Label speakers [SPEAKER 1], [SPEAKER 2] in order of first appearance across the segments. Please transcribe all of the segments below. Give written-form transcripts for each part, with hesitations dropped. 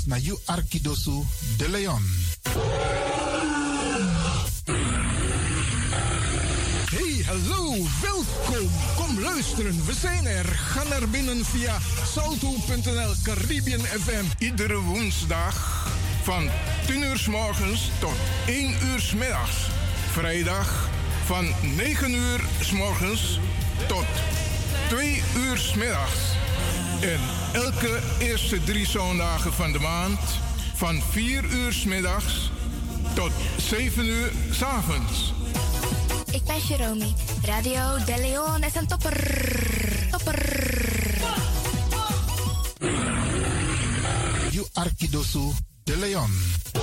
[SPEAKER 1] na you Arkidosu de Leon.
[SPEAKER 2] Hey, hallo, welkom. Kom luisteren, we zijn er. Ga naar binnen via salto.nl Caribbean FM. Iedere woensdag van 10 uur 's morgens tot 1 uur 's middags. Vrijdag van 9 uur 's morgens tot 2 uur 's middags. En elke eerste 3 zondagen van de maand van 4 uur 's middags tot 7 uur 's avonds.
[SPEAKER 3] Ik ben Jerome. Radio De Leon is een topper. Topper.
[SPEAKER 1] You Arkidosu de Leon.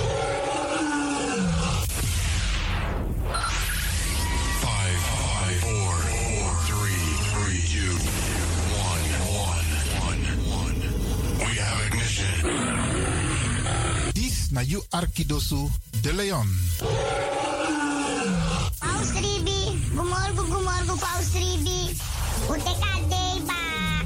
[SPEAKER 1] Na you Arkidosu de Leon.
[SPEAKER 4] Paus Ribi, gumorgo, Paus Ribi. Uteka deba.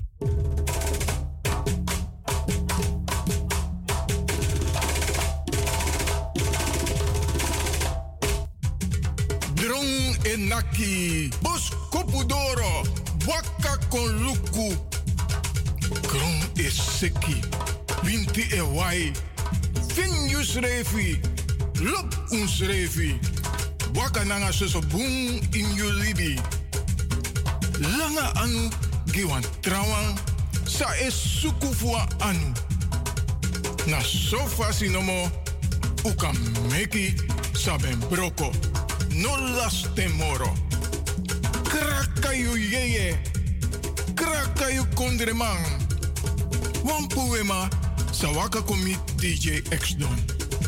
[SPEAKER 2] Drong enaki, bos kopudoro, waka kon luku. Kron is seki, winti e wai. Finjus revi, lop uns revi. Waka nanga soso boom in yulibi. Langa anu giwan trawang, sa es sukufua anu. Na sofa sinomo, uka meki saben broko. No las temoro. Krakayu yeye, krakayu kondreman. Wampuema. Sawaka komi DJ X-Don.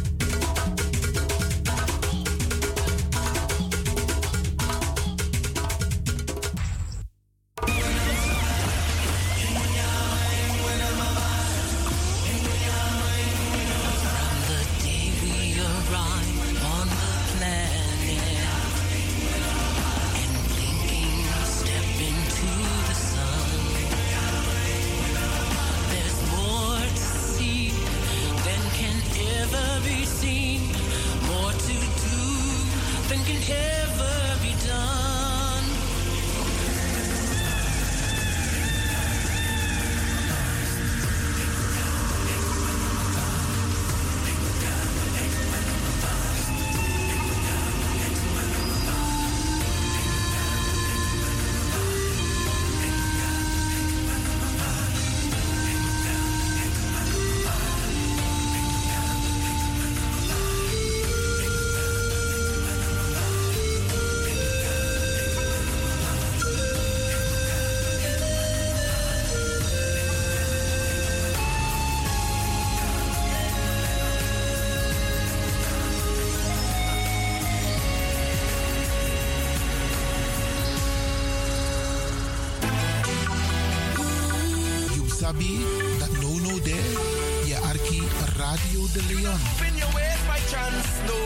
[SPEAKER 1] Sabi dat no there, je Arki Radio de Leon.
[SPEAKER 5] Spin your ways by chance, no.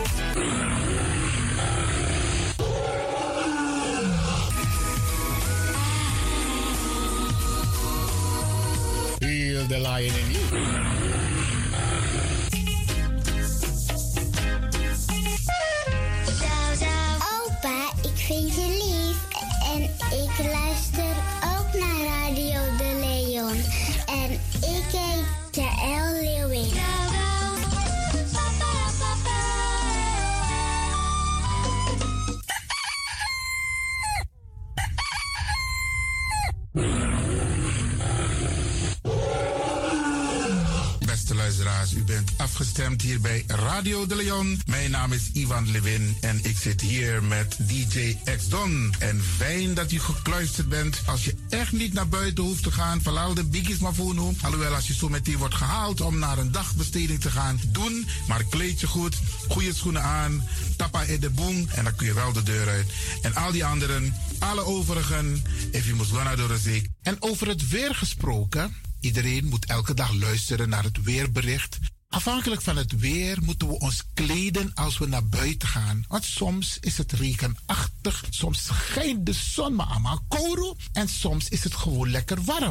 [SPEAKER 2] Feel the lion in you.
[SPEAKER 4] Opa, ik vind je lief en ik luister ook naar Radio De Leon. En ik heet Jaël Leeuwin.
[SPEAKER 1] Beste luisteraars, u bent afgestemd hier bij Radio De Leon. Mijn naam is Ivan Lewin en ik zit hier met DJ X-Don. En fijn dat u gekluisterd bent. Als je echt niet naar buiten hoeft te gaan, verlaal de biggies maar voor nu. Alhoewel, als je zo meteen wordt gehaald om naar een dagbesteding te gaan, doen. Maar kleed je goed, goede schoenen aan, tappa in de boom en dan kun je wel de deur uit. En al die anderen, alle overigen, if you must go naar de zee. En over het weer gesproken, iedereen moet elke dag luisteren naar het weerbericht. Afhankelijk van het weer moeten we ons kleden als we naar buiten gaan. Want soms is het regenachtig, soms schijnt de zon maar allemaal kouro en soms is het gewoon lekker warm.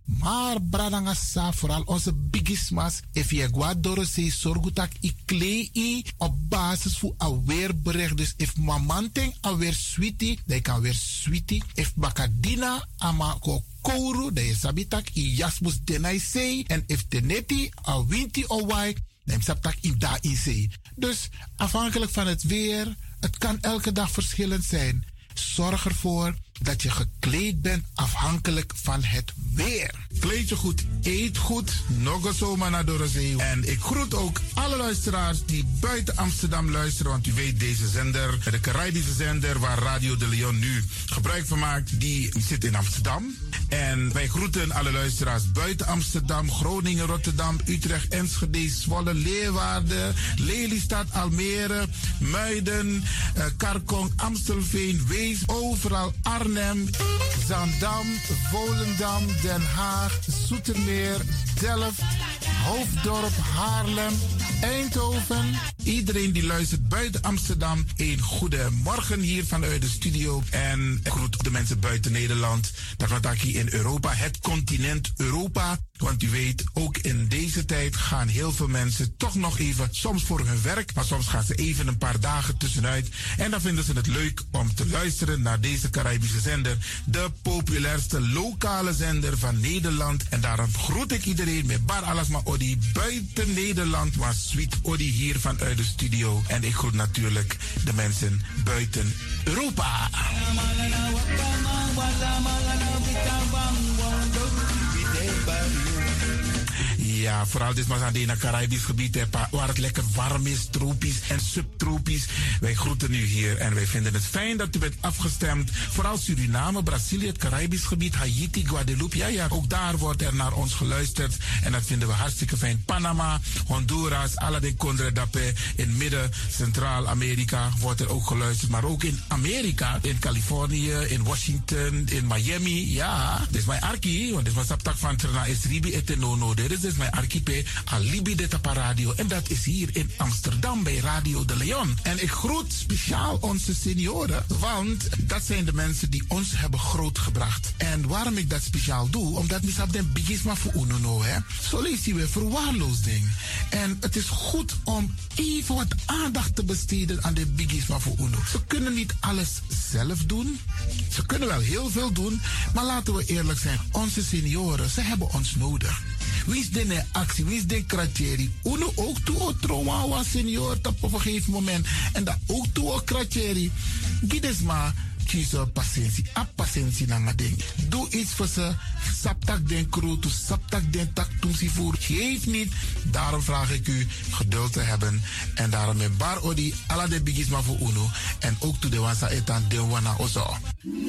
[SPEAKER 1] Maar bradangasa, vooral onze bigismas, if je guadoro se sorgutak i klei op basis voor aweerbericht. Dus if mamanteng aweer sweetie, dan kan weer sweetie. If bakadina ama kouru, dan je sabitak i jasmus denai sei. En if teneti a winti o wai, dan sabtak i da in sei. Dus afhankelijk van het weer, het kan elke dag verschillend zijn. Zorg ervoor dat je gekleed bent afhankelijk van het weer. Kleed je goed, eet goed, nog zomaar naar Dorozee. En ik groet ook alle luisteraars die buiten Amsterdam luisteren. Want u weet, deze zender, de Caribische zender waar Radio de Leon nu gebruik van maakt, die zit in Amsterdam. En wij groeten alle luisteraars buiten Amsterdam, Groningen, Rotterdam, Utrecht, Enschede, Zwolle, Leeuwarden, Lelystad, Almere, Muiden, Karkong, Amstelveen, Wees, overal Arnhem, Zaandam, Volendam, Den Haag, Zoetermeer, Delft, Hoofddorp, Haarlem, Eindhoven. Iedereen die luistert buiten Amsterdam, een goede morgen hier vanuit de studio. En ik groet de mensen buiten Nederland. Dat wat ik hier in Europa, het continent Europa. Want u weet, ook in deze tijd gaan heel veel mensen toch nog even, soms voor hun werk, maar soms gaan ze even een paar dagen tussenuit. En dan vinden ze het leuk om te luisteren naar deze Caribische zender. De populairste lokale zender van Nederland. En daarom groet ik iedereen met Bar Alasma Odi buiten Nederland, maar Sweet Odi hier vanuit de studio. En ik groet natuurlijk de mensen buiten Europa. Ja, vooral dit was aan het Caribisch gebied, waar het lekker warm is, tropisch en subtropisch. Wij groeten u hier en wij vinden het fijn dat u bent afgestemd. Vooral Suriname, Brazilië, het Caribisch gebied, Haiti, Guadeloupe. Ja, ook daar wordt er naar ons geluisterd. En dat vinden we hartstikke fijn. Panama, Honduras, alla de Condre Dapé. In midden, Centraal-Amerika wordt er ook geluisterd. Maar ook in Amerika, in Californië, in Washington, in Miami. Ja, dit is mijn arki, want dit was op tak van Trana Esribi Etenono. Dit is mijn archipel Alibi de Tapa Radio. En dat is hier in Amsterdam bij Radio de Leon. En ik groet speciaal onze senioren, want dat zijn de mensen die ons hebben grootgebracht. En waarom ik dat speciaal doe, omdat we op de bigisma voor UNO, hè. Zo lezen we verwaarloosding. En het is goed om even wat aandacht te besteden aan de bigisma voor UNO. Ze kunnen niet alles zelf doen. Ze kunnen wel heel veel doen, maar laten we eerlijk zijn. Onze senioren, ze hebben ons nodig. Wie is de actie, wie is de kratjeri? Uno ook toe o trauma was senior op een gegeven moment. En dat ook toe o kratjeri. Gides maar kiezen patiëntie. A patiëntie na ding. Doe iets voor ze. Saptak den crew, to saptak den tak toesie voor. Geef niet. Daarom vraag ik u geduld te hebben. En daarom met bar odi ala de bigisma voor uno. En ook toe de wansa etan de wana ozo.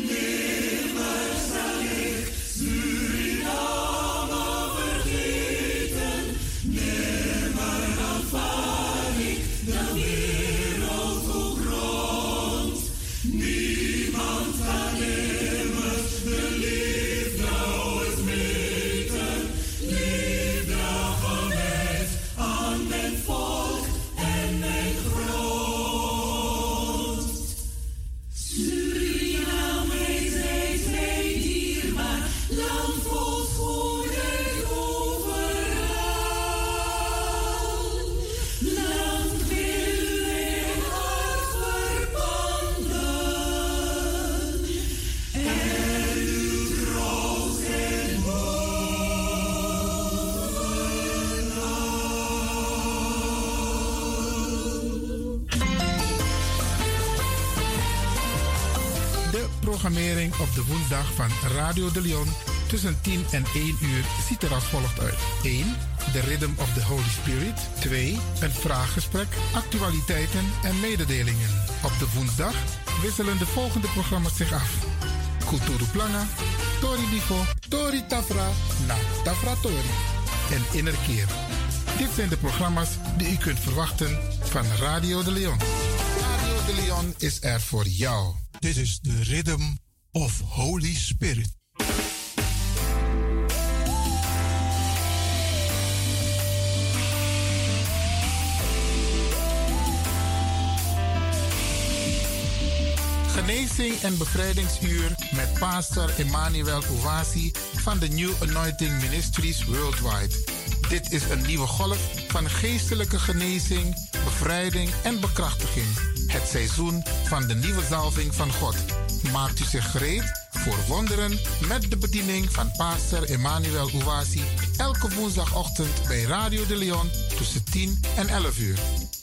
[SPEAKER 1] Programmering op de woensdag van Radio de Leon tussen 10 en 1 uur ziet er als volgt uit. 1. The Rhythm of the Holy Spirit. 2. Een vraaggesprek, actualiteiten en mededelingen. Op de woensdag wisselen de volgende programma's zich af. Kulturu Planga, Tori Bifo, Tori Tafra, na Tafra Tori en Innerkeer. Dit zijn de programma's die u kunt verwachten van Radio de Leon. Radio de Leon is er voor jou.
[SPEAKER 2] This is the Rhythm of Holy Spirit.
[SPEAKER 1] Genezing en bevrijdingsuur met pastor Emmanuel Owasi van de New Anointing Ministries Worldwide. Dit is een nieuwe golf van geestelijke genezing, bevrijding en bekrachtiging. Het seizoen van de nieuwe zalving van God. Maakt u zich gereed voor wonderen met de bediening van pastor Emmanuel Owasi elke woensdagochtend bij Radio de Leon tussen 10 en 11 uur.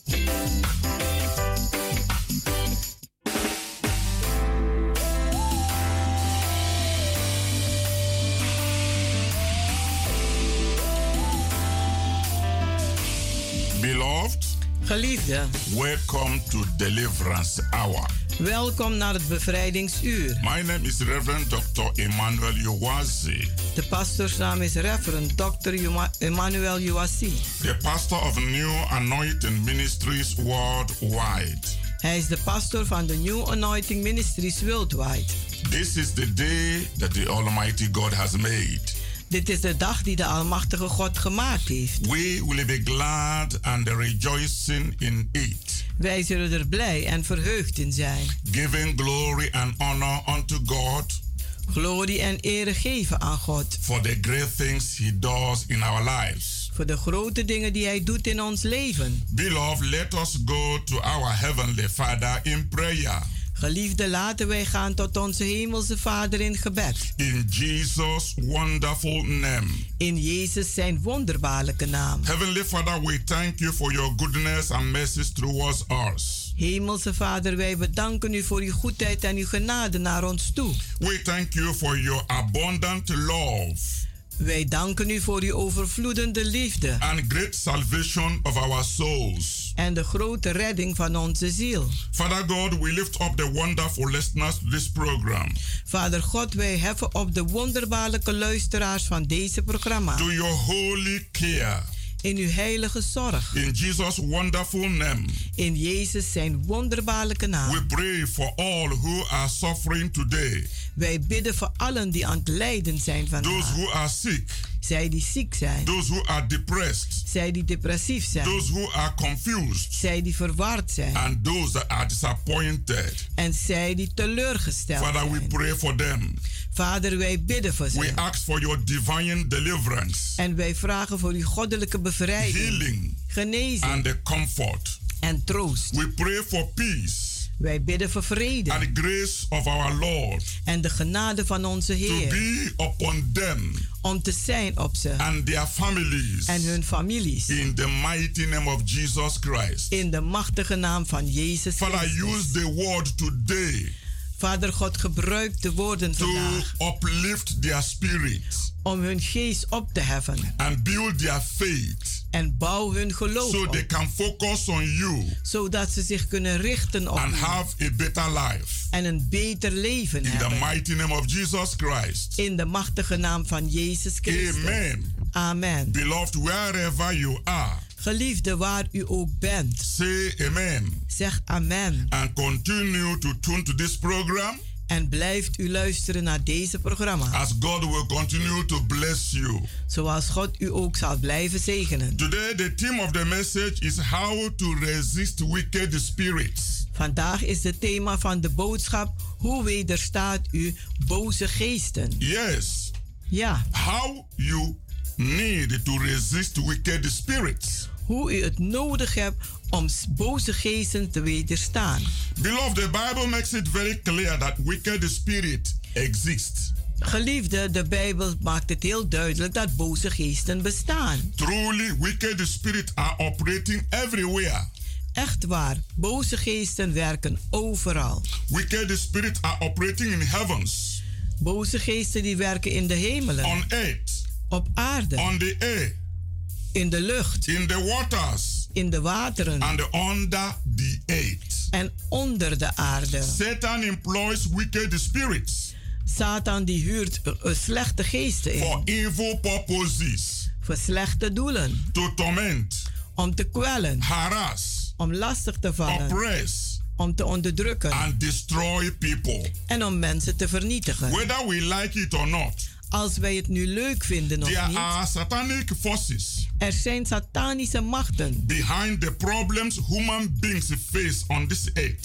[SPEAKER 6] Beloved,
[SPEAKER 7] geliefde,
[SPEAKER 6] welcome to Deliverance Hour.
[SPEAKER 7] Welkom naar het bevrijdingsuur.
[SPEAKER 6] My name is Reverend Dr. Emmanuel Owasi.
[SPEAKER 7] De pastoorsnaam is Reverend Dr. Emmanuel Owasi.
[SPEAKER 6] The pastor of New Anointing Ministries Worldwide.
[SPEAKER 7] Hij is de pastor van de New Anointing Ministries Worldwide.
[SPEAKER 6] This is the day that the Almighty God has made.
[SPEAKER 7] Dit is de dag die de Almachtige God gemaakt heeft.
[SPEAKER 6] We will be glad and rejoicing in it.
[SPEAKER 7] Wij zullen er blij en verheugd in zijn.
[SPEAKER 6] Giving glory and honor unto God.
[SPEAKER 7] Glorie en ere geven aan God.
[SPEAKER 6] For the great things He does in our lives.
[SPEAKER 7] Voor de grote dingen die Hij doet in ons leven.
[SPEAKER 6] Beloved, let us go to our Heavenly Father in prayer.
[SPEAKER 7] Geliefde, laten wij gaan tot onze hemelse Vader in gebed.
[SPEAKER 6] In Jesus' wonderful name.
[SPEAKER 7] In Jezus zijn wonderbaarlijke naam.
[SPEAKER 6] Heavenly Father, we thank you for your goodness and mercy towards us.
[SPEAKER 7] Hemelse Vader, wij bedanken u voor uw goedheid en uw genade naar ons toe.
[SPEAKER 6] We thank you for your abundant love.
[SPEAKER 7] Wij danken u voor uw overvloedende liefde.
[SPEAKER 6] And great salvation of our souls.
[SPEAKER 7] En de grote redding van onze ziel.
[SPEAKER 6] Father God, we lift up the wonderful listeners to this program.
[SPEAKER 7] Vader God, wij heffen op de wonderbaarlijke luisteraars van deze programma.
[SPEAKER 6] To your holy care.
[SPEAKER 7] In uw heilige zorg.
[SPEAKER 6] In Jesus' wonderful name.
[SPEAKER 7] In Jezus zijn wonderbaarlijke naam.
[SPEAKER 6] We pray for all who are suffering today.
[SPEAKER 7] Wij bidden voor allen die aan het lijden zijn vandaag.
[SPEAKER 6] Those who are sick.
[SPEAKER 7] Zij die ziek zijn.
[SPEAKER 6] Those who are depressed.
[SPEAKER 7] Zij die depressief zijn.
[SPEAKER 6] Those who are confused.
[SPEAKER 7] Zij die verward zijn.
[SPEAKER 6] And those that are disappointed.
[SPEAKER 7] En zij die teleurgesteld zijn.
[SPEAKER 6] Father, we pray for them.
[SPEAKER 7] Vader, wij bidden voor ze.
[SPEAKER 6] We ask for your divine deliverance.
[SPEAKER 7] En wij vragen voor uw goddelijke bevrijding.
[SPEAKER 6] Healing.
[SPEAKER 7] Genezing.
[SPEAKER 6] And the comfort.
[SPEAKER 7] En troost.
[SPEAKER 6] We pray for peace.
[SPEAKER 7] Wij bidden voor vrede.
[SPEAKER 6] And the grace of our Lord.
[SPEAKER 7] En de genade van onze Heer.
[SPEAKER 6] To be upon them.
[SPEAKER 7] Om te zijn op ze.
[SPEAKER 6] And their families.
[SPEAKER 7] En hun families.
[SPEAKER 6] In the mighty name of Jesus Christ.
[SPEAKER 7] In de machtige naam van Jezus Christus.
[SPEAKER 6] Father, use the word today.
[SPEAKER 7] Vader God, gebruik de woorden vandaag.
[SPEAKER 6] To uplift their spirit.
[SPEAKER 7] Om hun geest op te heffen.
[SPEAKER 6] And build their faith.
[SPEAKER 7] En bouw hun geloof
[SPEAKER 6] so
[SPEAKER 7] op.
[SPEAKER 6] They can focus on you.
[SPEAKER 7] Zodat ze zich kunnen richten op
[SPEAKER 6] and
[SPEAKER 7] u.
[SPEAKER 6] have a better life.
[SPEAKER 7] En een beter leven hebben.
[SPEAKER 6] In the mighty name of Jesus Christ.
[SPEAKER 7] In de machtige naam van Jezus Christus.
[SPEAKER 6] Amen.
[SPEAKER 7] Amen.
[SPEAKER 6] Beloved, wherever you are.
[SPEAKER 7] Geliefde, waar u ook bent.
[SPEAKER 6] Say amen.
[SPEAKER 7] Zeg amen.
[SPEAKER 6] And continue to tune to this program.
[SPEAKER 7] En blijft u luisteren naar deze programma.
[SPEAKER 6] As God will continue to bless you.
[SPEAKER 7] Zoals God u ook zal blijven zegenen.
[SPEAKER 6] Today the theme of the message is how to resist wicked spirits.
[SPEAKER 7] Vandaag is het thema van de boodschap: hoe wederstaat u boze geesten?
[SPEAKER 6] Yes.
[SPEAKER 7] Ja.
[SPEAKER 6] How you need to resist wicked spirits.
[SPEAKER 7] Hoe u het nodig hebt om boze geesten te wederstaan.
[SPEAKER 6] Beloved, the Bible makes it very clear that wicked spirit exists.
[SPEAKER 7] Geliefde, de Bijbel maakt het heel duidelijk dat boze geesten bestaan.
[SPEAKER 6] Truly, wicked spirits are operating everywhere.
[SPEAKER 7] Echt waar, boze geesten werken overal.
[SPEAKER 6] Wicked spirits are operating in heavens.
[SPEAKER 7] Boze geesten die werken in de hemelen.
[SPEAKER 6] On earth.
[SPEAKER 7] Op aarde.
[SPEAKER 6] On the air.
[SPEAKER 7] In de lucht.
[SPEAKER 6] In the waters.
[SPEAKER 7] In de wateren.
[SPEAKER 6] And under the earth.
[SPEAKER 7] En onder de aarde.
[SPEAKER 6] Satan employs wicked spirits.
[SPEAKER 7] Satan die huurt slechte geesten in.
[SPEAKER 6] For evil purposes.
[SPEAKER 7] Voor slechte doelen.
[SPEAKER 6] To torment.
[SPEAKER 7] Om te kwellen.
[SPEAKER 6] Harass.
[SPEAKER 7] Om lastig te vallen.
[SPEAKER 6] Oppress.
[SPEAKER 7] Om te onderdrukken.
[SPEAKER 6] And destroy people.
[SPEAKER 7] En om mensen te vernietigen.
[SPEAKER 6] Whether we like it or not.
[SPEAKER 7] Als wij het nu leuk vinden of
[SPEAKER 6] There
[SPEAKER 7] niet.
[SPEAKER 6] are satanic forces.
[SPEAKER 7] Er zijn satanische machten.
[SPEAKER 6] Behind the problems human beings face on this earth.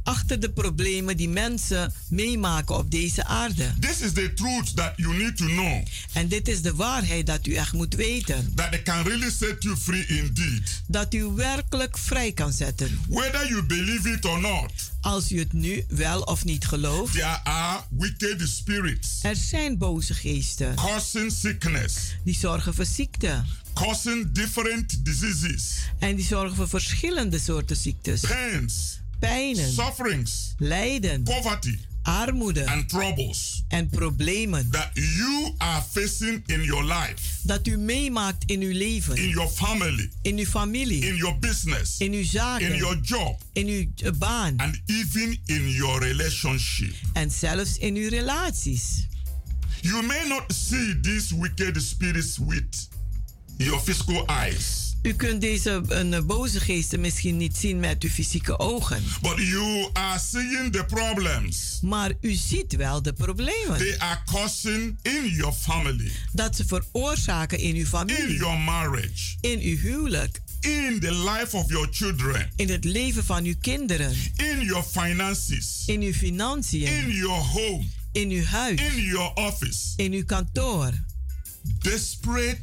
[SPEAKER 7] achter de problemen die mensen meemaken op deze aarde.
[SPEAKER 6] This is the truth that you need to know.
[SPEAKER 7] En dit is de waarheid dat u echt moet weten.
[SPEAKER 6] That it can really set you free indeed.
[SPEAKER 7] Dat u werkelijk vrij kan zetten.
[SPEAKER 6] Whether you believe it or not.
[SPEAKER 7] Als u het nu wel of niet gelooft.
[SPEAKER 6] There are wicked spirits.
[SPEAKER 7] Er zijn boze geesten.
[SPEAKER 6] Causing sickness.
[SPEAKER 7] Die zorgen voor ziekte.
[SPEAKER 6] Causing different diseases.
[SPEAKER 7] En die zorgen voor verschillende soorten ziektes.
[SPEAKER 6] Pains.
[SPEAKER 7] Pijnen.
[SPEAKER 6] Sufferings.
[SPEAKER 7] Lijden.
[SPEAKER 6] Poverty.
[SPEAKER 7] Armoede.
[SPEAKER 6] And troubles.
[SPEAKER 7] En problemen.
[SPEAKER 6] That you are facing in your life.
[SPEAKER 7] Dat u meemaakt in uw leven.
[SPEAKER 6] In your family.
[SPEAKER 7] In uw familie.
[SPEAKER 6] In your business.
[SPEAKER 7] In uw zaken.
[SPEAKER 6] In your job.
[SPEAKER 7] In uw baan.
[SPEAKER 6] And even in your relationship.
[SPEAKER 7] En zelfs in uw relaties.
[SPEAKER 6] You may not see these wicked spirits with your physical eyes.
[SPEAKER 7] U kunt deze boze geesten misschien niet zien met uw fysieke ogen.
[SPEAKER 6] But you are seeing the problems.
[SPEAKER 7] Maar u ziet wel de problemen.
[SPEAKER 6] They are causing in your family.
[SPEAKER 7] Dat ze veroorzaken in uw familie.
[SPEAKER 6] In your marriage.
[SPEAKER 7] In uw huwelijk.
[SPEAKER 6] In the life of your children.
[SPEAKER 7] In het leven van uw kinderen.
[SPEAKER 6] In your finances.
[SPEAKER 7] In uw financiën.
[SPEAKER 6] In your home.
[SPEAKER 7] In uw huis.
[SPEAKER 6] In your office.
[SPEAKER 7] In uw kantoor.
[SPEAKER 6] Desperate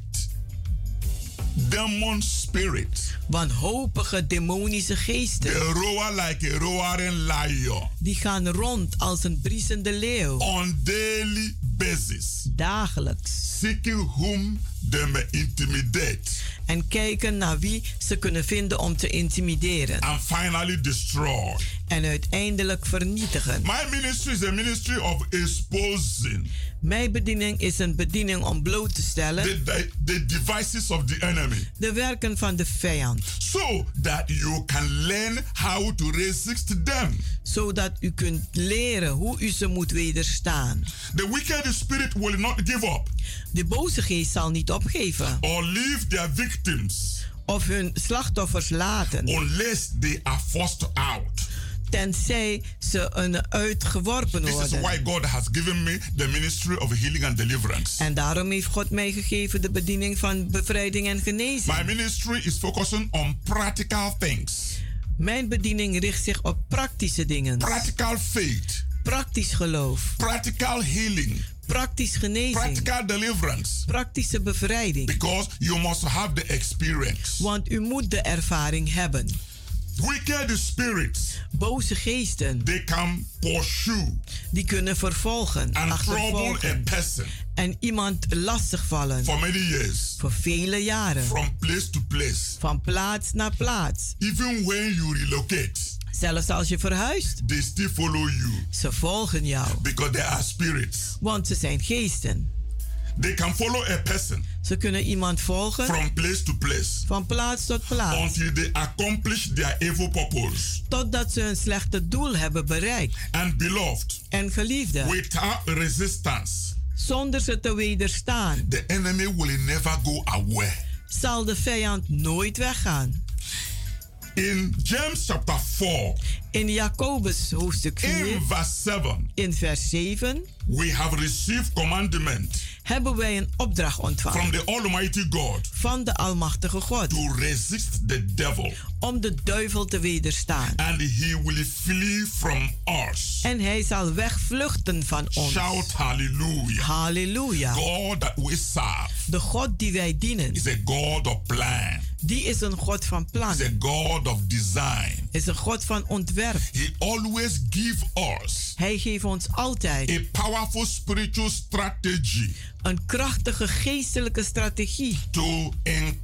[SPEAKER 6] demon spirit.
[SPEAKER 7] Wanhopige demonische geesten.
[SPEAKER 6] They roar like a roaring lion.
[SPEAKER 7] Die gaan rond als een briesende leeuw.
[SPEAKER 6] On daily basis.
[SPEAKER 7] Dagelijks.
[SPEAKER 6] Seeking whom they may intimidate.
[SPEAKER 7] En kijken naar wie ze kunnen vinden om te intimideren.
[SPEAKER 6] And finally destroy.
[SPEAKER 7] En uiteindelijk vernietigen.
[SPEAKER 6] My ministry is a ministry of exposing.
[SPEAKER 7] Mijn bediening is een bediening om bloot te stellen.
[SPEAKER 6] The devices of the enemy.
[SPEAKER 7] De werken van de vijand.
[SPEAKER 6] So that you can learn how to resist them.
[SPEAKER 7] Zodat u kunt leren hoe u ze moet wederstaan.
[SPEAKER 6] The wicked spirit will not give up.
[SPEAKER 7] De boze geest zal niet opgeven.
[SPEAKER 6] Or leave their victims.
[SPEAKER 7] Of hun slachtoffers laten.
[SPEAKER 6] Unless they are forced out.
[SPEAKER 7] Tenzij ze uitgeworpen worden.
[SPEAKER 6] This is why God has given me the ministry of healing and deliverance.
[SPEAKER 7] En daarom heeft God mij gegeven de bediening van bevrijding en genezing.
[SPEAKER 6] My ministry is focusing on practical things.
[SPEAKER 7] Mijn bediening richt zich op praktische dingen.
[SPEAKER 6] Practical faith.
[SPEAKER 7] Praktisch geloof.
[SPEAKER 6] Practical healing.
[SPEAKER 7] Praktisch genezing.
[SPEAKER 6] Practical deliverance.
[SPEAKER 7] Praktische bevrijding.
[SPEAKER 6] Because you must have the experience.
[SPEAKER 7] Want u moet de ervaring hebben.
[SPEAKER 6] Wicked spirits.
[SPEAKER 7] Boze geesten.
[SPEAKER 6] They can pursue.
[SPEAKER 7] Die kunnen vervolgen.
[SPEAKER 6] And trouble a person.
[SPEAKER 7] En iemand lastigvallen.
[SPEAKER 6] For many years.
[SPEAKER 7] Voor vele jaren.
[SPEAKER 6] From place to place.
[SPEAKER 7] Van plaats naar plaats.
[SPEAKER 6] Even when you relocate.
[SPEAKER 7] Zelfs als je verhuist.
[SPEAKER 6] They still follow you.
[SPEAKER 7] Ze volgen jou.
[SPEAKER 6] Because they are spirits.
[SPEAKER 7] Want ze zijn geesten.
[SPEAKER 6] They can follow a person.
[SPEAKER 7] Ze kunnen iemand volgen.
[SPEAKER 6] From place to place.
[SPEAKER 7] Van plaats tot plaats.
[SPEAKER 6] Until they accomplish their evil purpose.
[SPEAKER 7] Totdat ze hun slechte doel hebben bereikt.
[SPEAKER 6] And beloved.
[SPEAKER 7] En geliefde.
[SPEAKER 6] Without resistance.
[SPEAKER 7] Zonder ze te wederstaan.
[SPEAKER 6] The enemy will never go away.
[SPEAKER 7] Zal de vijand nooit weggaan.
[SPEAKER 6] In James chapter 4.
[SPEAKER 7] In Jacobus hoofdstuk 4.
[SPEAKER 6] In verse 7.
[SPEAKER 7] In vers 7.
[SPEAKER 6] We have received commandment.
[SPEAKER 7] Hebben wij een opdracht ontvangen.
[SPEAKER 6] From the Almighty God.
[SPEAKER 7] Van de Almachtige God.
[SPEAKER 6] To resist the devil.
[SPEAKER 7] Om de duivel te wederstaan.
[SPEAKER 6] And he will flee from us.
[SPEAKER 7] En hij zal wegvluchten van ons.
[SPEAKER 6] Shout hallelujah.
[SPEAKER 7] Halleluja.
[SPEAKER 6] God that we serve.
[SPEAKER 7] De God die wij dienen.
[SPEAKER 6] Is a God of plan.
[SPEAKER 7] Die is een God van plan.
[SPEAKER 6] Is a God of design.
[SPEAKER 7] Is een God van ontwerp.
[SPEAKER 6] He always give us.
[SPEAKER 7] Hij geeft ons altijd.
[SPEAKER 6] A powerful spiritual strategy.
[SPEAKER 7] Een krachtige geestelijke strategie.
[SPEAKER 6] To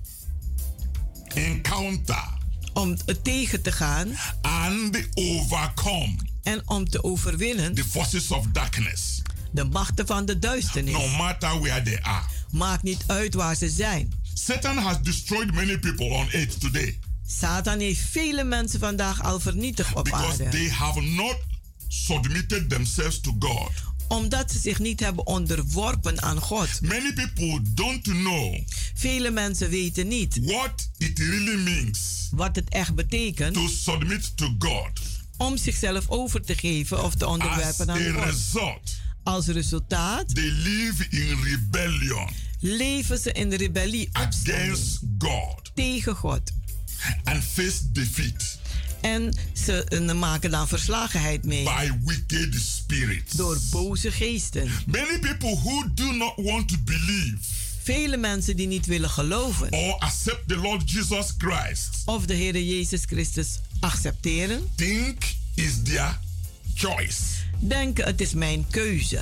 [SPEAKER 6] encounter.
[SPEAKER 7] Om het tegen te gaan.
[SPEAKER 6] And overcome.
[SPEAKER 7] En om te overwinnen.
[SPEAKER 6] The forces of darkness.
[SPEAKER 7] De machten van de duisternis.
[SPEAKER 6] No matter where they are.
[SPEAKER 7] Maakt niet uit waar ze zijn.
[SPEAKER 6] Satan has destroyed many people on earth today.
[SPEAKER 7] Satan heeft vele mensen vandaag al vernietigd op
[SPEAKER 6] Because
[SPEAKER 7] aarde.
[SPEAKER 6] they have not submitted themselves to God.
[SPEAKER 7] Omdat ze zich niet hebben onderworpen aan God.
[SPEAKER 6] Many people don't know.
[SPEAKER 7] Vele mensen weten niet.
[SPEAKER 6] What it really means.
[SPEAKER 7] Wat het echt betekent.
[SPEAKER 6] To submit to God.
[SPEAKER 7] Om zichzelf over te geven of te onderwerpen aan God.
[SPEAKER 6] Result.
[SPEAKER 7] Als resultaat.
[SPEAKER 6] They live in rebellion.
[SPEAKER 7] Leven ze in de rebellie.
[SPEAKER 6] Against God.
[SPEAKER 7] Tegen God.
[SPEAKER 6] And face defeat.
[SPEAKER 7] En ze maken dan verslagenheid mee.
[SPEAKER 6] By wicked spirits.
[SPEAKER 7] Door boze geesten.
[SPEAKER 6] Many people who do not want to believe.
[SPEAKER 7] Vele mensen die niet willen geloven.
[SPEAKER 6] Or accept the Lord Jesus Christ.
[SPEAKER 7] Of de Heer Jezus Christus accepteren.
[SPEAKER 6] Think is their choice.
[SPEAKER 7] Denken het is mijn keuze.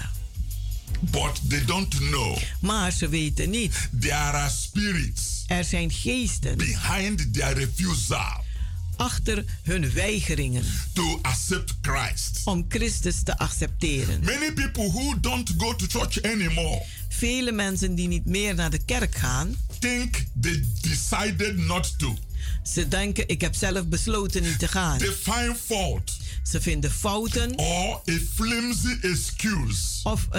[SPEAKER 6] But they don't know.
[SPEAKER 7] Maar ze weten niet.
[SPEAKER 6] There are spirits.
[SPEAKER 7] Er zijn geesten.
[SPEAKER 6] Behind their refusal.
[SPEAKER 7] Achter hun weigeringen.
[SPEAKER 6] To accept Christ.
[SPEAKER 7] Om Christus te accepteren.
[SPEAKER 6] Many people who don't go to church anymore.
[SPEAKER 7] Vele mensen die niet meer naar de kerk gaan.
[SPEAKER 6] Think they decided not to.
[SPEAKER 7] Ze denken, ik heb zelf besloten niet te gaan.
[SPEAKER 6] They find fault.
[SPEAKER 7] Ze vinden fouten.
[SPEAKER 6] Or a flimsy excuse.
[SPEAKER 7] Of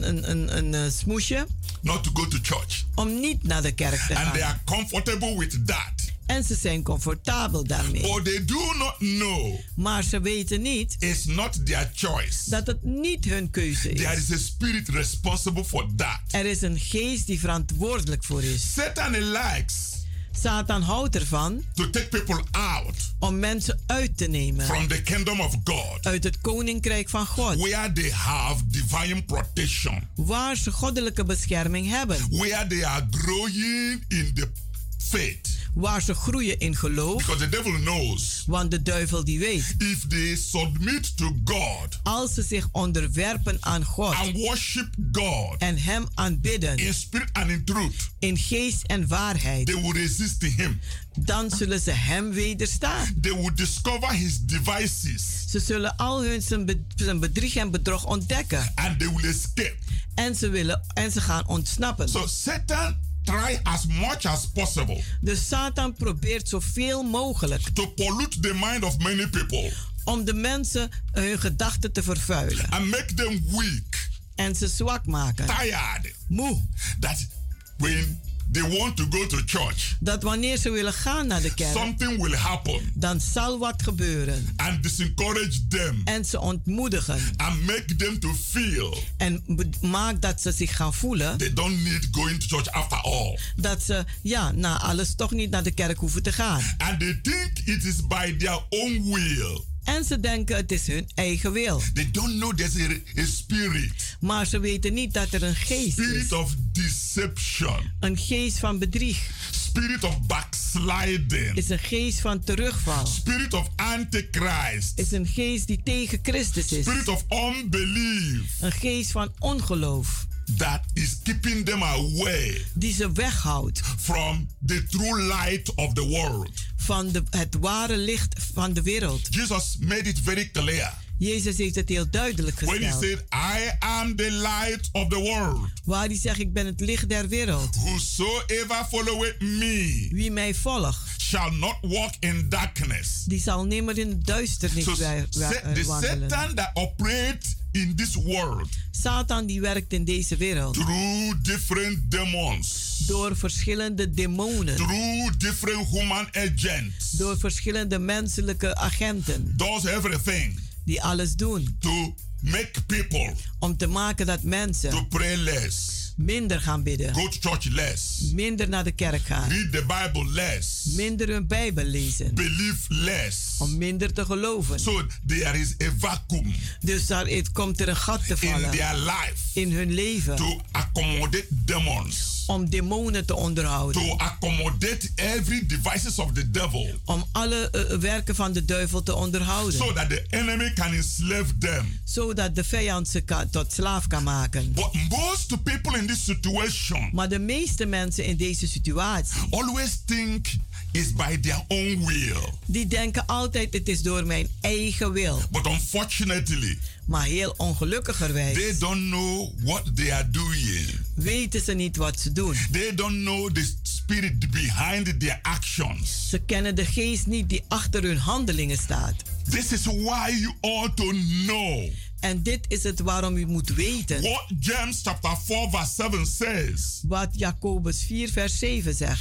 [SPEAKER 7] een smoesje.
[SPEAKER 6] Not to go to church.
[SPEAKER 7] Om niet naar de kerk te gaan.
[SPEAKER 6] And they are comfortable with that.
[SPEAKER 7] En ze zijn comfortabel daarmee.
[SPEAKER 6] But they do not know.
[SPEAKER 7] Maar ze weten niet.
[SPEAKER 6] It's not their choice.
[SPEAKER 7] Dat het niet hun keuze is.
[SPEAKER 6] There is a spirit responsible for that.
[SPEAKER 7] Er is een geest die verantwoordelijk voor is.
[SPEAKER 6] Satan likes.
[SPEAKER 7] Satan houdt ervan.
[SPEAKER 6] To take people out.
[SPEAKER 7] Om mensen uit te nemen.
[SPEAKER 6] From the kingdom of God.
[SPEAKER 7] Uit het koninkrijk van God.
[SPEAKER 6] Where they have divine protection.
[SPEAKER 7] Waar ze goddelijke bescherming hebben.
[SPEAKER 6] Where they are growing in the faith.
[SPEAKER 7] Waar ze groeien in geloof.
[SPEAKER 6] Because the devil knows.
[SPEAKER 7] Want de duivel die weet.
[SPEAKER 6] If they submit to God.
[SPEAKER 7] Als ze zich onderwerpen aan God.
[SPEAKER 6] And worship God.
[SPEAKER 7] En hem aanbidden.
[SPEAKER 6] In spirit and in truth.
[SPEAKER 7] In geest en waarheid.
[SPEAKER 6] They will resist him.
[SPEAKER 7] Dan zullen ze hem wederstaan.
[SPEAKER 6] They will discover his devices.
[SPEAKER 7] Ze zullen al zijn bedrieg en bedrog ontdekken.
[SPEAKER 6] And they will escape.
[SPEAKER 7] En ze gaan ontsnappen.
[SPEAKER 6] So Satan try as much as possible.
[SPEAKER 7] Dus Satan probeert zoveel mogelijk.
[SPEAKER 6] To pollute the mind of many people.
[SPEAKER 7] Om de mensen hun gedachten te vervuilen.
[SPEAKER 6] And make them weak.
[SPEAKER 7] En ze zwak maken.
[SPEAKER 6] Tired.
[SPEAKER 7] Moe.
[SPEAKER 6] That when they want to go to church.
[SPEAKER 7] Dat wanneer ze willen gaan naar de kerk.
[SPEAKER 6] Something will happen.
[SPEAKER 7] Dan zal wat gebeuren.
[SPEAKER 6] And discourage them.
[SPEAKER 7] En ze ontmoedigen.
[SPEAKER 6] And make them to feel.
[SPEAKER 7] En maak dat ze zich gaan voelen.
[SPEAKER 6] They don't need going to church after all.
[SPEAKER 7] Dat ze, na alles toch niet naar de kerk hoeven te gaan.
[SPEAKER 6] And they think it is by their own will.
[SPEAKER 7] En ze denken het is hun eigen wil.
[SPEAKER 6] They don't know there's a spirit.
[SPEAKER 7] Maar ze weten niet dat er een geest
[SPEAKER 6] spirit
[SPEAKER 7] is.
[SPEAKER 6] Of deception.
[SPEAKER 7] Een geest van bedrieg.
[SPEAKER 6] Spirit of backsliding.
[SPEAKER 7] Is een geest van terugval.
[SPEAKER 6] Spirit of antichrist.
[SPEAKER 7] Is een geest die tegen Christus is.
[SPEAKER 6] Spirit of unbelief.
[SPEAKER 7] Een geest van ongeloof.
[SPEAKER 6] That is keeping them away.
[SPEAKER 7] Die ze weghoudt.
[SPEAKER 6] From the true light of the world.
[SPEAKER 7] Van het ware licht van de wereld.
[SPEAKER 6] Jesus made it very clear.
[SPEAKER 7] Jezus heeft het heel duidelijk gesteld.
[SPEAKER 6] When he said, I am the light of the world.
[SPEAKER 7] Waar hij zegt, ik ben het licht der wereld.
[SPEAKER 6] Whosoever followeth me.
[SPEAKER 7] Wie mij volgt.
[SPEAKER 6] Shall not walk in darkness.
[SPEAKER 7] Die zal nimmer in de duisternis wandelen.
[SPEAKER 6] Satan that operates in this world.
[SPEAKER 7] Satan die werkt in deze wereld.
[SPEAKER 6] Through different demons.
[SPEAKER 7] Door verschillende demonen.
[SPEAKER 6] Through different human agents.
[SPEAKER 7] Door verschillende menselijke agenten.
[SPEAKER 6] Does everything.
[SPEAKER 7] Die alles doen.
[SPEAKER 6] To make people.
[SPEAKER 7] Om te maken dat mensen.
[SPEAKER 6] To pray less.
[SPEAKER 7] Minder gaan bidden.
[SPEAKER 6] Go to church less.
[SPEAKER 7] Minder naar de kerk gaan.
[SPEAKER 6] Read the Bible less.
[SPEAKER 7] Minder hun Bijbel lezen.
[SPEAKER 6] Believe less.
[SPEAKER 7] Om minder te geloven.
[SPEAKER 6] So there is a vacuum.
[SPEAKER 7] Dus komt er een gat te vallen.
[SPEAKER 6] In their life.
[SPEAKER 7] In hun leven.
[SPEAKER 6] To accommodate demons.
[SPEAKER 7] Om demonen te onderhouden.
[SPEAKER 6] To accommodate every devices of the devil.
[SPEAKER 7] Om alle werken van de duivel te onderhouden.
[SPEAKER 6] So that the enemy can enslave them.
[SPEAKER 7] Zodat de vijand ze tot slaaf kan maken.
[SPEAKER 6] But most people in this situation.
[SPEAKER 7] Maar de meeste mensen in deze situatie.
[SPEAKER 6] Always think is by their own will.
[SPEAKER 7] Die denken altijd het is door mijn eigen wil.
[SPEAKER 6] But unfortunately.
[SPEAKER 7] Maar heel ongelukkigerwijs.
[SPEAKER 6] They don't know what they are doing.
[SPEAKER 7] Weten ze niet wat ze doen.
[SPEAKER 6] They don't know the spirit behind their actions.
[SPEAKER 7] Ze kennen de geest niet die achter hun handelingen staat.
[SPEAKER 6] This is why you ought to know.
[SPEAKER 7] En dit is het waarom u moet weten.
[SPEAKER 6] What James chapter 4 verse 7 says.
[SPEAKER 7] Wat Jacobus 4 vers 7 zegt.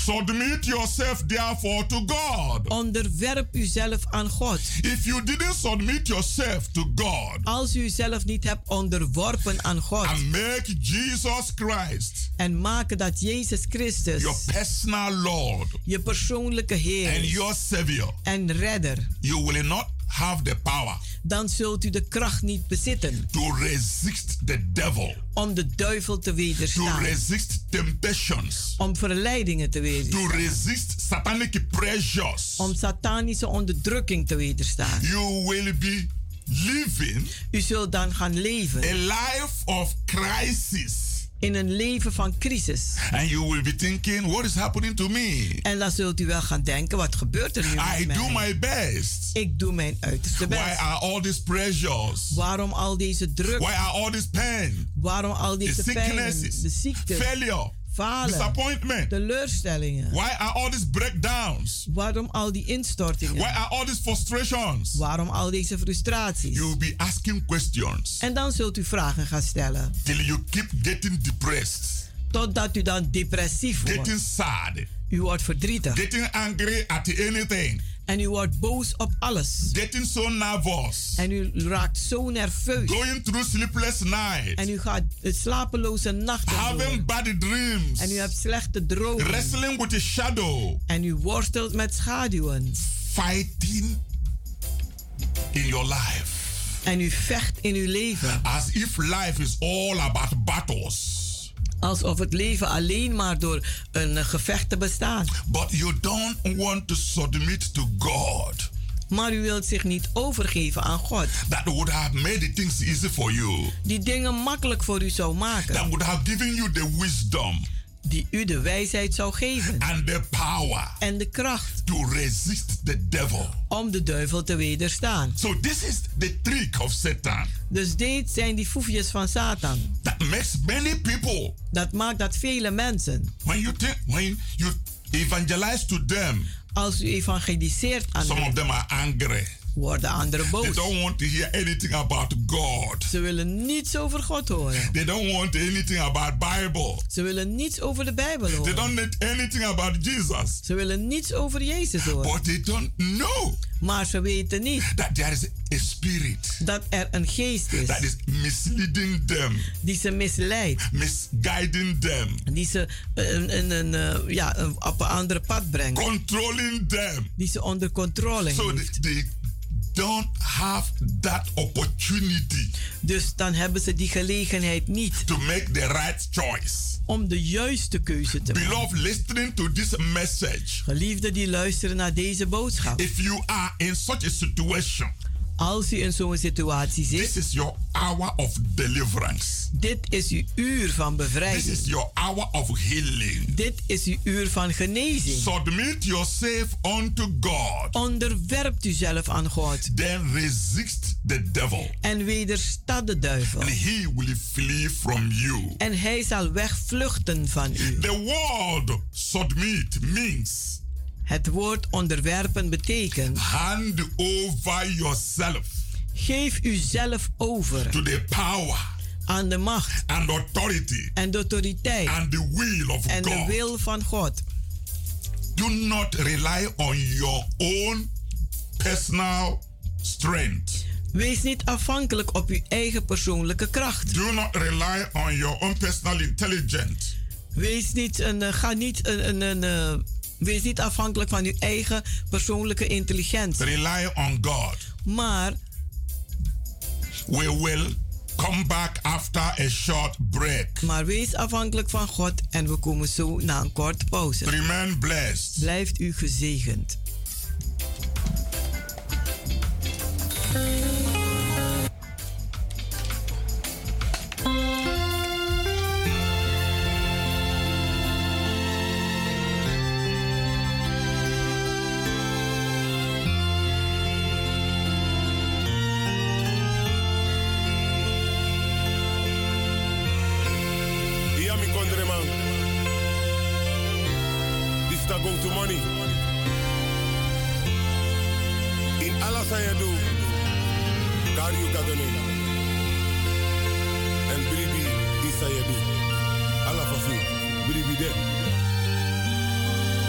[SPEAKER 6] Submit yourself therefore to God.
[SPEAKER 7] Onderwerp uzelf aan God.
[SPEAKER 6] If you didn't submit yourself to God,
[SPEAKER 7] als u uzelf niet hebt onderworpen aan God,
[SPEAKER 6] and make Jesus Christ
[SPEAKER 7] en maken dat Jezus Christus
[SPEAKER 6] your personal Lord,
[SPEAKER 7] je persoonlijke Heer
[SPEAKER 6] and your Savior,
[SPEAKER 7] en Redder,
[SPEAKER 6] you will not have the power
[SPEAKER 7] dan zult u de kracht niet bezitten
[SPEAKER 6] to resist the devil,
[SPEAKER 7] om de duivel te
[SPEAKER 6] to
[SPEAKER 7] wederstaan,
[SPEAKER 6] resist temptations,
[SPEAKER 7] om verleidingen te
[SPEAKER 6] to
[SPEAKER 7] wederstaan,
[SPEAKER 6] resist satanic pressures.
[SPEAKER 7] om satanische onderdrukking te wederstaan.
[SPEAKER 6] You will be living
[SPEAKER 7] U zult dan gaan leven
[SPEAKER 6] a life of crisis.
[SPEAKER 7] in een leven van crisis.
[SPEAKER 6] And you will be thinking, what is happening to me?
[SPEAKER 7] En dan zult u wel gaan denken, wat gebeurt er nu
[SPEAKER 6] I
[SPEAKER 7] met
[SPEAKER 6] do
[SPEAKER 7] mij?
[SPEAKER 6] my best.
[SPEAKER 7] Ik doe mijn uiterste
[SPEAKER 6] Why
[SPEAKER 7] best.
[SPEAKER 6] are all these pressures?
[SPEAKER 7] Waarom al deze druk?
[SPEAKER 6] Why are all this pain?
[SPEAKER 7] Waarom al
[SPEAKER 6] The
[SPEAKER 7] deze pijn?
[SPEAKER 6] sicknesses,
[SPEAKER 7] De ziekte,
[SPEAKER 6] failure,
[SPEAKER 7] falen,
[SPEAKER 6] disappointment.
[SPEAKER 7] teleurstellingen.
[SPEAKER 6] Why are all these breakdowns?
[SPEAKER 7] Waarom al die instortingen?
[SPEAKER 6] Why are all these frustrations?
[SPEAKER 7] Waarom al deze frustraties?
[SPEAKER 6] You will be asking questions
[SPEAKER 7] En dan zult u vragen gaan stellen.
[SPEAKER 6] till you keep getting depressed,
[SPEAKER 7] Totdat u dan depressief wordt.
[SPEAKER 6] getting sad,
[SPEAKER 7] U wordt verdrietig.
[SPEAKER 6] getting angry at anything,
[SPEAKER 7] En u wordt boos op alles.
[SPEAKER 6] getting so nervous,
[SPEAKER 7] En u raakt zo nerveus.
[SPEAKER 6] going through sleepless nights,
[SPEAKER 7] En u gaat slapeloze nachten door.
[SPEAKER 6] having bad dreams,
[SPEAKER 7] En u hebt slechte dromen.
[SPEAKER 6] wrestling with a shadow,
[SPEAKER 7] En u worstelt met schaduwen.
[SPEAKER 6] fighting in your life.
[SPEAKER 7] En u vecht in uw leven.
[SPEAKER 6] As if life is all about battles.
[SPEAKER 7] Alsof het leven alleen maar door een gevecht te bestaan.
[SPEAKER 6] But you don't want to submit to God.
[SPEAKER 7] Maar u wilt zich niet overgeven aan God.
[SPEAKER 6] That would have made things easy for you.
[SPEAKER 7] Die dingen makkelijk voor u zou maken.
[SPEAKER 6] That would have given you the wisdom
[SPEAKER 7] Die u de wijsheid zou geven.
[SPEAKER 6] and the power
[SPEAKER 7] En de kracht
[SPEAKER 6] to resist the devil.
[SPEAKER 7] om de duivel te wederstaan.
[SPEAKER 6] So this is the trick of Satan.
[SPEAKER 7] Dus dit zijn die foefjes van Satan.
[SPEAKER 6] That makes many people,
[SPEAKER 7] Dat maakt dat vele mensen,
[SPEAKER 6] when you evangelize to them,
[SPEAKER 7] als u evangeliseert aan
[SPEAKER 6] some
[SPEAKER 7] hen,
[SPEAKER 6] of them are angry.
[SPEAKER 7] worden anderen
[SPEAKER 6] They
[SPEAKER 7] boos.
[SPEAKER 6] don't want to hear anything about God.
[SPEAKER 7] Ze willen niets over God horen.
[SPEAKER 6] They don't want anything about Bible.
[SPEAKER 7] Ze willen niets over de Bijbel
[SPEAKER 6] They
[SPEAKER 7] horen.
[SPEAKER 6] don't need anything about Jesus.
[SPEAKER 7] Ze willen niets over Jezus horen.
[SPEAKER 6] But they don't know
[SPEAKER 7] Maar ze weten niet
[SPEAKER 6] that there is a spirit
[SPEAKER 7] dat er een geest is
[SPEAKER 6] that is misleading them,
[SPEAKER 7] die ze misleidt.
[SPEAKER 6] misguiding them,
[SPEAKER 7] Die ze op een andere pad brengt.
[SPEAKER 6] controlling them.
[SPEAKER 7] Die ze onder controle
[SPEAKER 6] So
[SPEAKER 7] heeft.
[SPEAKER 6] they don't have that opportunity
[SPEAKER 7] Dus dan hebben ze die gelegenheid niet
[SPEAKER 6] to make the right choice.
[SPEAKER 7] om de juiste keuze te maken.
[SPEAKER 6] Beloved, listening to this message,
[SPEAKER 7] Geliefden die luisteren naar deze boodschap.
[SPEAKER 6] if you are in such a situation,
[SPEAKER 7] Als u in zo'n situatie
[SPEAKER 6] this
[SPEAKER 7] zit,
[SPEAKER 6] is your hour of deliverance.
[SPEAKER 7] dit is uw uur van
[SPEAKER 6] This
[SPEAKER 7] bevrijding.
[SPEAKER 6] is your hour of healing.
[SPEAKER 7] Dit is uw uur van genezing.
[SPEAKER 6] Submit yourself unto God.
[SPEAKER 7] Onderwerpt uzelf aan God.
[SPEAKER 6] Then resist the devil,
[SPEAKER 7] En wedersta de duivel.
[SPEAKER 6] and he will flee from you.
[SPEAKER 7] En hij zal wegvluchten van u.
[SPEAKER 6] The word submit means
[SPEAKER 7] Het woord onderwerpen betekent:
[SPEAKER 6] hand over yourself
[SPEAKER 7] geef uzelf over
[SPEAKER 6] to the power
[SPEAKER 7] aan de macht
[SPEAKER 6] and authority
[SPEAKER 7] en de autoriteit
[SPEAKER 6] and the will of
[SPEAKER 7] en de
[SPEAKER 6] God.
[SPEAKER 7] wil van God.
[SPEAKER 6] Do not rely on your own personal strength.
[SPEAKER 7] Wees niet afhankelijk op uw eigen persoonlijke kracht.
[SPEAKER 6] Do not rely on your own personal intelligence.
[SPEAKER 7] Wees niet afhankelijk van uw eigen persoonlijke intelligentie.
[SPEAKER 6] Rely on God.
[SPEAKER 7] Maar
[SPEAKER 6] We will come back after a short break.
[SPEAKER 7] wees afhankelijk van God en we komen zo na een korte pauze.
[SPEAKER 6] Remain blessed.
[SPEAKER 7] Blijft u gezegend.
[SPEAKER 8] Go to money. In alles aan je doet, kan je kadone. En bribi is aan je doet. Alla fasu, bribi de.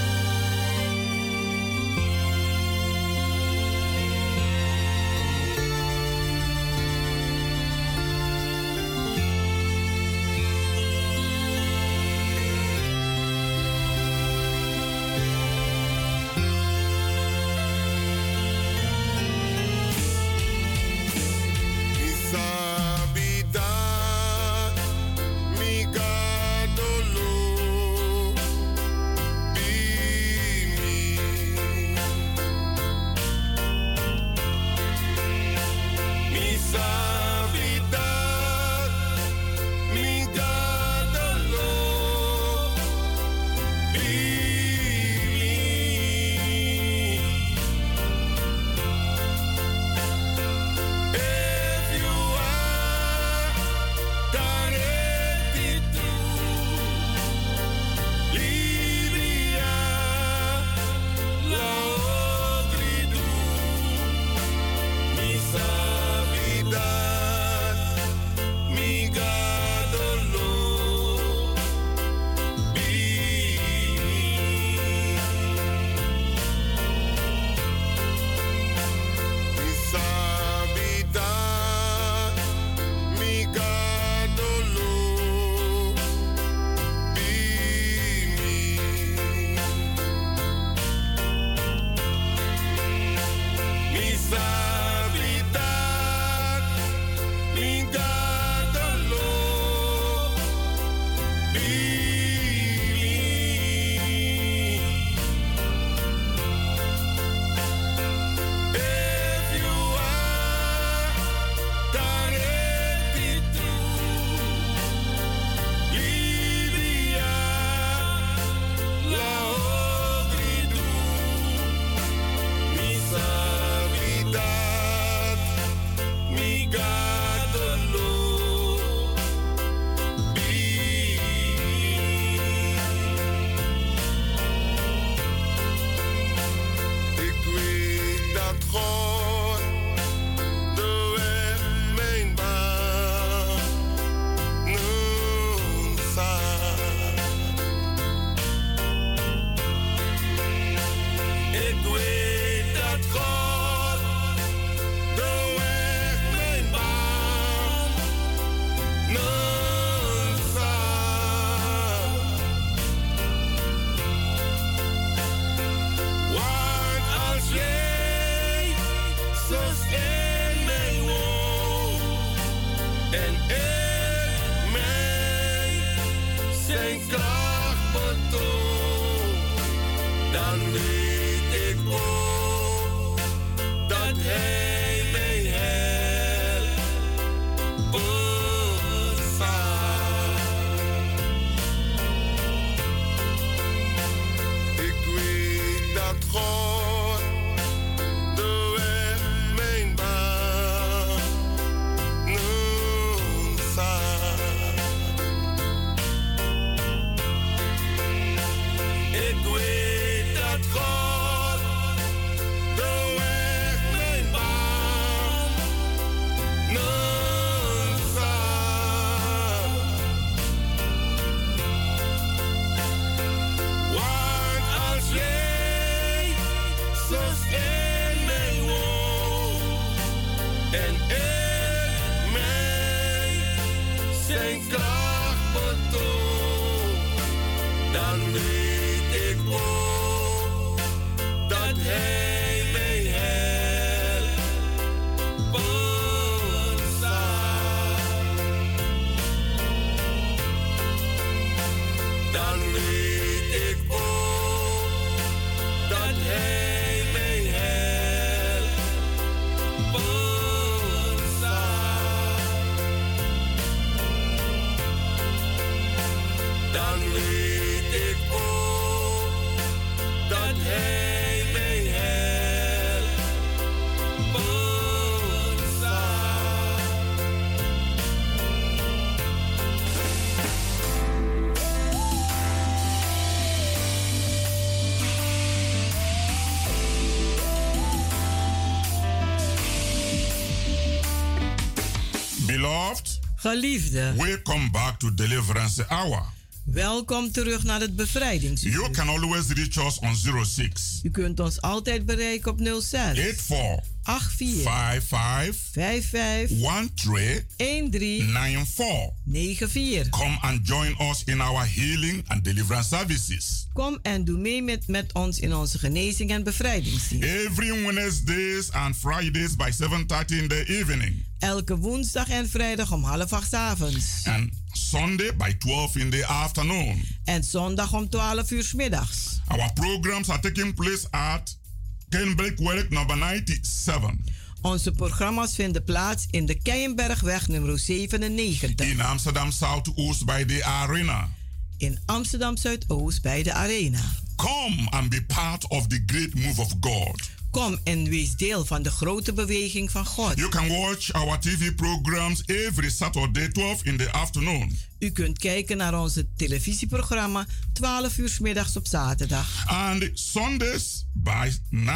[SPEAKER 8] dan weet ik ook dat Hij mij helpt. Ik weet dat God de weg mijn baan noemt zacht. Ik weet dat God de weg mijn baan noemt zacht. Want als Jezus in mij woont en in mij zijn kracht betoont, dan weet ik ook dat Hij mij helpt. Dan weet ik ook dat Hij mij helpt. Dan weet ik ook dat Hij mij helpt.
[SPEAKER 6] Beloved,
[SPEAKER 7] Geliefde,
[SPEAKER 6] welcome back to Deliverance Hour.
[SPEAKER 7] welkom terug naar het bevrijdingsuur.
[SPEAKER 6] You can always reach us on 06
[SPEAKER 7] U kunt ons altijd bereiken op 06
[SPEAKER 6] 84
[SPEAKER 7] 84
[SPEAKER 6] 55
[SPEAKER 7] 55
[SPEAKER 6] 13
[SPEAKER 7] 13
[SPEAKER 6] 94.
[SPEAKER 7] 94.
[SPEAKER 6] Come and join us in our healing and deliverance services.
[SPEAKER 7] Kom en doe mee met ons in onze genezing en bevrijdingsdienst.
[SPEAKER 6] Every Wednesdays and Fridays by 7:30 in the evening.
[SPEAKER 7] Elke woensdag en vrijdag om 7:30 's avonds.
[SPEAKER 6] And Sunday by 12 in the afternoon.
[SPEAKER 7] En zondag om 12 uur 's middags.
[SPEAKER 6] Our programs are taking place at Kenbreekwerk number 97.
[SPEAKER 7] Onze programma's vinden plaats in de Keienbergweg nummer 97.
[SPEAKER 6] In Amsterdam Zuidoost by the Arena.
[SPEAKER 7] In Amsterdam Zuidoost bij de Arena.
[SPEAKER 6] Come and be part of the great move of God.
[SPEAKER 7] Kom en wees deel van de grote beweging van God.
[SPEAKER 6] You can watch our TV programs every Saturday 12 in the afternoon.
[SPEAKER 7] U kunt kijken naar onze televisieprogramma 12 uur 's middags op zaterdag.
[SPEAKER 6] And Sundays by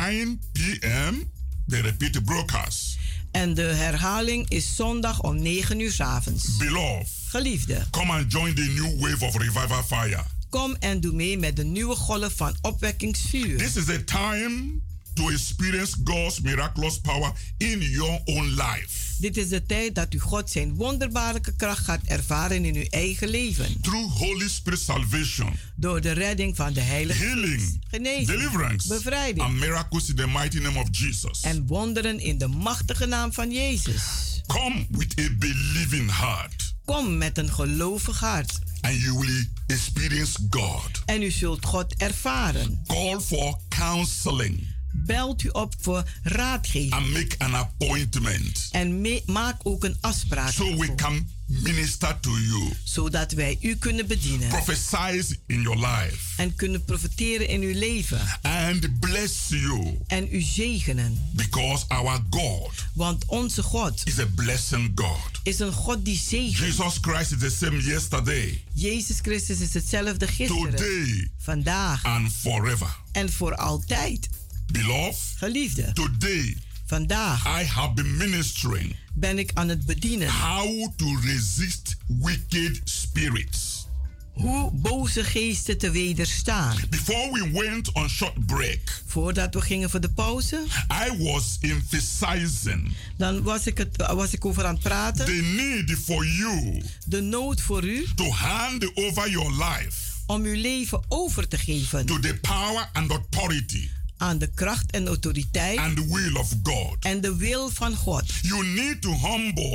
[SPEAKER 6] 9 p.m. the repeat broadcast.
[SPEAKER 7] En de herhaling is zondag om 9 uur 's avonds.
[SPEAKER 6] Beloved,
[SPEAKER 7] Geliefde,
[SPEAKER 6] come and join the new wave of revival fire.
[SPEAKER 7] kom en doe mee met de nieuwe golf van opwekkingsvuur.
[SPEAKER 6] This is a time to experience God's miraculous power in your own life.
[SPEAKER 7] Dit is de tijd dat u God zijn wonderbaarlijke kracht gaat ervaren in uw eigen leven.
[SPEAKER 6] Through Holy Spirit salvation,
[SPEAKER 7] Door de redding van de Heilige Geest.
[SPEAKER 6] healing,
[SPEAKER 7] Genezing,
[SPEAKER 6] deliverance,
[SPEAKER 7] bevrijding
[SPEAKER 6] and miracles in the mighty name of Jesus.
[SPEAKER 7] en wonderen in de machtige naam van Jezus.
[SPEAKER 6] Come with a believing heart,
[SPEAKER 7] Kom met een gelovig hart
[SPEAKER 6] and you will experience God.
[SPEAKER 7] en u zult God ervaren.
[SPEAKER 6] Call for counseling
[SPEAKER 7] Belt u op voor raadgeving
[SPEAKER 6] and make an appointment
[SPEAKER 7] en maak ook een afspraak
[SPEAKER 6] so we
[SPEAKER 7] ervoor,
[SPEAKER 6] can minister to you.
[SPEAKER 7] zodat wij u kunnen bedienen
[SPEAKER 6] Prophesize in your life
[SPEAKER 7] en kunnen profiteren in uw leven
[SPEAKER 6] and bless you,
[SPEAKER 7] en u zegenen.
[SPEAKER 6] because our God
[SPEAKER 7] Want onze God
[SPEAKER 6] is a blessing God.
[SPEAKER 7] is een God die zegent.
[SPEAKER 6] Jesus Christ is the same yesterday,
[SPEAKER 7] Jezus Christus is hetzelfde gisteren,
[SPEAKER 6] today,
[SPEAKER 7] vandaag
[SPEAKER 6] and forever.
[SPEAKER 7] en voor altijd.
[SPEAKER 6] Beloved,
[SPEAKER 7] Geliefde,
[SPEAKER 6] today
[SPEAKER 7] vandaag
[SPEAKER 6] I have been ministering
[SPEAKER 7] ben ik aan het bedienen
[SPEAKER 6] how to resist wicked spirits.
[SPEAKER 7] hoe boze geesten te wederstaan.
[SPEAKER 6] Before we went on short break,
[SPEAKER 7] Voordat we gingen voor de pauze,
[SPEAKER 6] I was emphasizing
[SPEAKER 7] dan was ik over aan het praten.
[SPEAKER 6] the need for you
[SPEAKER 7] De nood voor u
[SPEAKER 6] to hand over your life
[SPEAKER 7] om uw leven over te geven
[SPEAKER 6] to the power and authority
[SPEAKER 7] aan de kracht en autoriteit
[SPEAKER 6] and the will of God.
[SPEAKER 7] en de wil van God.
[SPEAKER 6] You need to humble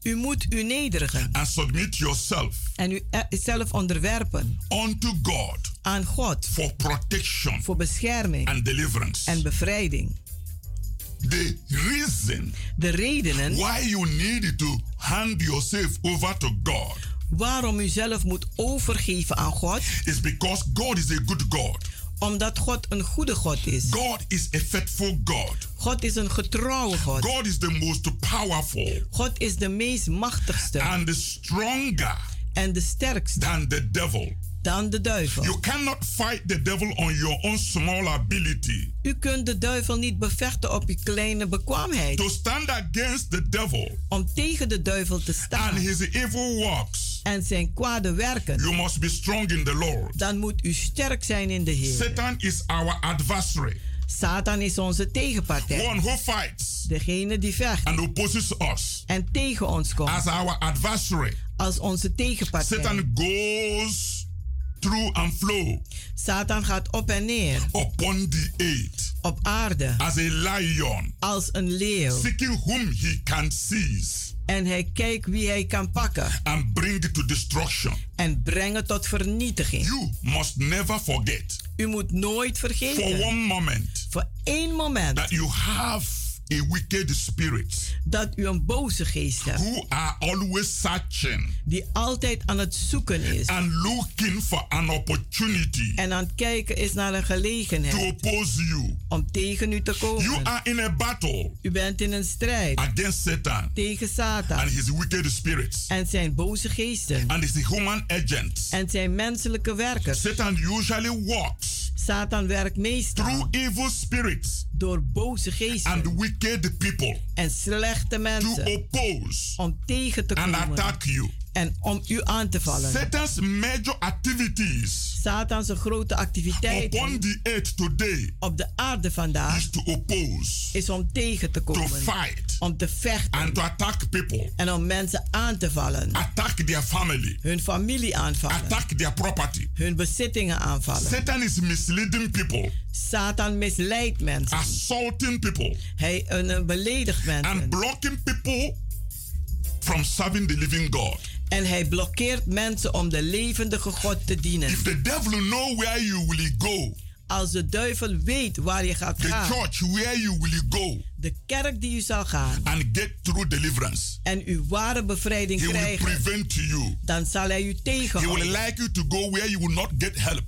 [SPEAKER 7] U moet u nederigen.
[SPEAKER 6] And submit yourself.
[SPEAKER 7] En u zelf onderwerpen.
[SPEAKER 6] Unto God.
[SPEAKER 7] Aan God.
[SPEAKER 6] For protection.
[SPEAKER 7] Voor bescherming.
[SPEAKER 6] And deliverance.
[SPEAKER 7] En bevrijding.
[SPEAKER 6] The reason.
[SPEAKER 7] De redenen.
[SPEAKER 6] Why you need to hand yourself over to God.
[SPEAKER 7] Waarom u zelf moet overgeven aan God.
[SPEAKER 6] Is because God is a good God.
[SPEAKER 7] Omdat God een goede God is.
[SPEAKER 6] God is a faithful God.
[SPEAKER 7] God is een getrouwe God.
[SPEAKER 6] God is the most powerful.
[SPEAKER 7] God is de meest machtigste.
[SPEAKER 6] And the stronger.
[SPEAKER 7] En de sterkste.
[SPEAKER 6] Than the devil.
[SPEAKER 7] Dan de duivel.
[SPEAKER 6] You cannot fight the devil on your own small ability.
[SPEAKER 7] U kunt de duivel niet bevechten op uw kleine bekwaamheid.
[SPEAKER 6] To stand against the devil.
[SPEAKER 7] Om tegen de duivel te staan.
[SPEAKER 6] And his evil works.
[SPEAKER 7] En zijn kwade werken.
[SPEAKER 6] You must be strong in the Lord.
[SPEAKER 7] Dan moet u sterk zijn in de Heer.
[SPEAKER 6] Satan is our adversary.
[SPEAKER 7] Satan is onze tegenpartij.
[SPEAKER 6] One who fights.
[SPEAKER 7] Degene die vecht.
[SPEAKER 6] And opposes us.
[SPEAKER 7] En tegen ons komt.
[SPEAKER 6] As our adversary.
[SPEAKER 7] Als onze tegenpartij.
[SPEAKER 6] Satan goes through and flow.
[SPEAKER 7] Satan gaat op en neer.
[SPEAKER 6] Upon the earth.
[SPEAKER 7] Op aarde.
[SPEAKER 6] As a lion.
[SPEAKER 7] Als een leeuw.
[SPEAKER 6] Seeking whom he can seize.
[SPEAKER 7] En hij kijkt wie hij kan pakken.
[SPEAKER 6] And bring it to destruction.
[SPEAKER 7] En brengen tot vernietiging.
[SPEAKER 6] You must never forget.
[SPEAKER 7] U moet nooit vergeten.
[SPEAKER 6] For one moment.
[SPEAKER 7] Voor één moment.
[SPEAKER 6] That you have a wicked spirit.
[SPEAKER 7] Dat u een boze geest hebt.
[SPEAKER 6] Who are always searching.
[SPEAKER 7] Die altijd aan het zoeken is.
[SPEAKER 6] And looking for an opportunity.
[SPEAKER 7] En aan het kijken is naar een gelegenheid.
[SPEAKER 6] To oppose you.
[SPEAKER 7] Om tegen u te komen.
[SPEAKER 6] You are in a battle.
[SPEAKER 7] U bent in een strijd.
[SPEAKER 6] Against Satan.
[SPEAKER 7] Tegen Satan.
[SPEAKER 6] And his wicked spirits.
[SPEAKER 7] En zijn boze geesten.
[SPEAKER 6] And his human agents.
[SPEAKER 7] En zijn menselijke werkers.
[SPEAKER 6] Satan usually works.
[SPEAKER 7] Satan werkt meestal.
[SPEAKER 6] Through evil spirits.
[SPEAKER 7] Door boze geesten.
[SPEAKER 6] And wicked people.
[SPEAKER 7] En slechte mensen.
[SPEAKER 6] To oppose.
[SPEAKER 7] Om tegen te komen.
[SPEAKER 6] And attack you.
[SPEAKER 7] En om u aan te vallen.
[SPEAKER 6] Satan's major activities.
[SPEAKER 7] Satans grote activiteiten.
[SPEAKER 6] Upon the earth today.
[SPEAKER 7] Op de aarde vandaag.
[SPEAKER 6] Is to oppose.
[SPEAKER 7] Is om tegen te komen.
[SPEAKER 6] To fight.
[SPEAKER 7] Om te vechten.
[SPEAKER 6] And to attack people.
[SPEAKER 7] En om mensen aan te vallen.
[SPEAKER 6] Attack their family.
[SPEAKER 7] Hun familie aanvallen.
[SPEAKER 6] Attack their property.
[SPEAKER 7] Hun bezittingen aanvallen.
[SPEAKER 6] Satan is misleading people.
[SPEAKER 7] Satan misleidt mensen.
[SPEAKER 6] Assaulting people.
[SPEAKER 7] Hij beledigt mensen.
[SPEAKER 6] And blocking people from serving the living God.
[SPEAKER 7] En hij blokkeert mensen om de levendige God te dienen.
[SPEAKER 6] If the devil know where you will go.
[SPEAKER 7] Als de duivel weet waar je gaat gaan.
[SPEAKER 6] The church where you will go.
[SPEAKER 7] De kerk die u zal gaan.
[SPEAKER 6] And get through deliverance.
[SPEAKER 7] En uw ware bevrijding
[SPEAKER 6] He
[SPEAKER 7] krijgen.
[SPEAKER 6] Will prevent you.
[SPEAKER 7] Dan zal hij u tegenhouden.
[SPEAKER 6] He will like you to go where you will not get help.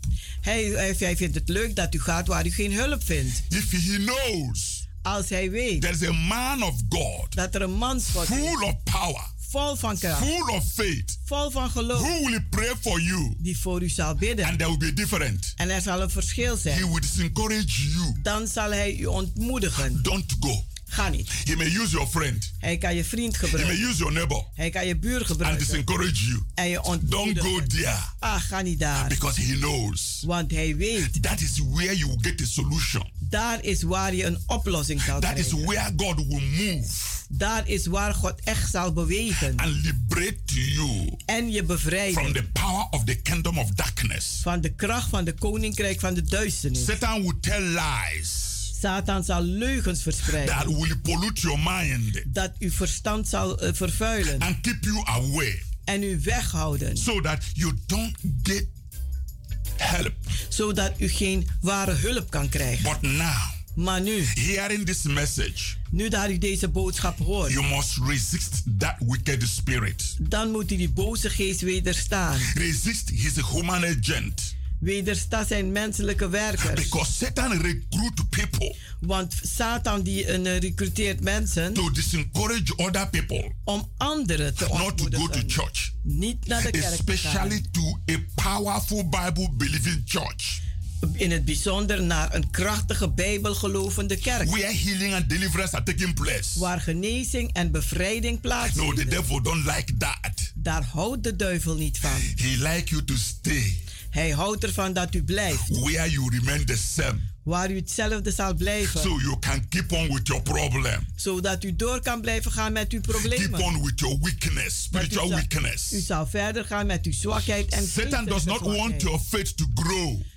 [SPEAKER 7] Hij vindt het leuk dat u gaat waar u geen hulp vindt.
[SPEAKER 6] If he knows.
[SPEAKER 7] Als hij weet.
[SPEAKER 6] There is a man of God.
[SPEAKER 7] Dat er een man is.
[SPEAKER 6] Full of power.
[SPEAKER 7] Vol van kracht.
[SPEAKER 6] Full of faith.
[SPEAKER 7] Vol van geloof.
[SPEAKER 6] Who will pray for you.
[SPEAKER 7] Die voor u zal bidden.
[SPEAKER 6] And there will be different.
[SPEAKER 7] En er zal een verschil zijn.
[SPEAKER 6] He will encourage you.
[SPEAKER 7] Dan zal hij u ontmoedigen.
[SPEAKER 6] Don't go.
[SPEAKER 7] Ga niet.
[SPEAKER 6] He may use your friend.
[SPEAKER 7] Hij kan je vriend gebruiken.
[SPEAKER 6] He may use your neighbor.
[SPEAKER 7] Hij kan je buur gebruiken.
[SPEAKER 6] And disencourage you.
[SPEAKER 7] En je ontmoedigen.
[SPEAKER 6] Don't go there.
[SPEAKER 7] Ga niet daar.
[SPEAKER 6] Because he knows.
[SPEAKER 7] Want hij weet.
[SPEAKER 6] That is where you will get a solution.
[SPEAKER 7] Daar is waar je een oplossing zal krijgen.
[SPEAKER 6] That is where God will move.
[SPEAKER 7] Daar is waar God echt zal bewegen.
[SPEAKER 6] And liberate you.
[SPEAKER 7] En je bevrijden.
[SPEAKER 6] From the power of the kingdom of darkness.
[SPEAKER 7] Van de kracht van de koninkrijk van de duisternis.
[SPEAKER 6] Satan will tell lies.
[SPEAKER 7] Satan zal leugens verspreiden.
[SPEAKER 6] That will pollute your mind.
[SPEAKER 7] Dat uw verstand zal vervuilen.
[SPEAKER 6] And keep you away.
[SPEAKER 7] En u weghouden.
[SPEAKER 6] So that you don't get help.
[SPEAKER 7] Zodat u geen ware hulp kan krijgen.
[SPEAKER 6] But now.
[SPEAKER 7] Maar nu.
[SPEAKER 6] Hearing this message.
[SPEAKER 7] Nu dat u deze boodschap hoort.
[SPEAKER 6] You must resist that wicked spirit.
[SPEAKER 7] Dan moet u die boze geest wederstaan.
[SPEAKER 6] Resist his human agent.
[SPEAKER 7] Wedersta zijn menselijke werkers.
[SPEAKER 6] Because Satan recruit people.
[SPEAKER 7] Want Satan die recruteert mensen.
[SPEAKER 6] To disencourage other people.
[SPEAKER 7] Om anderen te ontmoedigen.
[SPEAKER 6] Not to go to church.
[SPEAKER 7] Niet naar de kerk
[SPEAKER 6] Especially
[SPEAKER 7] te gaan.
[SPEAKER 6] to a powerful Bible believing church.
[SPEAKER 7] In het bijzonder naar een krachtige Bijbelgelovende kerk.
[SPEAKER 6] Where healing and deliverance are taking place.
[SPEAKER 7] Waar genezing en bevrijding plaatsvinden.
[SPEAKER 6] No, the devil don't like that.
[SPEAKER 7] Daar houdt de duivel niet van.
[SPEAKER 6] He like you to stay.
[SPEAKER 7] Hij houdt ervan dat u blijft.
[SPEAKER 6] Where you remain the same.
[SPEAKER 7] Waar u hetzelfde zal blijven.
[SPEAKER 6] So you can keep on with your problem.
[SPEAKER 7] Zodat u door kan blijven gaan met uw problemen.
[SPEAKER 6] Keep on with your weakness, spiritual weakness.
[SPEAKER 7] U zal verder gaan met uw zwakheid en
[SPEAKER 6] Satan does not want your faith to grow.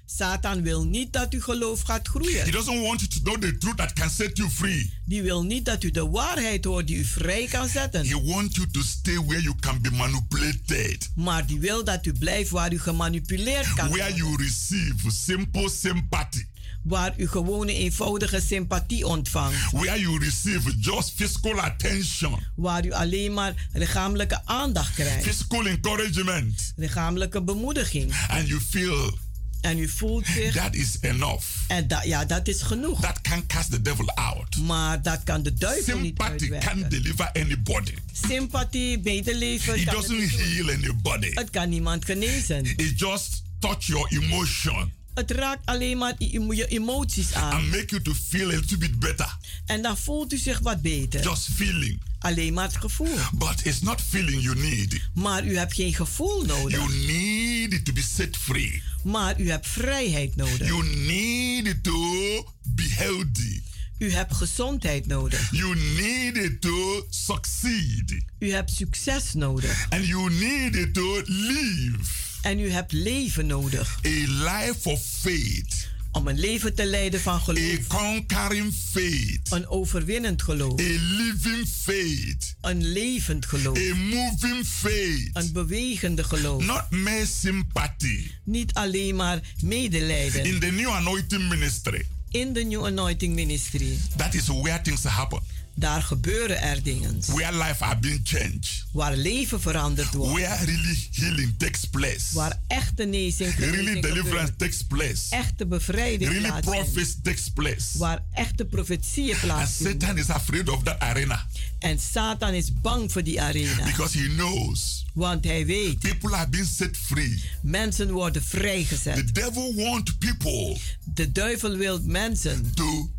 [SPEAKER 7] Satan wil niet dat uw geloof gaat groeien.
[SPEAKER 6] He doesn't want you to know the truth that can set you free.
[SPEAKER 7] Die wil niet dat u de waarheid hoort die u vrij kan zetten.
[SPEAKER 6] He wants you to stay where you can be manipulated.
[SPEAKER 7] Maar die wil dat u blijft waar u gemanipuleerd kan
[SPEAKER 6] Where
[SPEAKER 7] worden.
[SPEAKER 6] you receive simple sympathy.
[SPEAKER 7] Waar u gewone eenvoudige sympathie ontvangt.
[SPEAKER 6] Where you receive just physical attention.
[SPEAKER 7] Waar u alleen maar lichamelijke aandacht krijgt.
[SPEAKER 6] Physical encouragement.
[SPEAKER 7] Lichamelijke bemoediging.
[SPEAKER 6] And you feel
[SPEAKER 7] en u voelt zich...
[SPEAKER 6] That is enough.
[SPEAKER 7] En dat is genoeg.
[SPEAKER 6] That can cast the devil out.
[SPEAKER 7] Maar dat kan de duivel niet uitwerken.
[SPEAKER 6] Sympathy can deliver anybody.
[SPEAKER 7] Sympathie, medeleven...
[SPEAKER 6] It doesn't heal anybody.
[SPEAKER 7] Het kan niemand genezen.
[SPEAKER 6] It just touch your emotion.
[SPEAKER 7] Het raakt alleen maar je emoties aan.
[SPEAKER 6] And make you to feel a little bit better.
[SPEAKER 7] En dan voelt u zich wat beter.
[SPEAKER 6] Just feeling.
[SPEAKER 7] Alleen maar het gevoel.
[SPEAKER 6] But it's not feeling you need.
[SPEAKER 7] Maar u hebt geen gevoel nodig.
[SPEAKER 6] You need to be set free.
[SPEAKER 7] Maar u hebt vrijheid nodig.
[SPEAKER 6] You need to be healthy.
[SPEAKER 7] U hebt gezondheid nodig.
[SPEAKER 6] You need to succeed.
[SPEAKER 7] U hebt succes nodig.
[SPEAKER 6] And you need to live.
[SPEAKER 7] En u hebt leven nodig.
[SPEAKER 6] A life of faith.
[SPEAKER 7] Om een leven te leiden van geloof.
[SPEAKER 6] A conquering faith.
[SPEAKER 7] Een overwinnend geloof.
[SPEAKER 6] A living faith.
[SPEAKER 7] Een levend geloof.
[SPEAKER 6] A moving faith.
[SPEAKER 7] Een bewegende geloof.
[SPEAKER 6] Not mere sympathy.
[SPEAKER 7] Niet alleen maar medelijden.
[SPEAKER 6] In the New Anointing Ministry.
[SPEAKER 7] In de New Anointing Ministry.
[SPEAKER 6] That is where things happen.
[SPEAKER 7] Daar gebeuren er dingen.
[SPEAKER 6] Where life are being changed.
[SPEAKER 7] Waar leven veranderd wordt.
[SPEAKER 6] Where really healing takes place.
[SPEAKER 7] Waar echte genezing
[SPEAKER 6] really deliverance takes place.
[SPEAKER 7] Echte bevrijding
[SPEAKER 6] really prophecy takes place.
[SPEAKER 7] Waar echte profetieën plaatsvinden.
[SPEAKER 6] And Satan is afraid of that arena.
[SPEAKER 7] En Satan is bang voor die arena.
[SPEAKER 6] Because he knows.
[SPEAKER 7] Want hij weet.
[SPEAKER 6] People are being set free.
[SPEAKER 7] Mensen worden vrijgezet.
[SPEAKER 6] The devil wants people.
[SPEAKER 7] De duivel wil mensen.
[SPEAKER 6] To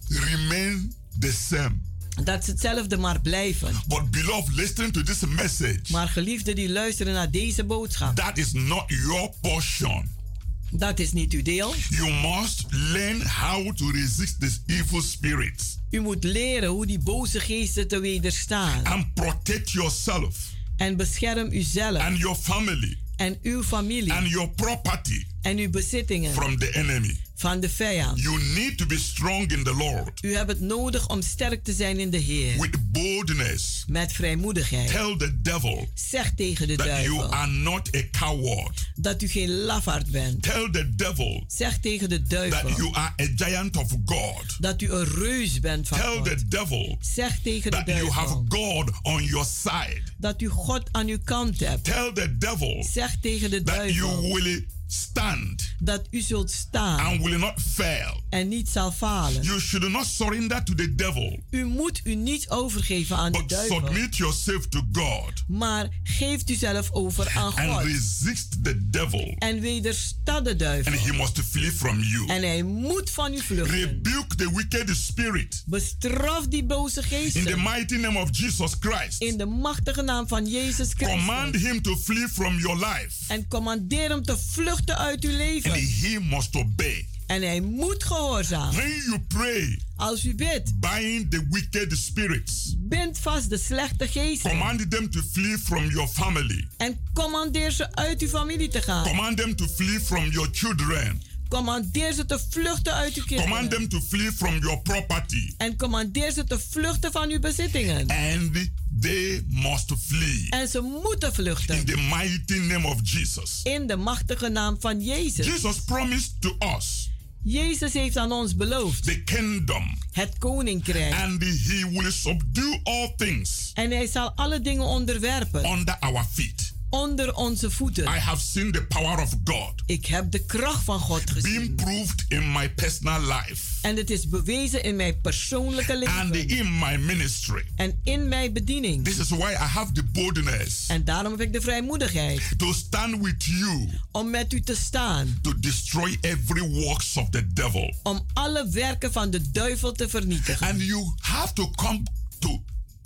[SPEAKER 6] remain the same.
[SPEAKER 7] Dat ze hetzelfde maar blijven.
[SPEAKER 6] But beloved, listen to this message.
[SPEAKER 7] Maar geliefden die luisteren naar deze boodschap.
[SPEAKER 6] That is not your portion.
[SPEAKER 7] Dat is niet uw deel.
[SPEAKER 6] You must learn how to resist these evil spirits.
[SPEAKER 7] U moet leren hoe die boze geesten te wederstaan.
[SPEAKER 6] And protect yourself.
[SPEAKER 7] En bescherm uzelf.
[SPEAKER 6] And your family.
[SPEAKER 7] En uw familie.
[SPEAKER 6] And your property.
[SPEAKER 7] En uw bezittingen.
[SPEAKER 6] From the enemy.
[SPEAKER 7] Van de vijand.
[SPEAKER 6] You need to be strong in the Lord.
[SPEAKER 7] U hebt het nodig om sterk te zijn in de Heer.
[SPEAKER 6] With boldness.
[SPEAKER 7] Met vrijmoedigheid.
[SPEAKER 6] Tell the devil.
[SPEAKER 7] Zeg tegen de duivel.
[SPEAKER 6] You are not a coward.
[SPEAKER 7] Dat u geen lafaard bent.
[SPEAKER 6] Tell the devil.
[SPEAKER 7] Zeg tegen de duivel.
[SPEAKER 6] That you are a giant of God.
[SPEAKER 7] Dat u een reus bent van
[SPEAKER 6] Tell
[SPEAKER 7] God.
[SPEAKER 6] the devil.
[SPEAKER 7] Zeg tegen de duivel.
[SPEAKER 6] You have God on your side.
[SPEAKER 7] Dat u God aan uw kant hebt.
[SPEAKER 6] Tell the devil.
[SPEAKER 7] Zeg tegen de duivel.
[SPEAKER 6] That you will stand.
[SPEAKER 7] Dat u zult staan.
[SPEAKER 6] And will not fail.
[SPEAKER 7] En niet zal falen.
[SPEAKER 6] You should not surrender to the devil.
[SPEAKER 7] U moet u niet overgeven aan de duivel.
[SPEAKER 6] Submit yourself to God.
[SPEAKER 7] Maar geeft u zelf over aan God.
[SPEAKER 6] And resist the devil.
[SPEAKER 7] En wedersta de duivel.
[SPEAKER 6] And he must flee from you.
[SPEAKER 7] En hij moet van u vluchten.
[SPEAKER 6] Rebuke the wicked spirit.
[SPEAKER 7] Bestraf die boze geesten.
[SPEAKER 6] In the mighty name of Jesus Christ.
[SPEAKER 7] In de machtige naam van Jezus Christus.
[SPEAKER 6] Command him to flee from your life.
[SPEAKER 7] En commandeer hem te vluchten uit uw leven.
[SPEAKER 6] And he must obey.
[SPEAKER 7] En hij moet gehoorzamen.
[SPEAKER 6] When you pray,
[SPEAKER 7] als u bidt,
[SPEAKER 6] bind the wicked spirits.
[SPEAKER 7] Bind vast de slechte geesten.
[SPEAKER 6] Command them to flee from your family.
[SPEAKER 7] En commandeer ze uit uw familie te gaan.
[SPEAKER 6] Command them to flee from your children.
[SPEAKER 7] Commandeer ze te vluchten uit uw kinderen.
[SPEAKER 6] Command them to flee from your property.
[SPEAKER 7] En commandeer ze te vluchten van uw bezittingen.
[SPEAKER 6] And they must flee.
[SPEAKER 7] En ze moeten vluchten.
[SPEAKER 6] In the mighty name of Jesus.
[SPEAKER 7] In de machtige naam van Jezus.
[SPEAKER 6] Jesus promised to us.
[SPEAKER 7] Jezus heeft aan ons beloofd.
[SPEAKER 6] The kingdom.
[SPEAKER 7] Het koninkrijk.
[SPEAKER 6] And he will subdue all things.
[SPEAKER 7] En hij zal alle dingen onderwerpen.
[SPEAKER 6] Under our feet.
[SPEAKER 7] Onder onze voeten.
[SPEAKER 6] I have seen the power of God.
[SPEAKER 7] Ik heb de kracht van God gezien.
[SPEAKER 6] Being proved in my personal life.
[SPEAKER 7] En het is bewezen in mijn persoonlijke leven.
[SPEAKER 6] And in my ministry.
[SPEAKER 7] En in mijn bediening.
[SPEAKER 6] This is why I have the boldness.
[SPEAKER 7] En daarom heb ik de vrijmoedigheid.
[SPEAKER 6] To stand with you.
[SPEAKER 7] Om met u te staan.
[SPEAKER 6] To destroy every works of the devil.
[SPEAKER 7] Om alle werken van de duivel te vernietigen.
[SPEAKER 6] And you have to come to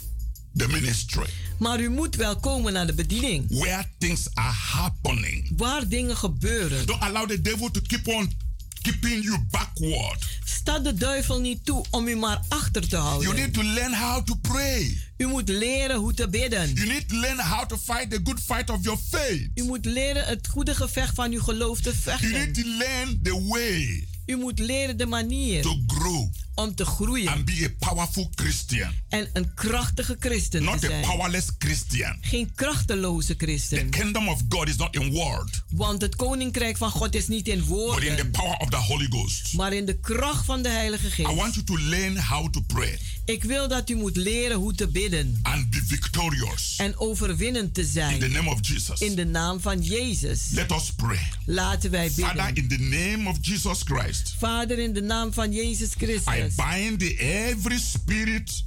[SPEAKER 6] the ministry.
[SPEAKER 7] Maar u moet wel komen naar de bediening.
[SPEAKER 6] Where things are happening.
[SPEAKER 7] Waar dingen gebeuren.
[SPEAKER 6] Don't allow the devil to keep on keeping you backward.
[SPEAKER 7] Staat de duivel niet toe om u maar achter te houden.
[SPEAKER 6] You need to learn how to pray.
[SPEAKER 7] U moet leren hoe te bidden.
[SPEAKER 6] You need to learn how to fight the good fight of your faith.
[SPEAKER 7] U moet leren het goede gevecht van uw geloof te vechten.
[SPEAKER 6] You need to learn the way.
[SPEAKER 7] U moet leren de manier
[SPEAKER 6] to grow
[SPEAKER 7] om te groeien.
[SPEAKER 6] And be a powerful Christian.
[SPEAKER 7] En een krachtige christen
[SPEAKER 6] not
[SPEAKER 7] te zijn.
[SPEAKER 6] A powerless Christian.
[SPEAKER 7] Geen krachteloze christen.
[SPEAKER 6] The kingdom of God is not in word.
[SPEAKER 7] Want het koninkrijk van God is niet in woorden.
[SPEAKER 6] But in the power of the Holy Ghost.
[SPEAKER 7] Maar in de kracht van de Heilige Geest.
[SPEAKER 6] I want you to learn how to pray.
[SPEAKER 7] Ik wil dat u moet leren hoe te bidden.
[SPEAKER 6] And be victorious.
[SPEAKER 7] En overwinnend te zijn.
[SPEAKER 6] In the name of Jesus.
[SPEAKER 7] In de naam van Jezus.
[SPEAKER 6] Let us pray.
[SPEAKER 7] Laten wij bidden.
[SPEAKER 6] Father, in the name of Jesus Christ.
[SPEAKER 7] Vader, in de naam van Jezus Christus.
[SPEAKER 6] I bind every spirit.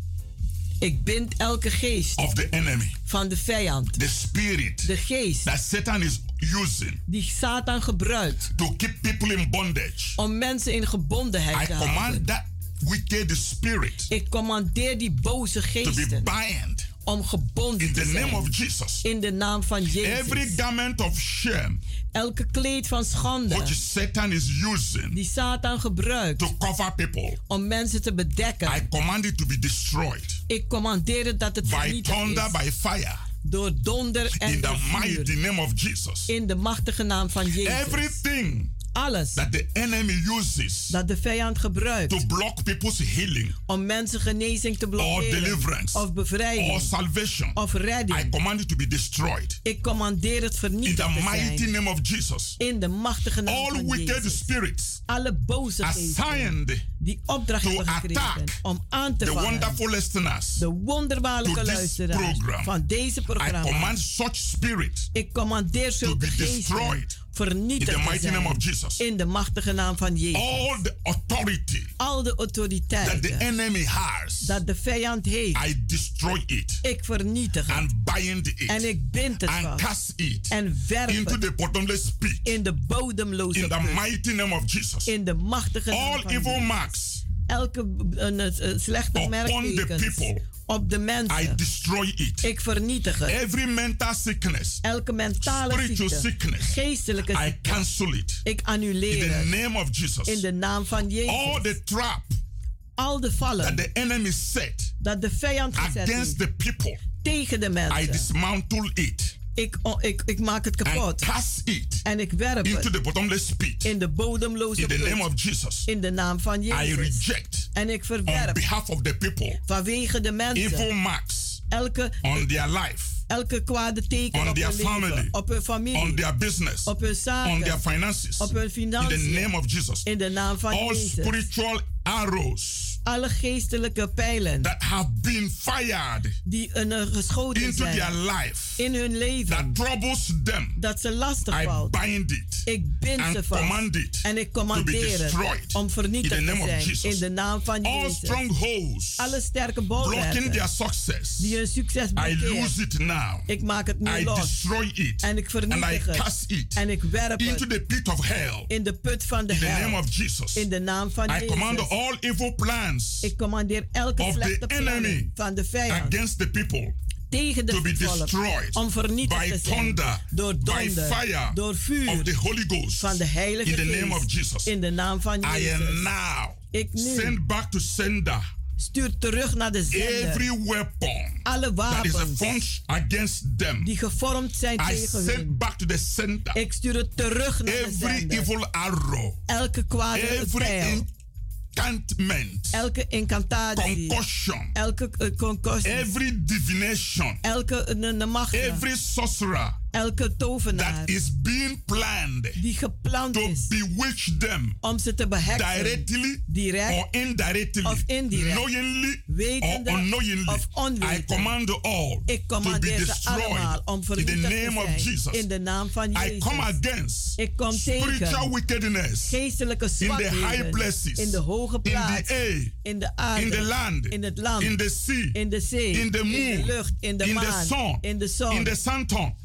[SPEAKER 7] Ik bind elke geest.
[SPEAKER 6] Of the enemy.
[SPEAKER 7] Van de vijand.
[SPEAKER 6] The spirit.
[SPEAKER 7] De geest.
[SPEAKER 6] That Satan is using.
[SPEAKER 7] Die Satan gebruikt.
[SPEAKER 6] To keep people in bondage.
[SPEAKER 7] Om mensen in gebondenheid te houden.
[SPEAKER 6] I command that wicked spirit.
[SPEAKER 7] Ik commandeer die boze geesten.
[SPEAKER 6] To be bind.
[SPEAKER 7] Om gebonden te zijn.
[SPEAKER 6] In the name of Jesus.
[SPEAKER 7] In de naam van Jezus.
[SPEAKER 6] Every garment of shame.
[SPEAKER 7] Elke kleed van schande.
[SPEAKER 6] Which Satan is using.
[SPEAKER 7] Die Satan gebruikt.
[SPEAKER 6] To cover people.
[SPEAKER 7] Om mensen te bedekken.
[SPEAKER 6] I command it to be destroyed.
[SPEAKER 7] Ik commandeer het dat het vernietigd is.
[SPEAKER 6] By thunder, by fire.
[SPEAKER 7] Door donder en door vuur.
[SPEAKER 6] In the mighty name of Jesus.
[SPEAKER 7] In de machtige naam van Jezus.
[SPEAKER 6] Everything.
[SPEAKER 7] Alles
[SPEAKER 6] that the enemy uses
[SPEAKER 7] dat de vijand gebruikt
[SPEAKER 6] to block people's healing
[SPEAKER 7] om mensen genezing te blokkeren
[SPEAKER 6] or deliverance
[SPEAKER 7] of bevrijding
[SPEAKER 6] or salvation
[SPEAKER 7] of redding.
[SPEAKER 6] I command it to be destroyed.
[SPEAKER 7] Ik commandeer het vernietigd te zijn.
[SPEAKER 6] In the mighty name of Jesus.
[SPEAKER 7] In de machtige naam
[SPEAKER 6] all
[SPEAKER 7] van
[SPEAKER 6] wicked
[SPEAKER 7] Jezus.
[SPEAKER 6] Spirits
[SPEAKER 7] alle boze geesten die opdracht hebben gekregen om aan te vallen de wonderbaarlijke luisteraars van deze programma.
[SPEAKER 6] I command such spirit
[SPEAKER 7] ik commandeer zulke geesten vernietigd te zijn in de machtige naam van Jezus. Al de autoriteit
[SPEAKER 6] that the enemy has,
[SPEAKER 7] dat de vijand heeft,
[SPEAKER 6] I destroy it.
[SPEAKER 7] Ik vernietig het.
[SPEAKER 6] And bind it.
[SPEAKER 7] En ik bind het vast.
[SPEAKER 6] Cast it
[SPEAKER 7] en werp
[SPEAKER 6] into
[SPEAKER 7] het
[SPEAKER 6] the bottomless pit.
[SPEAKER 7] In de bodemloze
[SPEAKER 6] in the
[SPEAKER 7] put.
[SPEAKER 6] Mighty name of Jesus.
[SPEAKER 7] In de machtige naam
[SPEAKER 6] all
[SPEAKER 7] van
[SPEAKER 6] evil
[SPEAKER 7] Jezus.
[SPEAKER 6] Marks
[SPEAKER 7] elke slechte merktekens op de mensen.
[SPEAKER 6] I destroy it.
[SPEAKER 7] Ik vernietig het.
[SPEAKER 6] Every mental sickness.
[SPEAKER 7] Elke mentale ziekte.
[SPEAKER 6] Sickness.
[SPEAKER 7] Geestelijke ziekte.
[SPEAKER 6] I cancel it.
[SPEAKER 7] Ik annuleer
[SPEAKER 6] in
[SPEAKER 7] het.
[SPEAKER 6] the name of Jesus.
[SPEAKER 7] In de naam van Jezus.
[SPEAKER 6] All the trap.
[SPEAKER 7] Al de vallen.
[SPEAKER 6] That the enemy set.
[SPEAKER 7] Dat de vijand gezet
[SPEAKER 6] against
[SPEAKER 7] heeft.
[SPEAKER 6] the people.
[SPEAKER 7] Tegen de mensen.
[SPEAKER 6] I dismantle it.
[SPEAKER 7] Ik maak het kapot.
[SPEAKER 6] And cast it
[SPEAKER 7] en ik werp
[SPEAKER 6] into
[SPEAKER 7] het
[SPEAKER 6] the bottomless pit.
[SPEAKER 7] In de bodemloze
[SPEAKER 6] put.
[SPEAKER 7] In
[SPEAKER 6] the name of Jesus.
[SPEAKER 7] In de naam van Jezus.
[SPEAKER 6] I reject.
[SPEAKER 7] En ik verwerp.
[SPEAKER 6] On behalf of the people.
[SPEAKER 7] Vanwege de mensen.
[SPEAKER 6] Evil marks.
[SPEAKER 7] Elke.
[SPEAKER 6] On their life.
[SPEAKER 7] Elke kwade teken
[SPEAKER 6] on
[SPEAKER 7] op
[SPEAKER 6] their
[SPEAKER 7] hun
[SPEAKER 6] family,
[SPEAKER 7] leven, op hun familie,
[SPEAKER 6] on their business,
[SPEAKER 7] op hun zaken,
[SPEAKER 6] on their finances,
[SPEAKER 7] op hun financiën,
[SPEAKER 6] in the name of Jesus.
[SPEAKER 7] In de naam van
[SPEAKER 6] all
[SPEAKER 7] Jezus.
[SPEAKER 6] Spiritual arrows
[SPEAKER 7] alle geestelijke pijlen
[SPEAKER 6] that have been fired
[SPEAKER 7] die geschoten
[SPEAKER 6] into
[SPEAKER 7] zijn
[SPEAKER 6] their life,
[SPEAKER 7] in hun leven
[SPEAKER 6] that troubles them,
[SPEAKER 7] dat ze lastig valt.
[SPEAKER 6] I bind it
[SPEAKER 7] ik bind
[SPEAKER 6] and
[SPEAKER 7] ze vast
[SPEAKER 6] command it
[SPEAKER 7] en ik commandeer het om vernietigd te zijn in de naam van
[SPEAKER 6] all
[SPEAKER 7] Jezus.
[SPEAKER 6] Strongholds
[SPEAKER 7] alle sterke bolwerken
[SPEAKER 6] their success,
[SPEAKER 7] die hun succes
[SPEAKER 6] blokkeren. I lose it now.
[SPEAKER 7] Ik maak het nu
[SPEAKER 6] I
[SPEAKER 7] los
[SPEAKER 6] destroy it.
[SPEAKER 7] En ik vernietig
[SPEAKER 6] and I cast it
[SPEAKER 7] en ik werp
[SPEAKER 6] into
[SPEAKER 7] het
[SPEAKER 6] the pit of hell.
[SPEAKER 7] In de put van de hel.
[SPEAKER 6] In the name of Jesus.
[SPEAKER 7] In de naam van Jezus.
[SPEAKER 6] I command all evil plans
[SPEAKER 7] ik commandeer elke slechte plannen van de vijand
[SPEAKER 6] against the people
[SPEAKER 7] tegen de volk om vernietigd te zijn
[SPEAKER 6] thunder,
[SPEAKER 7] door donder,
[SPEAKER 6] fire,
[SPEAKER 7] door vuur
[SPEAKER 6] of the Holy Ghost,
[SPEAKER 7] van de Heilige
[SPEAKER 6] in the
[SPEAKER 7] Geest
[SPEAKER 6] name of Jesus.
[SPEAKER 7] In de naam van Jezus.
[SPEAKER 6] I am now
[SPEAKER 7] ik nu
[SPEAKER 6] send back to sender.
[SPEAKER 7] Stuur terug naar de zender.
[SPEAKER 6] Every weapon
[SPEAKER 7] alle wapens
[SPEAKER 6] that is formed against them,
[SPEAKER 7] die gevormd zijn tegen
[SPEAKER 6] send
[SPEAKER 7] hun.
[SPEAKER 6] Back to the center.
[SPEAKER 7] Ik stuur het terug naar
[SPEAKER 6] every
[SPEAKER 7] de zender.
[SPEAKER 6] Evil arrow,
[SPEAKER 7] elke kwade pijl.
[SPEAKER 6] Enchantment,
[SPEAKER 7] elke incantatie,
[SPEAKER 6] concussion,
[SPEAKER 7] elke concussie,
[SPEAKER 6] every divination,
[SPEAKER 7] elke macht,
[SPEAKER 6] every sorcerer,
[SPEAKER 7] elke tovenaar
[SPEAKER 6] that is being planned
[SPEAKER 7] die gepland
[SPEAKER 6] to
[SPEAKER 7] is
[SPEAKER 6] bewitch them
[SPEAKER 7] om ze te beheksen,
[SPEAKER 6] directly
[SPEAKER 7] direct
[SPEAKER 6] or indirectly,
[SPEAKER 7] of indirect,
[SPEAKER 6] knowingly
[SPEAKER 7] wetende
[SPEAKER 6] or unknowingly.
[SPEAKER 7] of onwetend.
[SPEAKER 6] I command all
[SPEAKER 7] ik commandeer
[SPEAKER 6] to be
[SPEAKER 7] ze allemaal om vernietigd
[SPEAKER 6] in the
[SPEAKER 7] te
[SPEAKER 6] name
[SPEAKER 7] zijn
[SPEAKER 6] of Jesus.
[SPEAKER 7] in de naam van Jezus.
[SPEAKER 6] I come against
[SPEAKER 7] ik kom
[SPEAKER 6] spiritual wickedness
[SPEAKER 7] geestelijke
[SPEAKER 6] in the
[SPEAKER 7] zwakheden
[SPEAKER 6] high places,
[SPEAKER 7] in de hoge plaats,
[SPEAKER 6] in the air,
[SPEAKER 7] in de aarde,
[SPEAKER 6] in the land,
[SPEAKER 7] in het land,
[SPEAKER 6] in the sea,
[SPEAKER 7] in de zee,
[SPEAKER 6] in the moon,
[SPEAKER 7] in de lucht, in de
[SPEAKER 6] in
[SPEAKER 7] maan,
[SPEAKER 6] the sun,
[SPEAKER 7] in de zon,
[SPEAKER 6] in the Saturn,
[SPEAKER 7] in de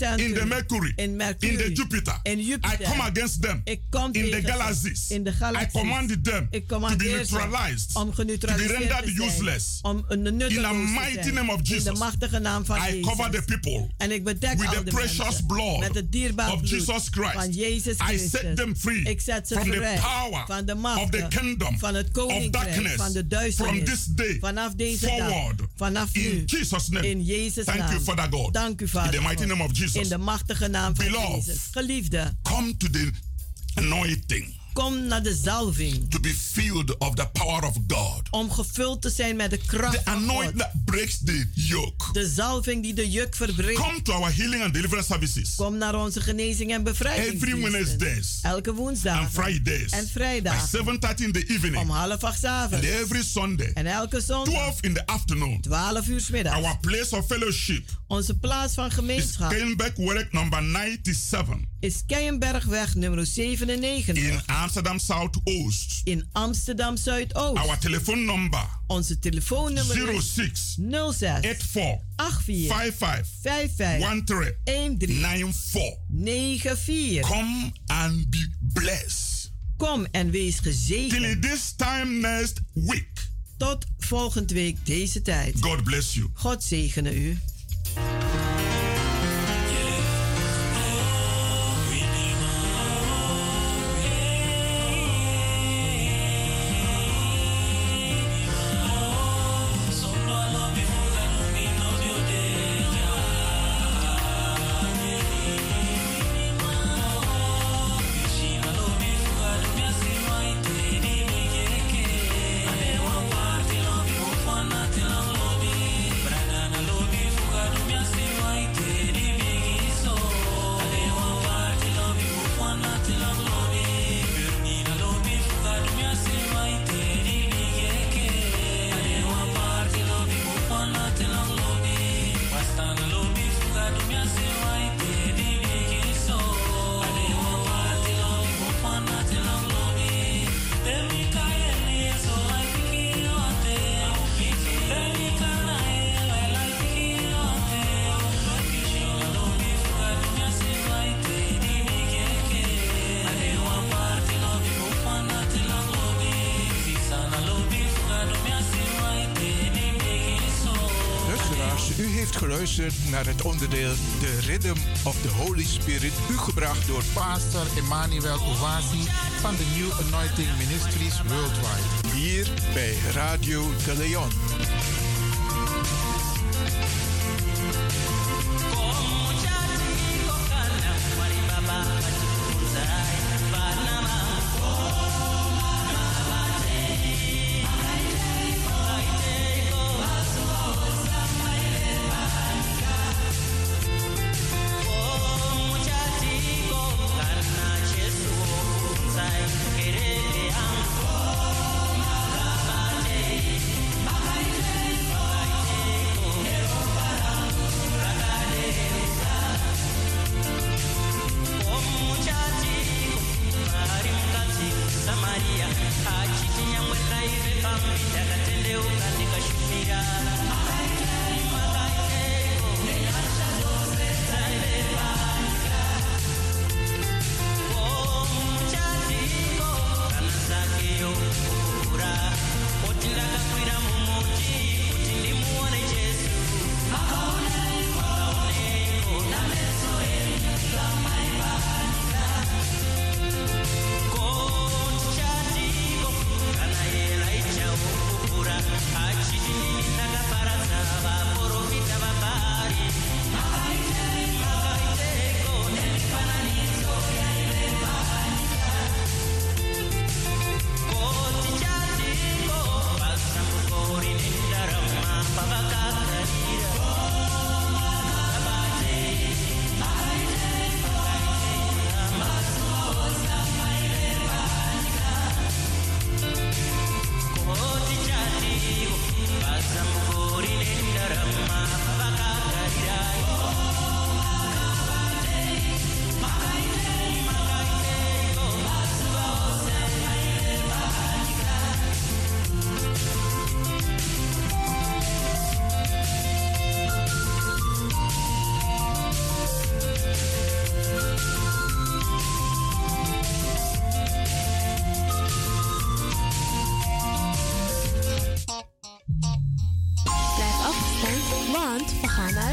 [SPEAKER 6] in the Mercury, in the Jupiter. I come against them in the galaxies. I command them to be neutralized, to be rendered useless. In the mighty name of Jesus, I cover the people with the precious blood of Jesus Christ. I set them free from the power of the kingdom of darkness from this day forward. In Jesus' name. Thank you, Father God.
[SPEAKER 7] Dank u, Vader.
[SPEAKER 6] In the mighty name of Jesus.
[SPEAKER 7] In de machtige naam van Jezus. Geliefde.
[SPEAKER 6] Come to the anointing.
[SPEAKER 7] Kom naar de zalving.
[SPEAKER 6] To be filled of the power of God.
[SPEAKER 7] Om gevuld te zijn met de kracht van God.
[SPEAKER 6] The anointing that breaks the yoke.
[SPEAKER 7] De zalving die de juk verbreekt.
[SPEAKER 6] Come to our healing and deliverance services.
[SPEAKER 7] Kom naar onze genezing en bevrijdingsdiensten.
[SPEAKER 6] Every Wednesdays.
[SPEAKER 7] Elke woensdag.
[SPEAKER 6] And Fridays.
[SPEAKER 7] En vrijdag.
[SPEAKER 6] By 7:30 in the evening.
[SPEAKER 7] Om 7:30 avonds.
[SPEAKER 6] And every Sunday.
[SPEAKER 7] En elke zondag.
[SPEAKER 6] 12 in the afternoon.
[SPEAKER 7] 12 uur 's middags.
[SPEAKER 6] Our place of fellowship.
[SPEAKER 7] Onze plaats van gemeenschap.
[SPEAKER 6] Is Keienbergweg number 97.
[SPEAKER 7] Is Keienbergweg nummer 97.
[SPEAKER 6] In Amsterdam Zuidoost.
[SPEAKER 7] In Amsterdam Zuidoost.
[SPEAKER 6] Our telephone number.
[SPEAKER 7] Onze telefoonnummer
[SPEAKER 6] 06
[SPEAKER 7] 84
[SPEAKER 6] 55
[SPEAKER 7] 94.
[SPEAKER 6] Come and be blessed.
[SPEAKER 7] Kom en wees gezegend.
[SPEAKER 6] Till this time next week.
[SPEAKER 7] Tot volgende week deze tijd.
[SPEAKER 6] God bless you.
[SPEAKER 7] God zegene u.
[SPEAKER 2] Naar het onderdeel The Rhythm of the Holy Spirit, u gebracht door
[SPEAKER 1] Pastor Emmanuel Owasi van de New Anointing Ministries Worldwide.
[SPEAKER 2] Hier bij Radio de Leon.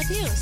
[SPEAKER 9] het nieuws.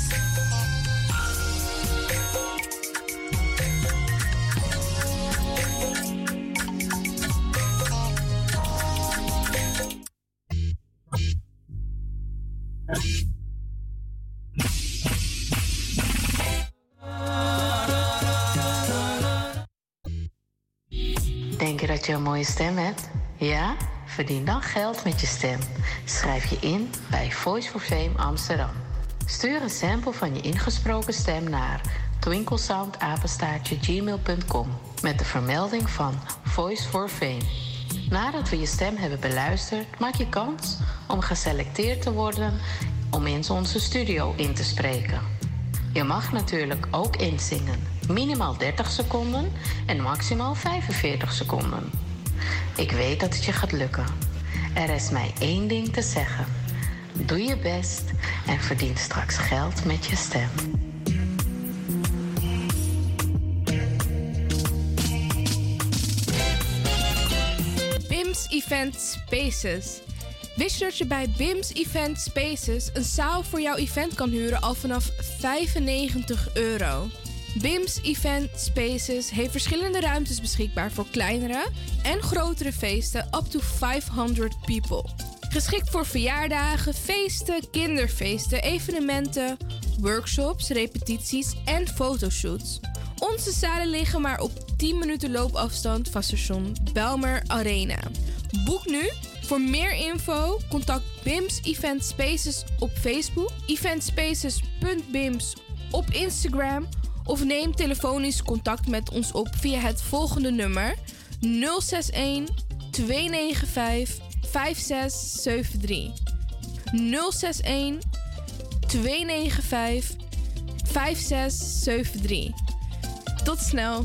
[SPEAKER 10] Denk je dat je een mooie stem hebt? Ja? Verdien dan geld met je stem. Schrijf je in bij Voice for Fame Amsterdam. Stuur een sample van je ingesproken stem naar twinklesound@gmail.com met de vermelding van Voice for Fame. Nadat we je stem hebben beluisterd, maak je kans om geselecteerd te worden om in onze studio in te spreken. Je mag natuurlijk ook inzingen. Minimaal 30 seconden en maximaal 45 seconden. Ik weet dat het je gaat lukken. Er is mij één ding te zeggen. Doe je best en verdien straks geld met je stem.
[SPEAKER 11] BIMS Event Spaces. Wist je dat je bij BIMS Event Spaces een zaal voor jouw event kan huren al vanaf €95? BIMS Event Spaces heeft verschillende ruimtes beschikbaar voor kleinere en grotere feesten up to 500 people. Geschikt voor verjaardagen, feesten, kinderfeesten, evenementen, workshops, repetities en fotoshoots. Onze zalen liggen maar op 10 minuten loopafstand van station Bijlmer Arena. Boek nu. Voor meer info contact BIMS Event Spaces op Facebook, eventspaces.bims op Instagram of neem telefonisch contact met ons op via het volgende nummer 061 295 5673. 061 295 5673. Tot snel.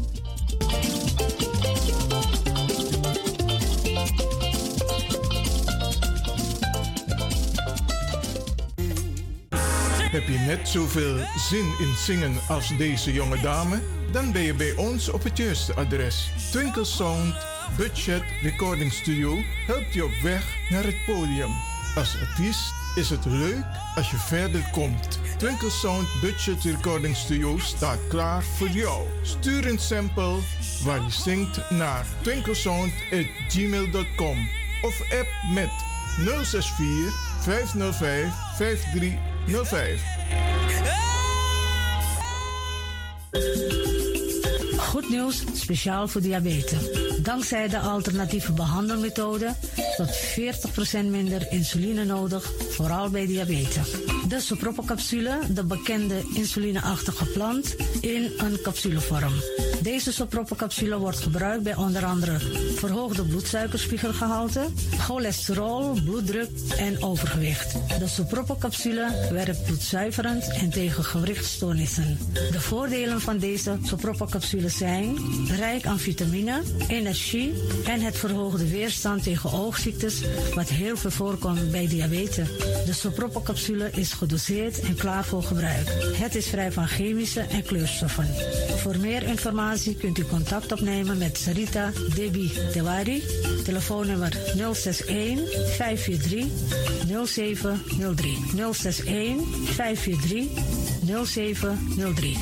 [SPEAKER 2] Heb je net zoveel zin in zingen als deze jonge dame? Dan ben je bij ons op het juiste adres. Twinkle Sound Budget Recording Studio helpt je op weg naar het podium. Als artiest is het leuk als je verder komt. Twinkle Sound Budget Recording Studio staat klaar voor jou. Stuur een sample waar je zingt naar twinklesound@gmail.com of app met 064 505 5305.
[SPEAKER 12] Goed nieuws, speciaal voor diabetes. Dankzij de alternatieve behandelmethode tot 40% minder insuline nodig, vooral bij diabetes. De Sopropo-capsule, de bekende insulineachtige plant, in een capsulevorm. Deze Sopropo-capsule wordt gebruikt bij onder andere verhoogde bloedsuikerspiegelgehalte, cholesterol, bloeddruk en overgewicht. De Sopropo-capsule werkt bloedzuiverend en tegen gewrichtstoornissen. De voordelen van deze Sopropo-capsule zijn rijk aan vitamine, energie en het verhoogde weerstand tegen oogziektes, wat heel veel voorkomt bij diabetes. De Sopropo-capsule is gedoseerd en klaar voor gebruik. Het is vrij van chemische en kleurstoffen. Voor meer informatie kunt u contact opnemen met Sarita Debi Tewari. Telefoonnummer 061 543 0703. 061 543 0703.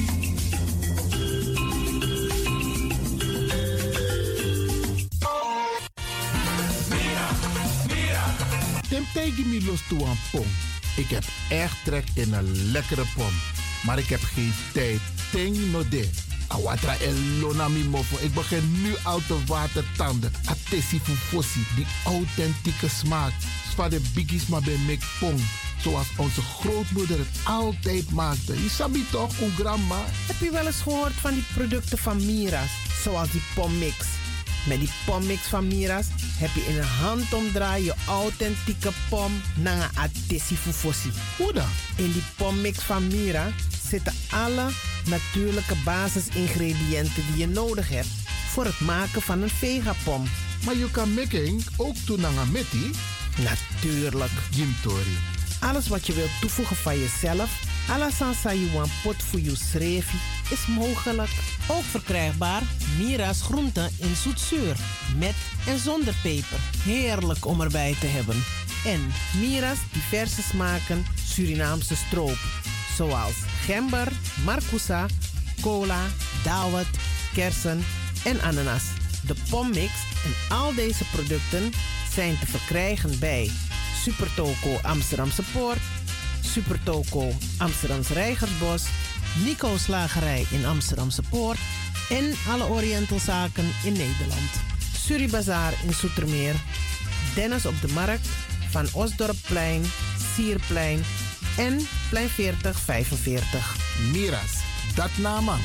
[SPEAKER 1] Tempegi mi los toe aan pom. Ik heb echt trek in een lekkere pom. Maar ik heb geen tijd. Ting no de. Awatra elona mi mofo. Ik begin nu al te watertanden. Atesi fufosi. Die authentieke smaak. Zwa de biggies maar bij mek pom. Zoals onze grootmoeder het altijd maakte. Je sabi toch, een grandma?
[SPEAKER 13] Heb je wel eens gehoord van die producten van Mira's? Zoals die pommix. Met die pommix van Mira's heb je in een handomdraai je authentieke pom naar een atesi fufosi.
[SPEAKER 1] Hoe dan?
[SPEAKER 13] In die pommix van Mira zitten alle natuurlijke basisingrediënten die je nodig hebt voor het maken van een vegapom.
[SPEAKER 1] Maar je kan making ook doen naar een meti?
[SPEAKER 13] Natuurlijk.
[SPEAKER 1] Jimtori.
[SPEAKER 13] Alles wat je wilt toevoegen van jezelf, alla sansa yuan pot voor je srefi, is mogelijk. Ook verkrijgbaar Mira's groenten in zoetzuur, met en zonder peper. Heerlijk om erbij te hebben. En Mira's diverse smaken Surinaamse stroop. zoals gember, marcousa, cola, dawet, kersen en ananas. De pommix en al deze producten zijn te verkrijgen bij Supertoco Amsterdamse Poort, Supertoco Amsterdamse Reigersbos, Nico Slagerij in Amsterdamse Poort en alle Orientalzaken in Nederland. Suribazaar in Zoetermeer, Dennis op de Markt, Van Osdorpplein, Sierplein en Plein 4045.
[SPEAKER 1] Miras, dat naman.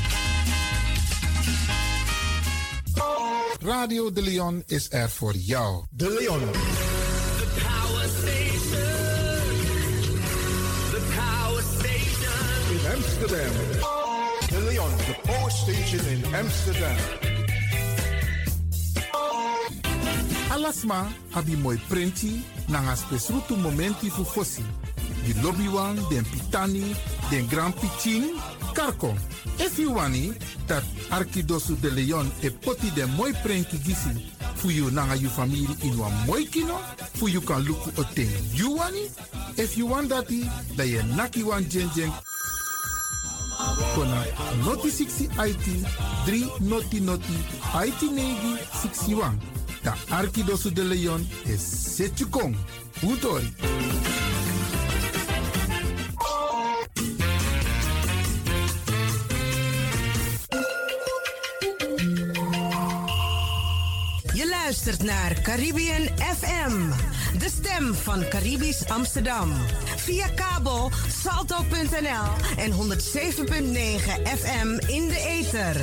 [SPEAKER 1] Radio De Leon is er voor jou.
[SPEAKER 8] De Leon.
[SPEAKER 5] The Power Station. The Power Station.
[SPEAKER 8] In Amsterdam. De Leon, the Power Station in Amsterdam.
[SPEAKER 1] Alasma abi mooi printi nanga spesrutu momenti fu fossi. Di lobbywan, den pitani, den grand pitching, karko. If you wani, dat Arkidosu de Leon e poti den mooi printi gisi fu you nanga you familie in wan mooi kino, fu you kan luku oten you wani. If you want dati, da ye naki wan jeng kona noti 60 IT 3 noti IT negi 61. Da Arkidosu de Leon is Setjukong. Utori.
[SPEAKER 9] Je luistert naar Caribbean FM, de stem van Caribisch Amsterdam. Via kabel salto.nl en 107.9 FM in de ether.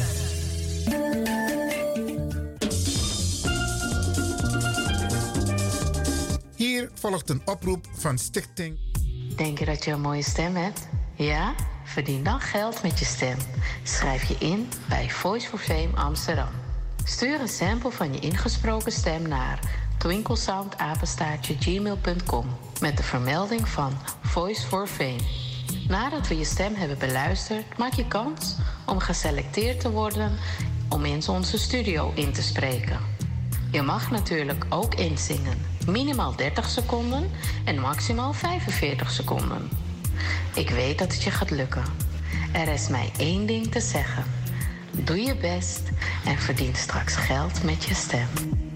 [SPEAKER 1] Hier volgt een oproep van Stichting.
[SPEAKER 10] Denk je dat je een mooie stem hebt? Ja? Verdien dan geld met je stem. Schrijf je in bij Voice for Fame Amsterdam. Stuur een sample van je ingesproken stem naar twinklesoundapenstaartje@gmail.com met de vermelding van Voice for Fame. Nadat we je stem hebben beluisterd, maak je kans om geselecteerd te worden om in onze studio in te spreken. Je mag natuurlijk ook inzingen. Minimaal 30 seconden en maximaal 45 seconden. Ik weet dat het je gaat lukken. Er is mij één ding te zeggen. Doe je best en verdien straks geld met je stem.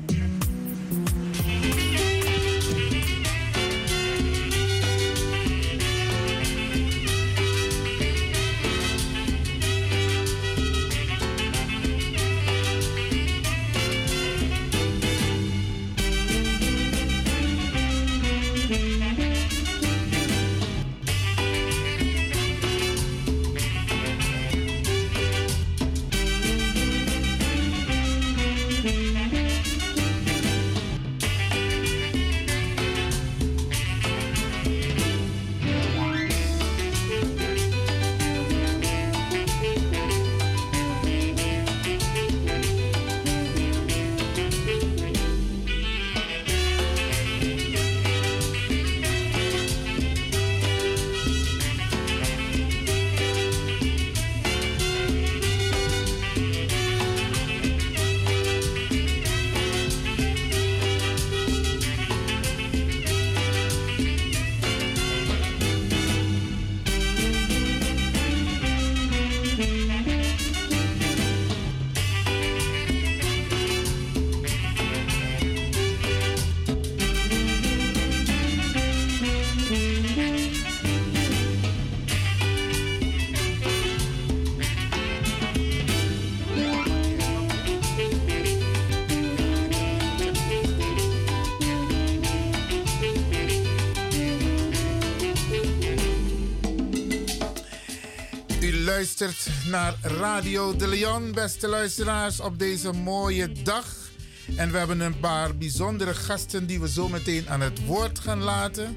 [SPEAKER 1] Luistert naar Radio De Leon, beste luisteraars, op deze mooie dag. En we hebben een paar bijzondere gasten die we zo meteen aan het woord gaan laten.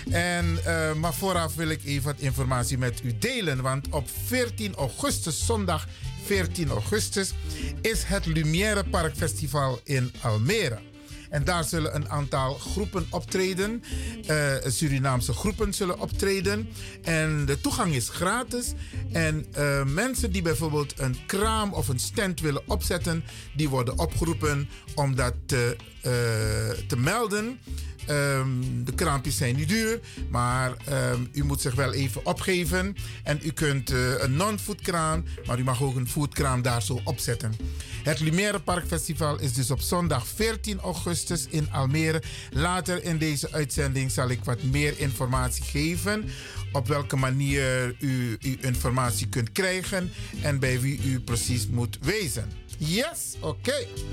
[SPEAKER 1] Maar vooraf wil ik even wat informatie met u delen. Want op 14 augustus, zondag 14 augustus, is het Lumière Park Festival in Almere. En daar zullen een aantal groepen optreden. Surinaamse groepen zullen optreden. En de toegang is gratis. En mensen die bijvoorbeeld een kraam of een stand willen opzetten, die worden opgeroepen om dat te melden De kraampjes zijn niet duur, maar u moet zich wel even opgeven. En u kunt een non-foodkraam, maar u mag ook een foodkraam daar zo opzetten. Het Lumière Parkfestival is dus op zondag 14 augustus in Almere. Later in deze uitzending zal ik wat meer informatie geven. Op welke manier u informatie kunt krijgen en bij wie u precies moet wezen. Yes, oké.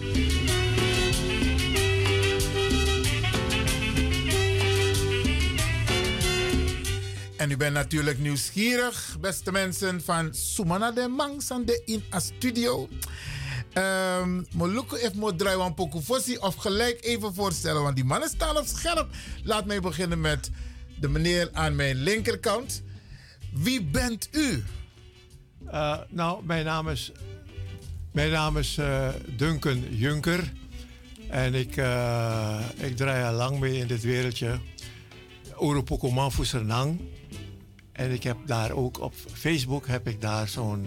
[SPEAKER 1] En u bent natuurlijk nieuwsgierig, beste mensen, van Sumana de Mangsande in a studio. Moluku heeft moet draaien een pokoe of gelijk even voorstellen, want die mannen staan op scherp. Laat mij beginnen met de meneer aan mijn linkerkant. Wie bent u?
[SPEAKER 14] Nou, mijn naam is Duncan Juncker. En ik draai al lang mee in dit wereldje. Oeropokoman voor Sernang. En ik heb daar ook op Facebook zo'n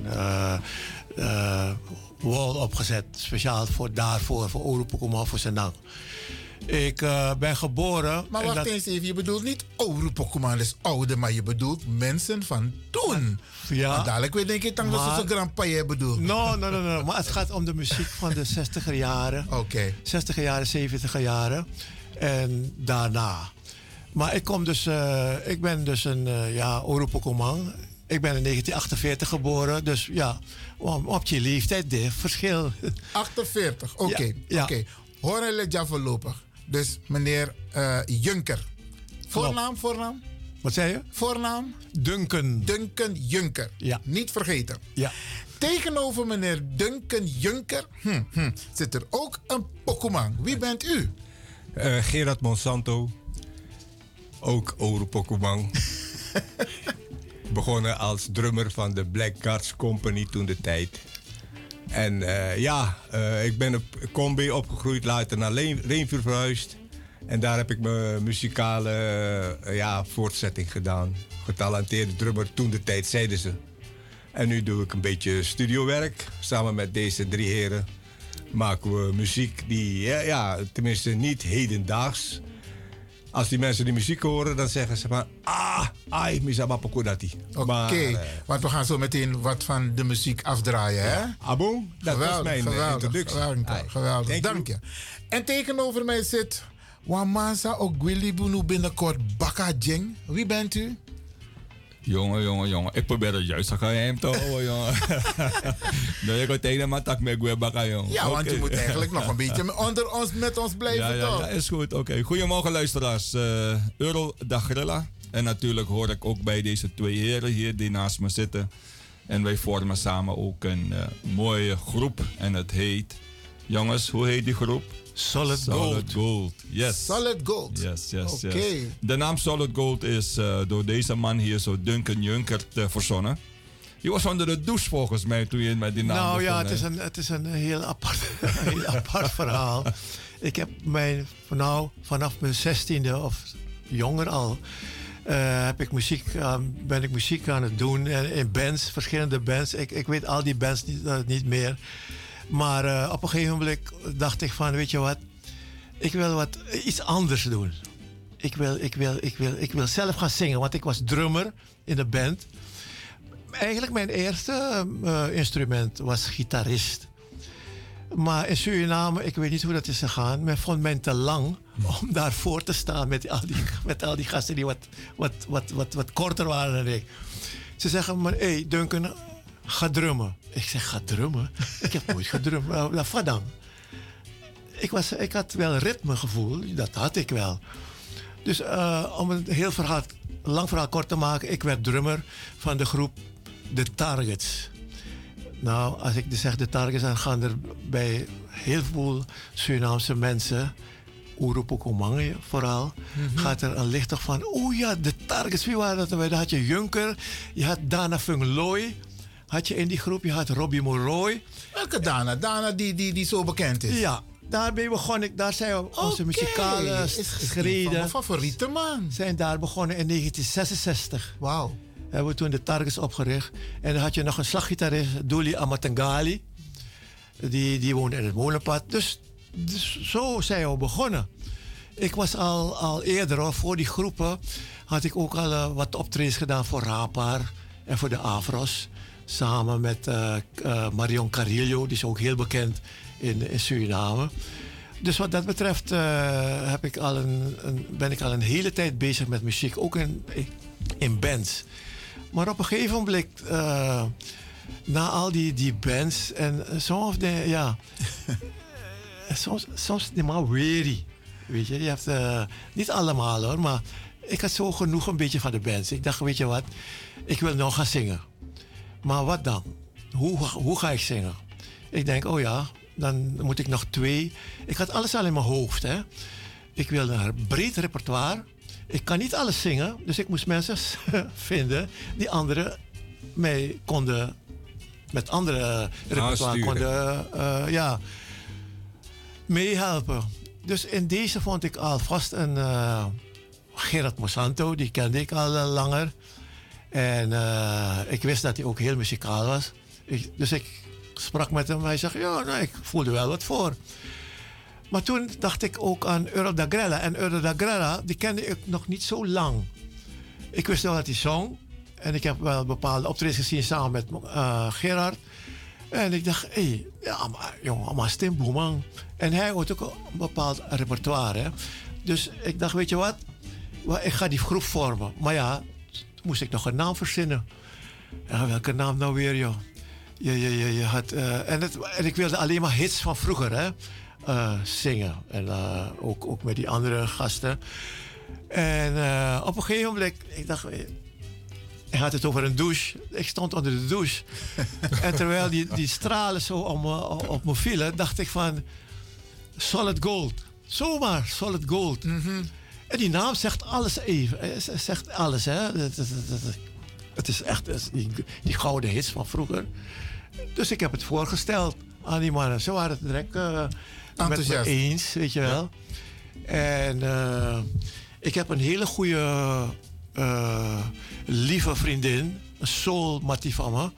[SPEAKER 14] wall opgezet. Speciaal voor Oeropokoman voor Sernang. Ik ben geboren...
[SPEAKER 1] Maar wacht eens even, je bedoelt niet Oeropokoman is oude, maar je bedoelt mensen van toen.
[SPEAKER 14] Ja.
[SPEAKER 1] Want dadelijk weet ik dat ze zo'n grandpa je bedoelt.
[SPEAKER 14] No. Maar het gaat om de muziek van de 60er jaren.
[SPEAKER 1] Oké.
[SPEAKER 14] 60er jaren, 70er jaren. En daarna. Maar ik ben dus een Oeropokoman. Ik ben in 1948 geboren, dus ja, op je leeftijd, dit verschil.
[SPEAKER 1] 48, oké. Horen jullie ja voorlopig. Dus meneer Juncker. Voornaam?
[SPEAKER 14] Wat zei je?
[SPEAKER 1] Voornaam?
[SPEAKER 14] Duncan
[SPEAKER 1] Juncker.
[SPEAKER 14] Ja.
[SPEAKER 1] Niet vergeten.
[SPEAKER 14] Ja.
[SPEAKER 1] Tegenover meneer Duncan Juncker zit er ook een Pokémon. Wie bent u?
[SPEAKER 15] Gerard Monsanto. Ook Oeropokoman. Begonnen als drummer van de Black Guards Company toen de tijd. En ik ben op Combe opgegroeid, later naar Reenvuur verhuisd. En daar heb ik mijn muzikale voortzetting gedaan. Getalenteerde drummer toen de tijd, zeiden ze. En nu doe ik een beetje studiowerk. Samen met deze 3 heren maken we muziek die, tenminste niet hedendaags. Als die mensen die muziek horen, dan zeggen ze van...
[SPEAKER 1] Oké, want we gaan zo meteen wat van de muziek afdraaien, hè?
[SPEAKER 15] Abo, dat was mijn introductie.
[SPEAKER 1] Geweldig, dank je. En tegenover mij zit... Wamasa Ogwili Bunu binnenkort Baka Jeng. Wie bent u?
[SPEAKER 16] Jongen. Ik probeer het juist te gaan te houden, jongen. Nee, ik ga tegen mijn tak met Baka, jongen.
[SPEAKER 1] Ja, want je moet eigenlijk nog een beetje met ons blijven, toch?
[SPEAKER 16] Ja, is goed. Oké. Goedemorgen, luisteraars. Euro Dagrilla. En natuurlijk hoor ik ook bij deze 2 heren hier die naast me zitten. En wij vormen samen ook een mooie groep. En het heet... Jongens, hoe heet die groep?
[SPEAKER 14] Solid Gold.
[SPEAKER 16] Yes.
[SPEAKER 1] Solid Gold.
[SPEAKER 16] Yes.
[SPEAKER 1] Okay.
[SPEAKER 16] De naam Solid Gold is door deze man hier, zo Duncan Juncker, verzonnen. Je was onder de douche volgens mij toen je met die naam begon.
[SPEAKER 14] Het is een heel apart verhaal. Ik heb vanaf mijn 16e of jonger al... ben ik muziek aan het doen in bands, verschillende bands. Ik weet al die bands niet meer. Maar op een gegeven moment dacht ik van, weet je wat, ik wil iets anders doen. Ik wil zelf gaan zingen, want ik was drummer in de band. Eigenlijk mijn eerste instrument was gitarist. Maar in Suriname, ik weet niet hoe dat is gegaan, men vond mij te lang om daarvoor te staan met al die gasten die wat korter waren dan ik. Ze zeggen maar, hey Duncan, ga drummen. Ik zeg, ga drummen? Ik heb nooit gedrumd. Wat dan? Ik had wel ritmegevoel, dat had ik wel. Dus om een lang verhaal kort te maken, ik werd drummer van de groep The Targets. Nou, als ik dus zeg The Targets, dan gaan er bij heel veel Surinaamse mensen, Oeropokoman vooral, gaat er een licht van, de Targets, wie waren dat? Dan had je Juncker, je had Dana Fung Loy, had je in die groep, je had Robbie Moroy.
[SPEAKER 1] Welke Dana? Dana die zo bekend is?
[SPEAKER 14] Ja, daarmee begon ik. Daar zijn onze muzikale schreden.
[SPEAKER 1] Mijn favoriete man.
[SPEAKER 14] Zijn daar begonnen in 1966.
[SPEAKER 1] Wauw.
[SPEAKER 14] Hebben we toen de Targets opgericht. En dan had je nog een slaggitarist, Douli Amatangali. Die woonde in het Molenpad. Dus zo zijn we begonnen. Ik was al eerder, hoor, voor die groepen had ik ook al wat optredens gedaan voor Rapar en voor de Afros. Samen met Marion Carillo, die is ook heel bekend in Suriname. Dus wat dat betreft ben ik al een hele tijd bezig met muziek, ook in bands. Maar op een gegeven moment, na al die bands en soms helemaal weary. Weet je hebt niet allemaal hoor, maar ik had zo genoeg een beetje van de bands. Ik dacht, weet je wat, ik wil nog gaan zingen. Maar wat dan? Hoe ga ik zingen? Ik denk, oh ja, dan moet ik nog 2. Ik had alles al in mijn hoofd. Hè. Ik wilde een breed repertoire. Ik kan niet alles zingen, dus ik moest mensen vinden die anderen mij konden, met andere repertoire konden meehelpen. Dus in deze vond ik alvast een Gerard Mosanto, die kende ik al langer. En ik wist dat hij ook heel muzikaal was. Dus ik sprak met hem en hij zegt, ja, nou, ik voelde wel wat voor. Maar toen dacht ik ook aan Earl Dagrella. En Earl Dagrella, die kende ik nog niet zo lang. Ik wist wel dat hij zong. En ik heb wel bepaalde optredens gezien samen met Gerard. En ik dacht, ja, maar jongen, maar Stim Boeman. En hij had ook een bepaald repertoire. Hè. Dus ik dacht, weet je wat? Ik ga die groep vormen. Maar ja, toen moest ik nog een naam verzinnen. Ja, welke naam nou weer, joh? Je had, en ik wilde alleen maar hits van vroeger, hè? Zingen. En ook met die andere gasten. En op een gegeven moment, ik dacht, hij had het over een douche. Ik stond onder de douche. En terwijl die stralen zo op me vielen, dacht ik van Solid Gold. Zomaar Solid Gold. Mm-hmm. En die naam zegt alles even. Het zegt alles, hè. Het is echt die gouden hits van vroeger. Dus ik heb het voorgesteld aan die mannen. Ze waren het direct met me eens, weet je wel. Ja. En ik heb een hele goede, lieve vriendin. Een soul-mattie van me.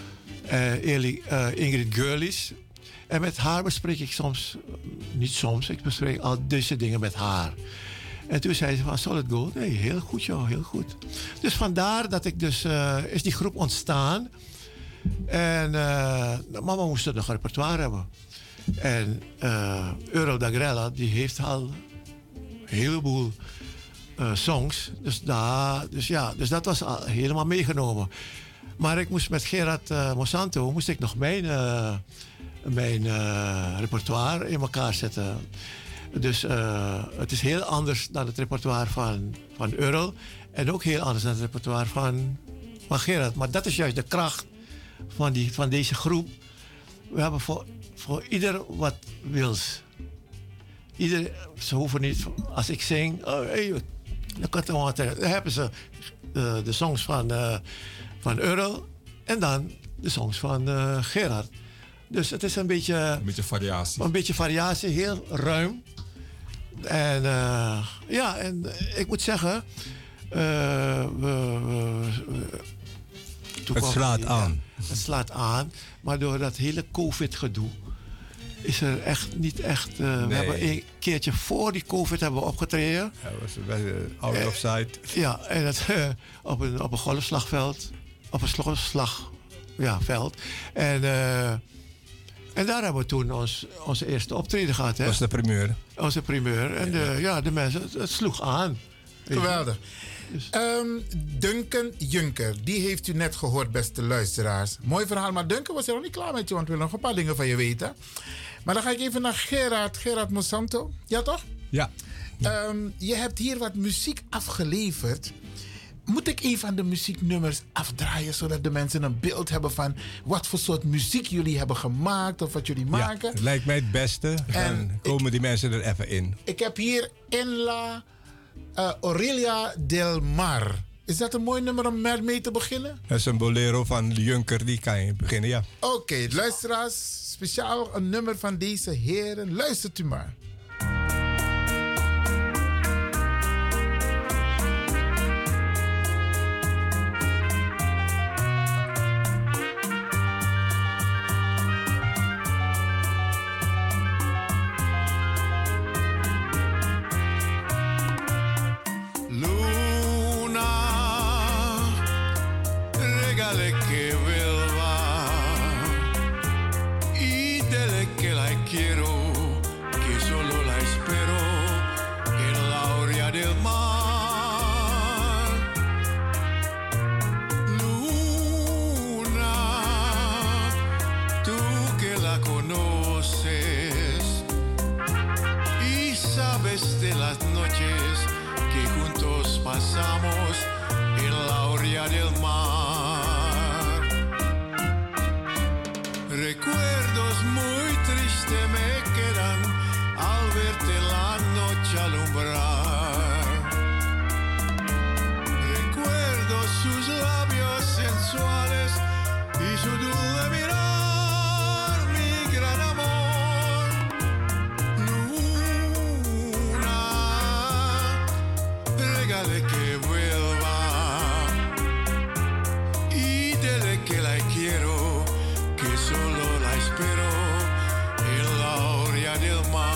[SPEAKER 14] Ingrid Gurlies. En met haar bespreek ik ik bespreek al deze dingen met haar. En toen zei ze van Solid Gold, nee, heel goed joh, heel goed. Dus vandaar dat ik dus, is die groep ontstaan. En mama moest nog een repertoire hebben. En Earl Dagrella, die heeft al een heleboel songs. Dus dat was al helemaal meegenomen. Maar ik moest met Gerard Mosanto, moest ik nog mijn repertoire in elkaar zetten. Dus het is heel anders dan het repertoire van Earl. En ook heel anders dan het repertoire van Gerard. Maar dat is juist de kracht van deze groep. We hebben voor ieder wat wils. Ze hoeven niet, als ik zing, dan hebben ze de songs van Earl en dan de songs van Gerard. Dus het is een beetje
[SPEAKER 16] variatie.
[SPEAKER 14] Een beetje variatie, heel ruim. En en ik moet zeggen,
[SPEAKER 15] het slaat aan.
[SPEAKER 14] Het slaat aan, maar door dat hele COVID-gedoe is er echt niet echt. We hebben een keertje voor die COVID hebben we opgetreden.
[SPEAKER 15] Ja, was out of sight.
[SPEAKER 14] Ja, en het, op een golfslagveld. Op een veld. En daar hebben we toen onze eerste optreden gehad.
[SPEAKER 15] Dat was de primeur.
[SPEAKER 14] Onze primeur. En de mensen, het sloeg aan.
[SPEAKER 1] Geweldig. Dus. Duncan Juncker, die heeft u net gehoord, beste luisteraars. Mooi verhaal, maar Duncan was er nog niet klaar met je, want we willen nog een paar dingen van je weten. Maar dan ga ik even naar Gerard Mosanto. Ja, toch?
[SPEAKER 15] Ja.
[SPEAKER 1] Je hebt hier wat muziek afgeleverd. Moet ik een van de muzieknummers afdraaien, zodat de mensen een beeld hebben van wat voor soort muziek jullie hebben gemaakt of wat jullie maken?
[SPEAKER 15] Het lijkt mij het beste. En komen die mensen er even in.
[SPEAKER 1] Ik heb hier La Aurelia del Mar. Is dat een mooi nummer om mee te beginnen?
[SPEAKER 15] Dat is een bolero van Juncker, die kan je beginnen, ja.
[SPEAKER 1] Oké, luisteraars, speciaal een nummer van deze heren. Luistert u maar.
[SPEAKER 17] noches que juntos pasamos en la orilla del mar. Recuerdos muy tristes me quedan al verte la noche alumbrar. Recuerdo sus labios sensuales y su dulce mirar, mi gran amor. Luna, regale que vuelva y dile que la quiero, que solo la espero en la orilla del mar.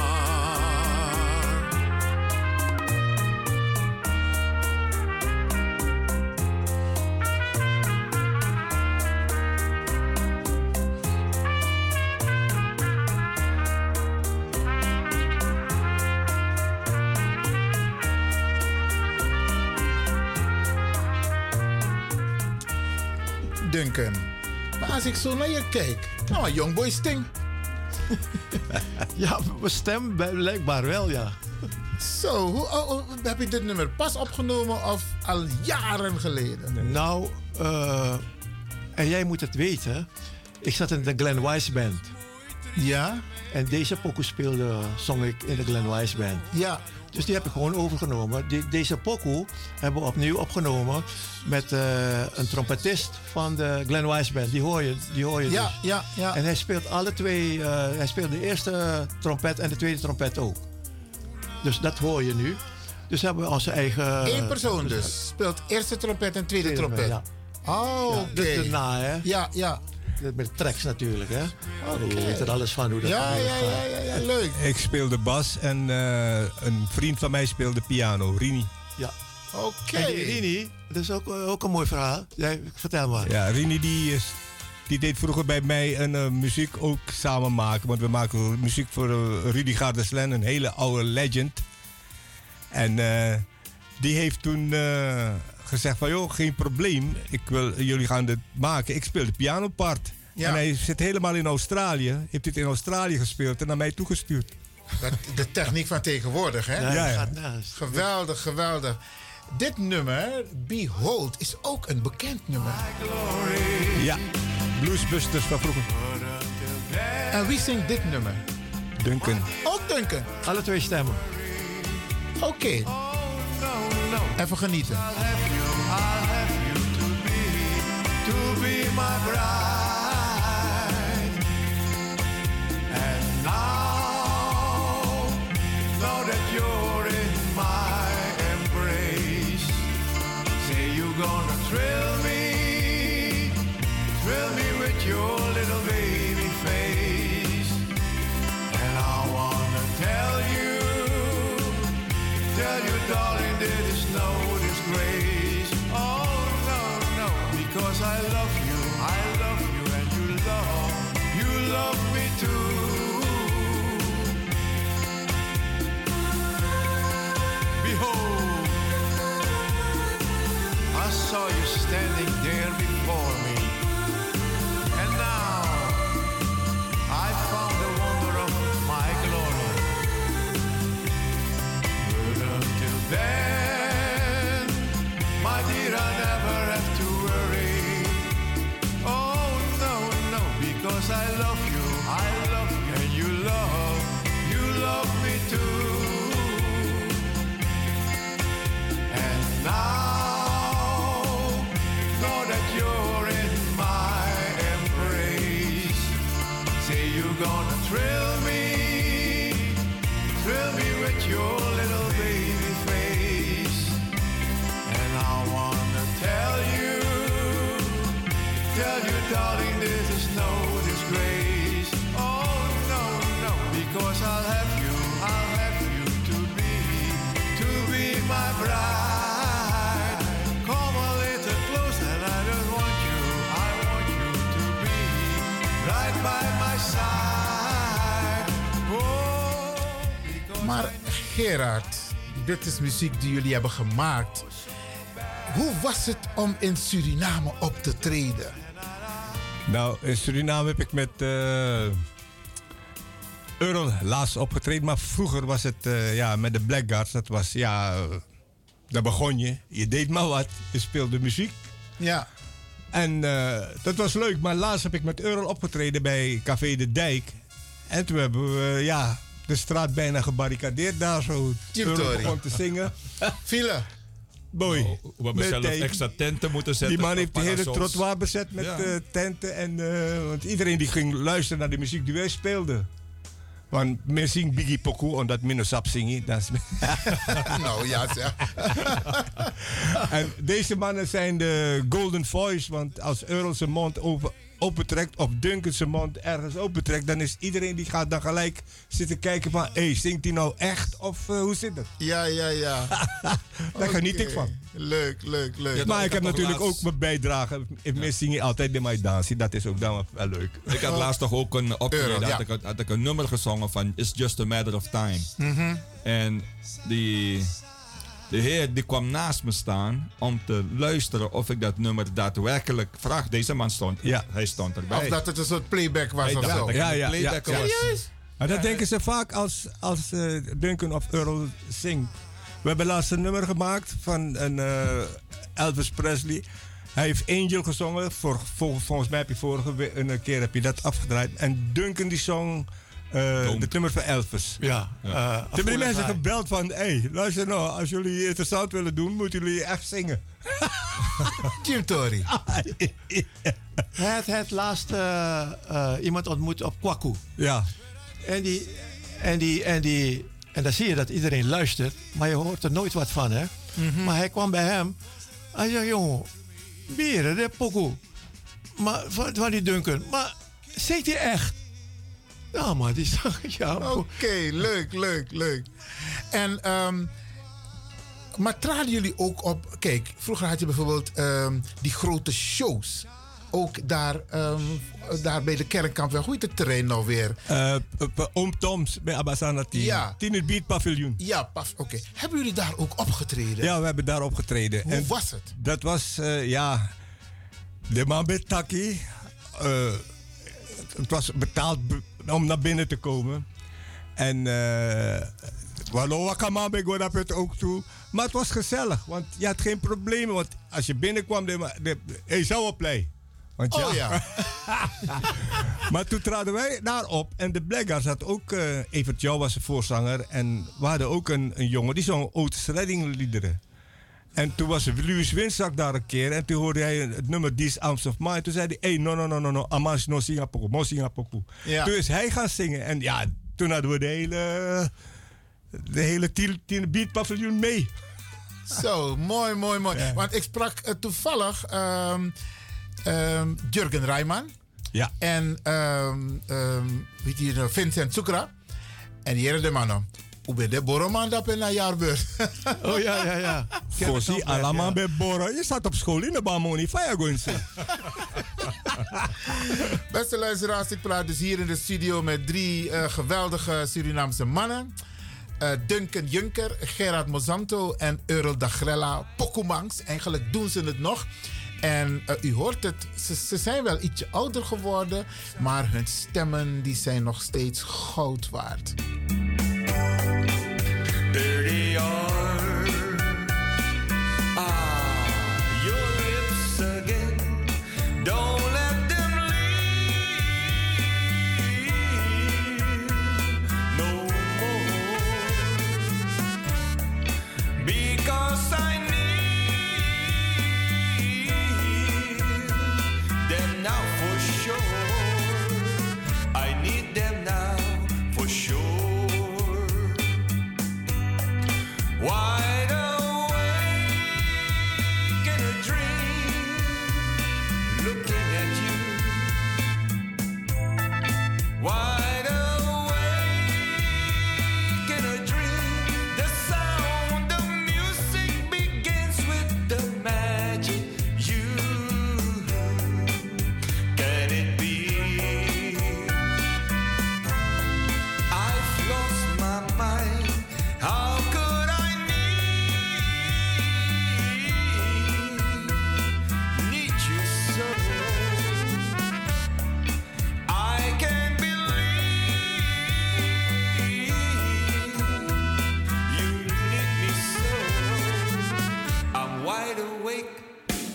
[SPEAKER 1] Duncan, maar als ik zo naar je kijk, nou, Youngboy Sting.
[SPEAKER 14] Ja, mijn stem blijkbaar wel, ja.
[SPEAKER 1] Zo, hoe heb je dit nummer pas opgenomen of al jaren geleden?
[SPEAKER 14] Nou, en jij moet het weten, ik zat in de Glenn Wise Band.
[SPEAKER 1] Ja?
[SPEAKER 14] En deze pokoe zong ik in de Glenn Wise Band.
[SPEAKER 1] Ja.
[SPEAKER 14] Dus die heb ik gewoon overgenomen. Deze pokoe hebben we opnieuw opgenomen met een trompetist van de Glenn Wise Band. Die hoor je
[SPEAKER 1] ja,
[SPEAKER 14] dus.
[SPEAKER 1] Ja, ja.
[SPEAKER 14] En hij speelt alle twee. Hij speelt de eerste trompet en de tweede trompet ook. Dus dat hoor je nu. Dus hebben we onze eigen...
[SPEAKER 1] Eén persoon dus. Speelt eerste trompet en tweede trompet.
[SPEAKER 14] Ja.
[SPEAKER 1] Oh, oké.
[SPEAKER 14] Dus daarna, hè?
[SPEAKER 1] Ja, ja.
[SPEAKER 14] Met tracks natuurlijk, hè?
[SPEAKER 1] Okay.
[SPEAKER 14] Je weet er alles van hoe dat
[SPEAKER 1] gaat. Ja, leuk.
[SPEAKER 15] Ik speelde bas en een vriend van mij speelde piano, Rini.
[SPEAKER 14] Ja.
[SPEAKER 1] Oké.
[SPEAKER 14] En die Rini, dat is ook een mooi verhaal. Jij, vertel maar.
[SPEAKER 15] Ja, Rini die deed vroeger bij mij een muziek ook samen maken. Want we maken muziek voor Rudy Gardeslen, een hele oude legend. En die heeft toen gezegd van, joh, geen probleem. Jullie gaan dit maken. Ik speel de pianopart. Ja. En hij zit helemaal in Australië. Heeft dit in Australië gespeeld en naar mij toegestuurd.
[SPEAKER 1] De techniek van tegenwoordig, hè?
[SPEAKER 15] Ja.
[SPEAKER 1] Geweldig, geweldig. Dit nummer, Behold, is ook een bekend nummer.
[SPEAKER 15] Ja, Bluesbusters van vroeger.
[SPEAKER 1] En wie zingt dit nummer?
[SPEAKER 15] Duncan.
[SPEAKER 1] Ook Duncan.
[SPEAKER 14] Alle twee stemmen.
[SPEAKER 1] Oké. Even genieten.
[SPEAKER 17] I'll have you to be my bride. And now that you're in my embrace, say you're gonna thrill me with your little baby face. And I wanna tell you, darling, there is no disgrace. Oh, no, because I love you, and you love me too. Behold, I saw you standing there before me, and now I found the wonder of my glory. But until then, my dear, I never have to worry. Oh, no, because I love you, and you love me too. And now that you're in my embrace, say you're gonna thrill me with your little baby face. And I wanna tell you, darling, this is no disgrace. Oh, no, because I'll have you to be my bride. Come a little closer, and I want you to be right by my side. Oh,
[SPEAKER 1] maar Gerard, dit is muziek die jullie hebben gemaakt. Hoe was het om in Suriname op te treden?
[SPEAKER 15] Nou, in Suriname heb ik met Earl laatst opgetreden, maar vroeger was het met de Blackguards. Dat was, daar begon je. Je deed maar wat, je speelde muziek.
[SPEAKER 1] Ja.
[SPEAKER 15] En dat was leuk, maar laatst heb ik met Earl opgetreden bij Café de Dijk. En toen hebben we, de straat bijna gebarricadeerd daar zo. Earl begon te zingen.
[SPEAKER 1] File.
[SPEAKER 15] Boy.
[SPEAKER 16] We hebben zelf extra tenten moeten zetten.
[SPEAKER 15] Die man heeft de hele trottoir bezet met tenten. En, want iedereen die ging luisteren naar de muziek die wij speelden. Want men zingt Biggie Poku, omdat men sap zingen.
[SPEAKER 1] Nou ja, zeg.
[SPEAKER 15] En deze mannen zijn de Golden Voice. Want als Earl zijn mond opentrekt, of Duncan zijn mond ergens opentrekt, dan is iedereen die gaat dan gelijk zitten kijken van, zingt hij nou echt? Of hoe zit het?
[SPEAKER 1] Ja.
[SPEAKER 15] Daar geniet ik van.
[SPEAKER 1] Leuk.
[SPEAKER 15] Ja, maar ik heb natuurlijk ook mijn bijdrage. Ik zing altijd bij mijn dansie. Dat is ook dan wel leuk.
[SPEAKER 16] Ik had laatst toch ook een optreden. Had ik een nummer gezongen van It's Just a Matter of Time.
[SPEAKER 1] Mm-hmm.
[SPEAKER 16] En de heer die kwam naast me staan om te luisteren of ik dat nummer daadwerkelijk vraag. Deze man stond, hij stond erbij.
[SPEAKER 1] Of dat het een soort playback was of zo.
[SPEAKER 15] Ja. Maar dat denken ze vaak als Duncan of Earl zingt. We hebben laatst een nummer gemaakt van een Elvis Presley. Hij heeft Angel gezongen. Volgens mij heb je een keer heb je dat afgedraaid. En Duncan die zong het nummer van Elvis.
[SPEAKER 14] Ja.
[SPEAKER 15] Toen hebben die mensen gebeld van, luister nou, als jullie interessant willen doen, moeten jullie echt zingen.
[SPEAKER 1] Jim Tory.
[SPEAKER 14] Het laatst iemand ontmoet op Kwaku.
[SPEAKER 15] Ja.
[SPEAKER 14] En dan zie je dat iedereen luistert, maar je hoort er nooit wat van, hè? Mm-hmm. Maar hij kwam bij hem. Hij zei, jongen, bieren, de pokoe. Maar van die Duncan. Maar zingt hij echt? Ja, maar die zag ja.
[SPEAKER 1] Oké, leuk. En, maar traden jullie ook op... Kijk, vroeger had je bijvoorbeeld die grote shows. Ook daar bij de Kernkampweg. Hoe heet het terrein nou weer?
[SPEAKER 15] Oom Toms bij Abasanati.
[SPEAKER 1] Ja.
[SPEAKER 15] Tiener Beat Paviljoen.
[SPEAKER 1] Ja, oké. Hebben jullie daar ook opgetreden?
[SPEAKER 15] Ja, we hebben daar opgetreden.
[SPEAKER 1] Hoe was het?
[SPEAKER 15] Dat was, de man bij Taki. Het was betaald om naar binnen te komen. En Wallowa kwam bij Godapet ook toe. Maar het was gezellig, want je had geen problemen. Want als je binnenkwam, je zou op play. Want
[SPEAKER 1] ja.
[SPEAKER 15] Maar toen traden wij daarop. En de Blackguards had ook, Evert Jou was de voorzanger. En we hadden ook een jongen die zong Otis Redding liederen. En toen was Louis Winzak daar een keer. En toen hoorde hij het nummer These Arms of Mine. Toen zei hij, no, Amas no Singapore, mo Singapore. Ja. Toen is hij gaan zingen. En ja, toen hadden we de hele Tien Beat Paviljoen mee.
[SPEAKER 1] Zo, mooi. Ja. Want ik sprak toevallig Jurgen Rijman.
[SPEAKER 15] Ja.
[SPEAKER 1] En Vincent Sucra. En die heren de mannen. Hoe ben je Boroman dat in een jaarbeurt?
[SPEAKER 14] Oh ja.
[SPEAKER 15] Voorzie, allemaal bij Boro. Je staat op school in de Bamoni.
[SPEAKER 1] Beste luisteraars, ik praat dus hier in de studio met 3 geweldige Surinaamse mannen. Duncan Junker, Gerard Mozanto en Earl Dagrella Pokumangs. Eigenlijk doen ze het nog. En u hoort het, ze zijn wel ietsje ouder geworden, maar hun stemmen die zijn nog steeds goud waard.
[SPEAKER 5] There they are. Your lips again. Don't let them leave no more. Because I need them now for sure. I need them now for sure.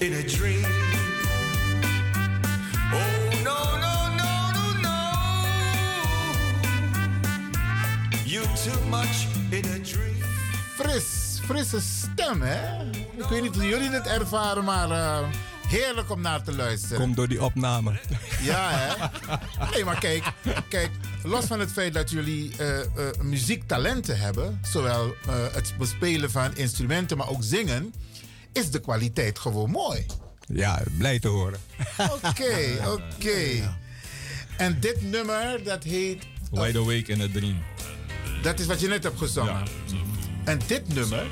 [SPEAKER 17] in a dream. Oh no, no, no, no, no. You too much in a dream.
[SPEAKER 1] Frisse stem, hè? Ik weet niet hoe jullie dit ervaren, maar heerlijk om naar te luisteren.
[SPEAKER 15] Komt door die opname.
[SPEAKER 1] Ja, hè? Nee, maar kijk, los van het feit dat jullie muziektalenten hebben, zowel het bespelen van instrumenten, maar ook zingen, is de kwaliteit gewoon mooi.
[SPEAKER 15] Ja, blij te horen.
[SPEAKER 1] Oké. En dit nummer, dat heet...
[SPEAKER 16] Wide Awake in a Dream.
[SPEAKER 1] Dat is wat je net hebt gezongen. Ja. En dit nummer...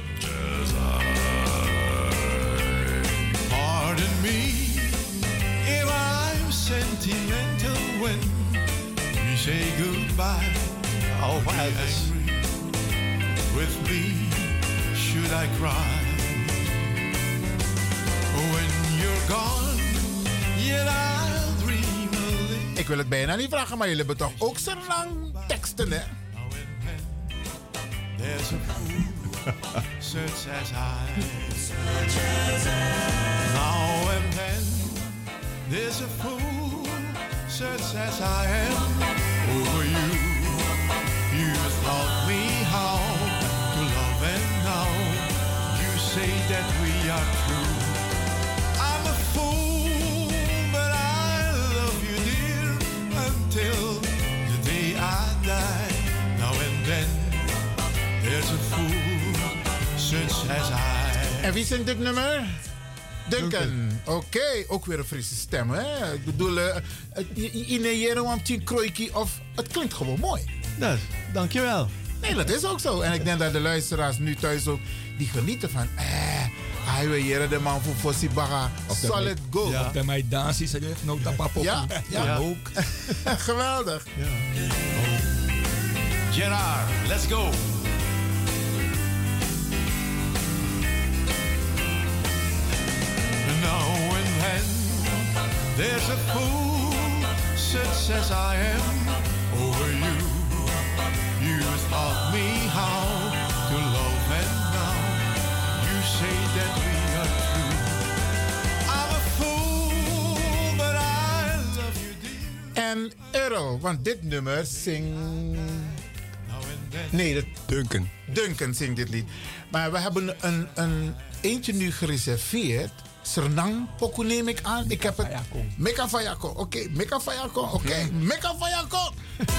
[SPEAKER 17] Pardon me if I'm sentimental when we say goodbye.
[SPEAKER 14] Oh, Elvis.
[SPEAKER 17] With me, should I cry? When you're gone, yet I'll dream a little.
[SPEAKER 1] Ik wil het bijna niet vragen, maar jullie hebben toch ook zo lang teksten, hè?
[SPEAKER 17] There's a fool such as I. Now and then there's a fool such as I am. Over you, you taught me how to love, and now you say that we are true. I'm a fool, but I love you, dear, until the day I die. Now and then there's a fool such as I.
[SPEAKER 1] En wie zingt dit nummer? Duncan. Oké, ook weer een frisse stem, hè? Ik bedoel, of het klinkt gewoon mooi.
[SPEAKER 14] Dat, dankjewel.
[SPEAKER 1] Nee, dat is ook zo. En ik denk dat de luisteraars nu thuis ook, die genieten van... Hij wil hier de man voor Fossibaga. Solid go.
[SPEAKER 16] Ja. Op de mij dansie, ze heeft nog dat pap op.
[SPEAKER 1] Ja, ook. Geweldig.
[SPEAKER 17] Ja. Gerard, let's go. Now and then there's a fool such as I am over you. You taught me how to love, and now you say that we are true. I'm a fool, but I love you, dear.
[SPEAKER 1] En Earl, want dit nummer zingt... Nee, Duncan zingt dit lied. Maar we hebben een eentje nu gereserveerd. Sernang Poku neem ik aan. Ik heb het... Meka Fayako. Oké, Meka Fayako. Oké, Meka Fayako.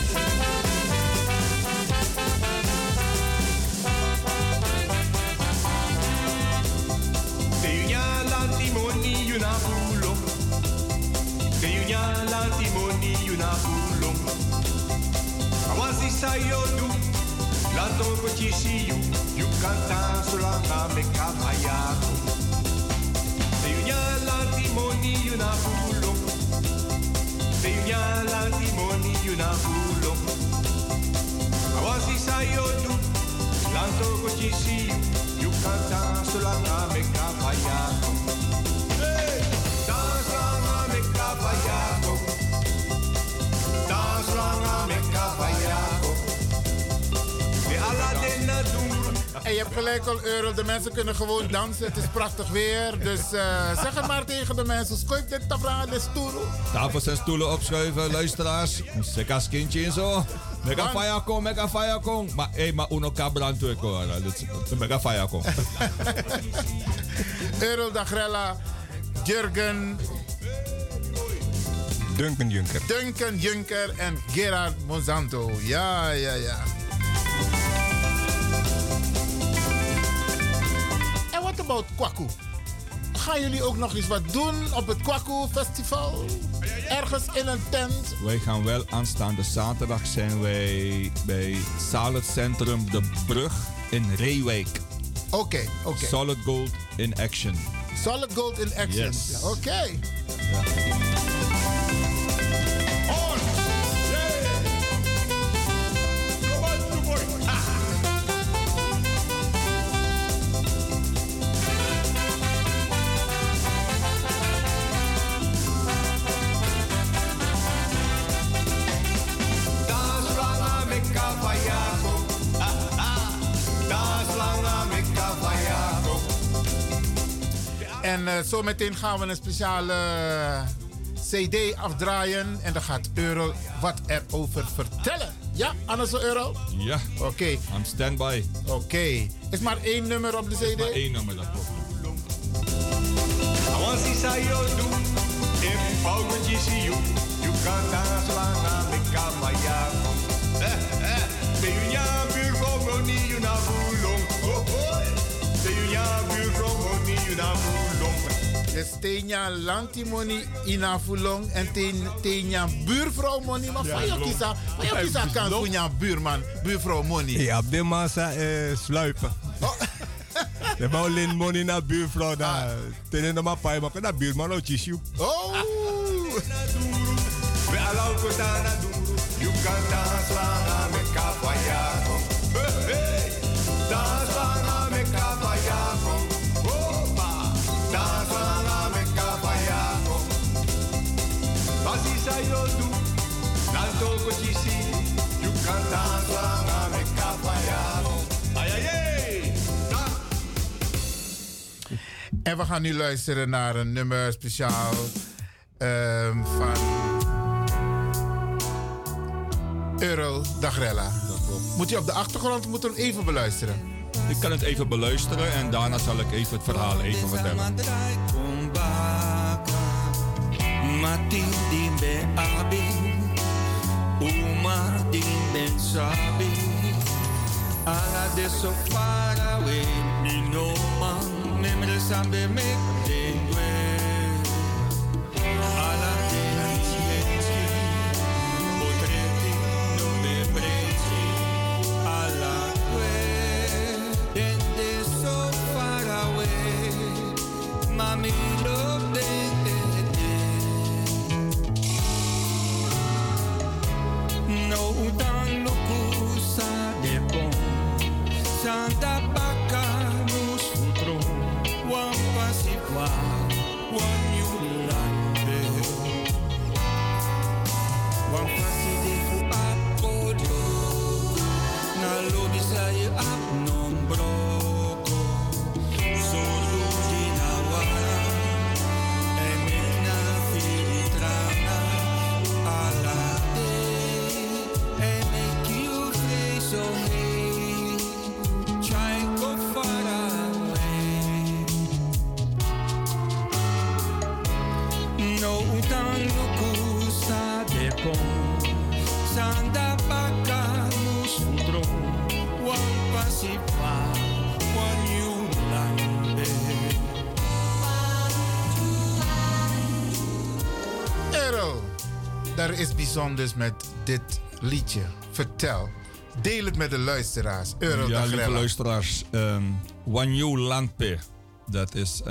[SPEAKER 17] Teunya la timoni yuna pulo. Teunya la timoni yuna pulo. Awasi sayodu. La topo chisiyu. You canta solanga meka fayako. Teunya la timoni yuna pulo. Teunya la timoni yuna pulo. Awasi sayodu. La topo chisiyu. You canta solanga meka fayako. Hey, solanga meka fayako. Solanga meka fayako. De Aladdin doen.
[SPEAKER 1] En je hebt gelijk al, Earl. De mensen kunnen gewoon dansen. Het is prachtig weer. Dus zeg het maar tegen de mensen. Schuif dit tafel de stoelen.
[SPEAKER 16] Tafels en stoelen opschuiven, luisteraars. Een als kindje en zo. Mega fire kom. Maar uno cabran toe hoor. Mega fire kom.
[SPEAKER 1] Earl Dagrella, Jurgen.
[SPEAKER 15] Duncan
[SPEAKER 1] Juncker en Gerard Monsanto. Ja. En wat about Kwaku? Gaan jullie ook nog eens wat doen op het Kwaku Festival? Ergens in een tent?
[SPEAKER 16] Wij gaan wel aanstaande zaterdag zijn wij bij Solid Centrum De Brug in Reewijk.
[SPEAKER 1] Oké.
[SPEAKER 16] Solid Gold in Action.
[SPEAKER 1] Solid Gold in Action.
[SPEAKER 16] Yes.
[SPEAKER 1] Oké.
[SPEAKER 16] Ja.
[SPEAKER 1] En zometeen gaan we een speciale CD afdraaien. En dan gaat Euro wat erover vertellen. Ja, Anders Euro?
[SPEAKER 16] Ja.
[SPEAKER 1] Oké.
[SPEAKER 16] I'm standby.
[SPEAKER 1] Oké. Is maar 1 nummer op de CD?
[SPEAKER 16] Is maar 1 nummer, dat klopt.
[SPEAKER 17] I want to see you do. If I would see you, you can't dance like a mekafaya. Say you buurvrouw Moni, you na boelong. Say you buurvrouw Moni, you na boelong.
[SPEAKER 1] Dus Tenia lanti Moni ina fulong en Tenia buurvrouw Moni. Maar van jou kisa kan voor jouw buurman, buurvrouw Moni.
[SPEAKER 15] Ja, op de massa sluipen. De Maulin Moni naar buurvrouw daar. Tenen de mapai, maar naar buurman ook tissue.
[SPEAKER 1] Oh!
[SPEAKER 17] We allow kotana duru, you can dance langa me kafayago. Hey, dance langa me kafayago. Opa, dance langa me kafayago. Basi sayo du, nanto kotisi, you can dance langa me kafayago. Ay ay ay.
[SPEAKER 1] En we gaan nu luisteren naar een nummer speciaal van Euro Dagrella. Moet je op de achtergrond moeten even beluisteren?
[SPEAKER 16] Ik kan het even beluisteren en daarna zal ik even het verhaal even vertellen.
[SPEAKER 17] Ala de so far away, ni no man, memre sabe me dengue. Ala de antieti, potreti no me presi. Ala que, de so far away, mami lo dengue. No dan lo kusa de bon. Santa Paca nos futuro, wan pasiva, wan yulande, wan paside fu apodo, na lobby say up non broco, solo di nawara, e mena filitrana, ala e make you feel so Santa Paca nos futuro, wan pasiva, wan yulande.
[SPEAKER 1] Euro, daar is bijzonders met dit liedje. Vertel. Deel het met de luisteraars. Euro
[SPEAKER 16] ja,
[SPEAKER 1] lieve
[SPEAKER 16] luisteraars. Wanyu Landpe. Dat is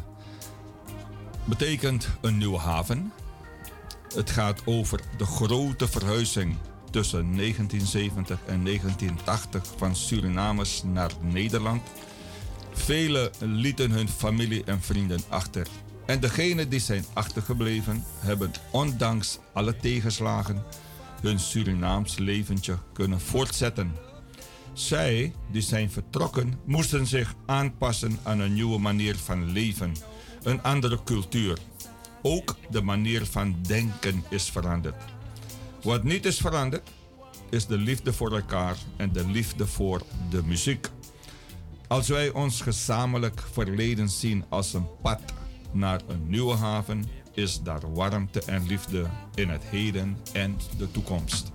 [SPEAKER 16] betekent een nieuwe haven. Het gaat over de grote verhuizing tussen 1970 en 1980 van Surinamers naar Nederland. Velen lieten hun familie en vrienden achter. En degenen die zijn achtergebleven hebben ondanks alle tegenslagen hun Surinaams leventje kunnen voortzetten. Zij die zijn vertrokken moesten zich aanpassen aan een nieuwe manier van leven, een andere cultuur. Ook de manier van denken is veranderd. Wat niet is veranderd, is de liefde voor elkaar en de liefde voor de muziek. Als wij ons gezamenlijk verleden zien als een pad naar een nieuwe haven, is daar warmte en liefde in het heden en de toekomst.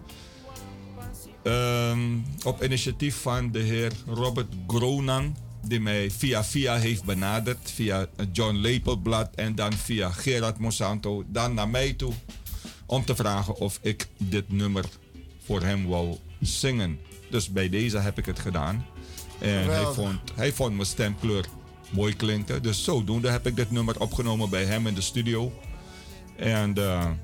[SPEAKER 16] Op initiatief van de heer Robert Gronan, die mij via heeft benaderd, via John Lepelblad en dan via Gerard Monsanto, dan naar mij toe, om te vragen of ik dit nummer voor hem wou zingen. Dus bij deze heb ik het gedaan. En hij vond mijn stemkleur mooi klinken. Dus zodoende heb ik dit nummer opgenomen bij hem in de studio. En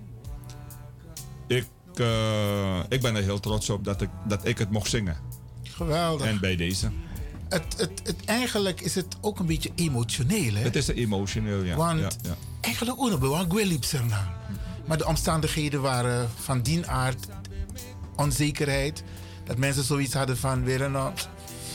[SPEAKER 16] ik ben er heel trots op dat ik het mocht zingen.
[SPEAKER 1] Geweldig.
[SPEAKER 16] En bij deze.
[SPEAKER 1] Eigenlijk is het ook een beetje emotioneel, hè?
[SPEAKER 16] Het is emotioneel, ja.
[SPEAKER 1] Want eigenlijk ook nog wel erna. Maar de omstandigheden waren van die aard, onzekerheid, dat mensen zoiets hadden van weer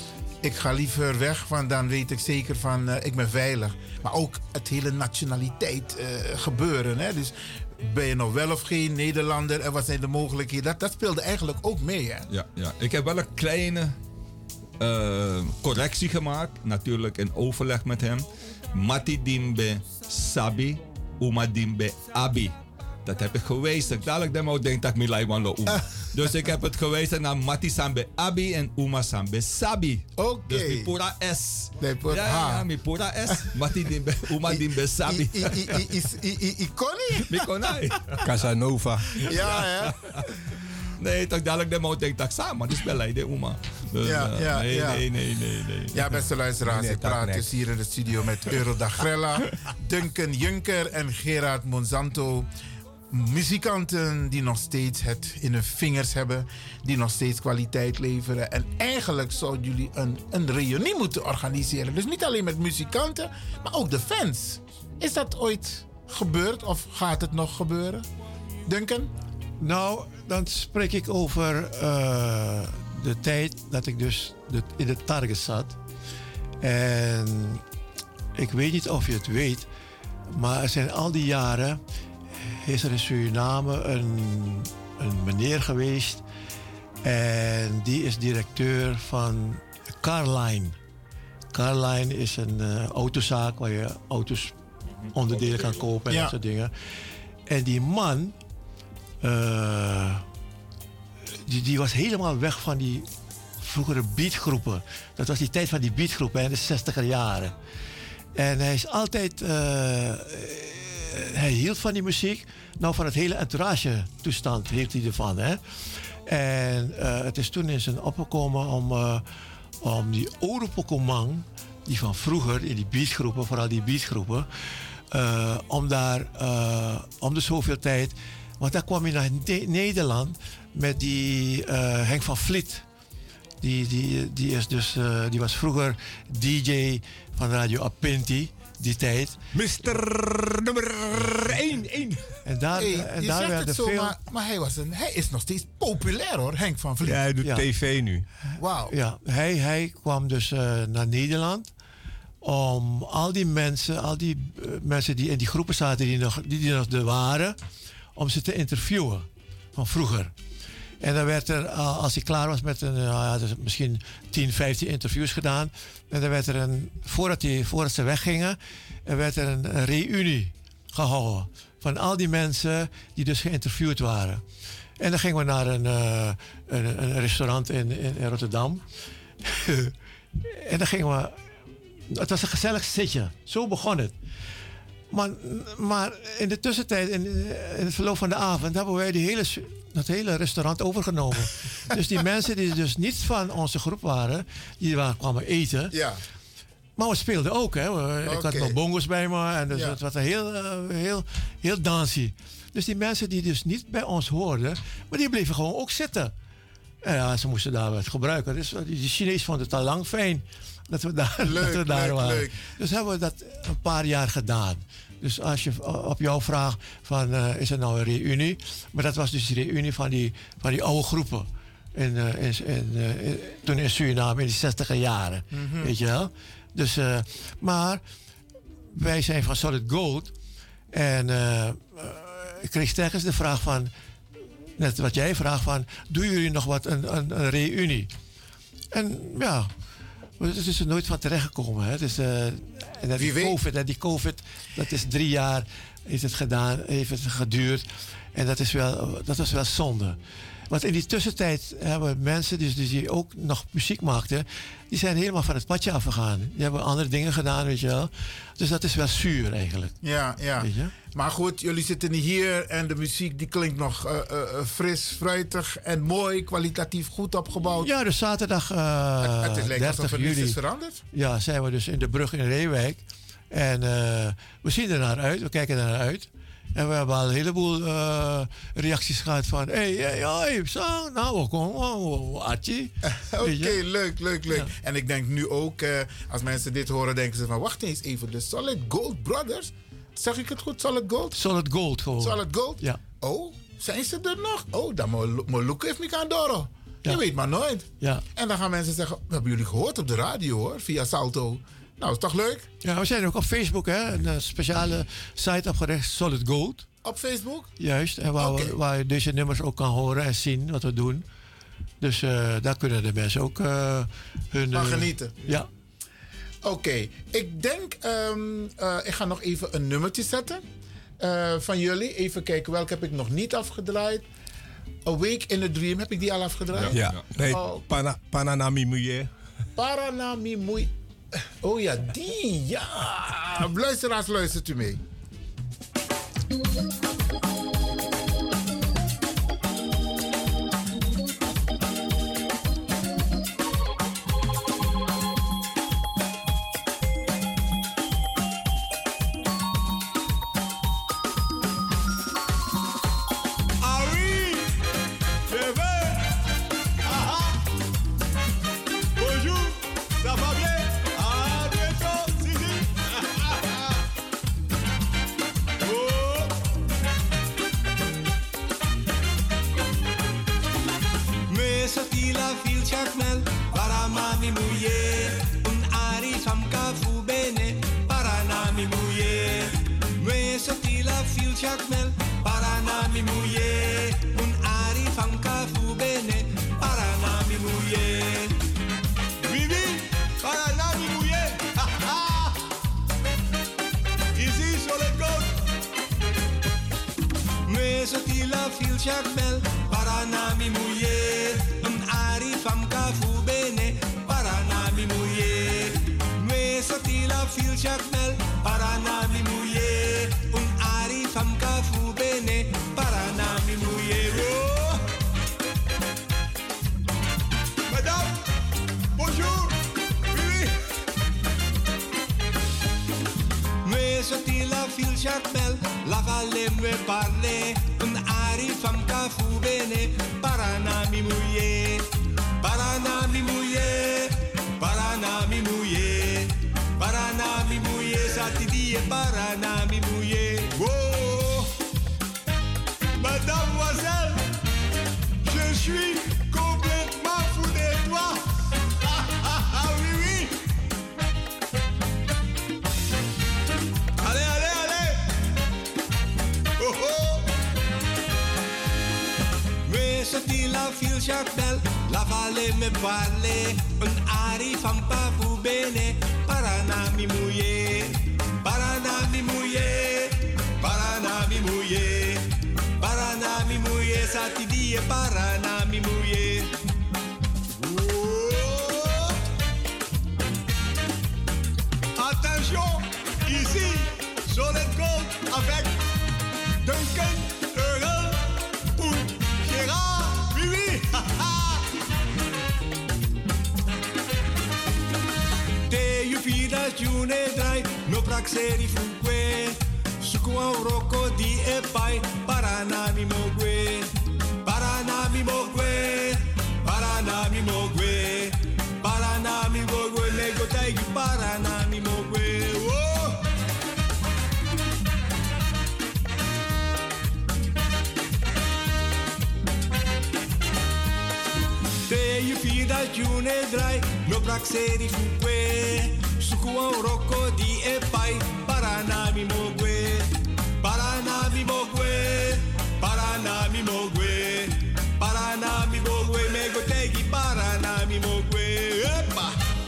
[SPEAKER 1] ik ga liever weg, want dan weet ik zeker van ik ben veilig. Maar ook het hele nationaliteit gebeuren. Hè? Dus ben je nog wel of geen Nederlander en wat zijn de mogelijkheden? Dat speelde eigenlijk ook mee. Hè?
[SPEAKER 16] Ja. Ik heb wel een kleine correctie gemaakt. Natuurlijk in overleg met hem. Mati dimbe sabi, uma dimbe abi. Dat heb ik gewijzigd. Dadelijk denk ik dat ik Milai Wanlo Uma. Dus ik heb het gewijzigd naar Mati Sambe Abi en Uma Sambe Sabi.
[SPEAKER 1] Oké.
[SPEAKER 16] Dus mi pura S.
[SPEAKER 1] Ja,
[SPEAKER 16] mi pura S. Mati dimbe, Uma dimbe Sabi.
[SPEAKER 1] Ikoni?
[SPEAKER 16] Mi konai.
[SPEAKER 15] Casanova.
[SPEAKER 1] Ja, hè?
[SPEAKER 16] Nee, toch dadelijk denk ik dat samen. Dus beleid de Uma. Dus, nee.
[SPEAKER 1] Ja, beste luisteraars, ik praat dus hier in de studio met Eurodag Grella, Duncan Juncker en Gerard Monsanto. Muzikanten die nog steeds het in hun vingers hebben, die nog steeds kwaliteit leveren. En eigenlijk zouden jullie een reunie moeten organiseren. Dus niet alleen met muzikanten, maar ook de fans. Is dat ooit gebeurd of gaat het nog gebeuren? Duncan?
[SPEAKER 14] Nou, dan spreek ik over de tijd dat ik dus in de Target zat. En ik weet niet of je het weet, maar er zijn al die jaren is er in Suriname een meneer geweest en die is directeur van Carline. Carline is een autozaak waar je auto's onderdelen kan kopen en dat soort dingen. En die man, die was helemaal weg van die vroegere beatgroepen. Dat was die tijd van die beatgroepen in de 60er jaren. En hij is altijd... hij hield van die muziek. Nou, van het hele entourage toestand hield hij ervan. Hè? En het is toen in zijn opgekomen om die Oropokomang, die van vroeger in die beatgroepen, vooral die beatgroepen, om daar om de zoveel tijd... Want daar kwam hij naar Nederland met die Henk van Vliet. Die was vroeger DJ van Radio Apinti, die tijd.
[SPEAKER 15] Mr. nummer 1.
[SPEAKER 14] En daar werd er veel...
[SPEAKER 1] Maar hij is nog steeds populair hoor, Henk van Vliet.
[SPEAKER 15] Ja, hij doet tv nu.
[SPEAKER 1] Wauw.
[SPEAKER 14] Ja, hij kwam dus naar Nederland om al die mensen die in die groepen zaten die nog er waren, om ze te interviewen van vroeger. En dan werd er, als hij klaar was met misschien 10, 15 interviews gedaan. En dan werd er voordat ze weggingen, werd er een reunie gehouden. Van al die mensen die dus geïnterviewd waren. En dan gingen we naar een restaurant in Rotterdam. En dan gingen we... Het was een gezellig zitje. Zo begon het. Maar in de tussentijd, in het verloop van de avond, hebben wij dat hele restaurant overgenomen. Dus die mensen die dus niet van onze groep waren, die kwamen eten. Ja. Maar we speelden ook. Hè. Ik had nog bongo's bij me. En dus het was heel dansy. Dus die mensen die dus niet bij ons hoorden, maar die bleven gewoon ook zitten. En ja, ze moesten daar wat gebruiken. Dus die Chinees vonden het al lang fijn dat we daar waren. Leuk. Dus hebben we dat een paar jaar gedaan. Dus als je op jouw vraag van is er nou een reunie? Maar dat was dus de reunie van die oude groepen. Toen in Suriname in die 60er jaren. Mm-hmm. Weet je wel? Dus, maar wij zijn van Solid Gold. En ik kreeg telkens de vraag van, net wat jij vraagt van, doen jullie nog wat, een reunie? En ja, het is er nooit van terechtgekomen. Hè? Dus, en die COVID, dat is 3 jaar heeft het geduurd. En dat was wel zonde. Want in die tussentijd hebben mensen die ook nog muziek maakten, die zijn helemaal van het padje afgegaan. Die hebben andere dingen gedaan, weet je wel. Dus dat is wel zuur eigenlijk.
[SPEAKER 1] Ja. Weet je? Maar goed, jullie zitten hier en de muziek die klinkt nog fris, fruitig en mooi, kwalitatief goed opgebouwd.
[SPEAKER 14] Ja, dus zaterdag
[SPEAKER 1] het lijkt alsof er niets is veranderd.
[SPEAKER 14] Ja, zijn we dus in de brug in Reewijk. En we zien er naar uit, we kijken er naar uit. En we hebben al een heleboel reacties gehad van... Hey, zo, nou, kom, Archie.
[SPEAKER 1] Oké, leuk. Ja. En ik denk nu ook, als mensen dit horen, denken ze van... Wacht eens even, de Solid Gold Brothers? Zeg ik het goed, Solid Gold?
[SPEAKER 14] Solid Gold gewoon.
[SPEAKER 1] Solid Gold?
[SPEAKER 14] Ja.
[SPEAKER 1] Oh, zijn ze er nog? Oh, dan moet Luke even aan Doro. Je weet maar nooit.
[SPEAKER 14] Ja.
[SPEAKER 1] En dan gaan mensen zeggen, we hebben jullie gehoord op de radio hoor, via Salto. Nou, is toch leuk?
[SPEAKER 14] Ja, we zijn ook op Facebook, hè? Een speciale site opgericht, Solid Gold.
[SPEAKER 1] Op Facebook?
[SPEAKER 14] Juist, en waar je deze nummers ook kan horen en zien wat we doen. Dus daar kunnen de mensen ook hun...
[SPEAKER 1] Van genieten.
[SPEAKER 14] Ja.
[SPEAKER 1] Oké, ik denk, ik ga nog even een nummertje zetten van jullie. Even kijken, welke heb ik nog niet afgedraaid. Awake in a Dream, heb ik die al afgedraaid?
[SPEAKER 15] Ja. Nee, Paranami Mouye.
[SPEAKER 1] Paranami Mouye. Oh ja, die, ja. Luisteraars, luistert u mee.
[SPEAKER 18] Jacmel, Paranami Mouye, un Ari Famka Fubene, Paranami Mouye, me Sotila Fil Jacmel, Paranami Mouye, un Ari Famka Fubene, Paranami Mouye. Madame, bonjour, oui. Me Sotila Fil Jacmel, la valle me parle. Famka Fubene, Paranami Mouye, Paranami Mouye, Paranami Mouye, Paranami Mouye, Satidie, Paranami Mouye. Wow! Mademoiselle, je suis complètement fou de toi. Oui, oui. Allez, allez, allez. Oh, oh. La fil Jacmel, la valle me parle, un Ari Fampa Fubene, Paranami Mouye, Paranami Mouye, Paranami Mouye, Paranami Mouye, Satidie, Paranami Mouye. Oh. Attention, ici, Solid Gold avec Duncan Earl ou Gérard. Te yu fida june drai no praxeri fuque suku roko di epai Paranami mogwe Paranami mogwe Paranami mogwe Paranami mogwe nego taigi Paranami mogwe oh. Te yu fida june drai no praxeri fuque suku roko di epai Paranami mogwe Paranami mogwe Paranami mogwe Paranami mogwe mego tegi Paranami mogwe epa.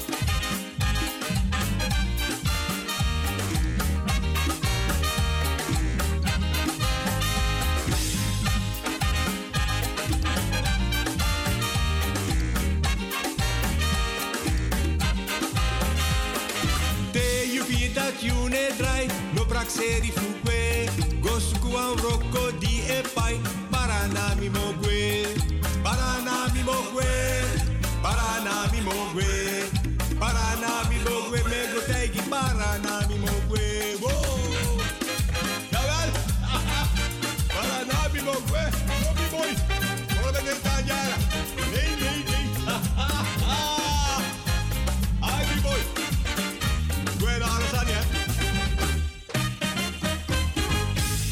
[SPEAKER 18] June drai no praxeri fuque gosuku an roko di epai Paranami mogwe Paranami mogwe Paranami mogwe Paranami mogwe mego tegi Paranami mogwe oh. Jawel Paranami mogwe Mobi boy Ora ben tagliara nee nee nee ai boy Buena lasagne.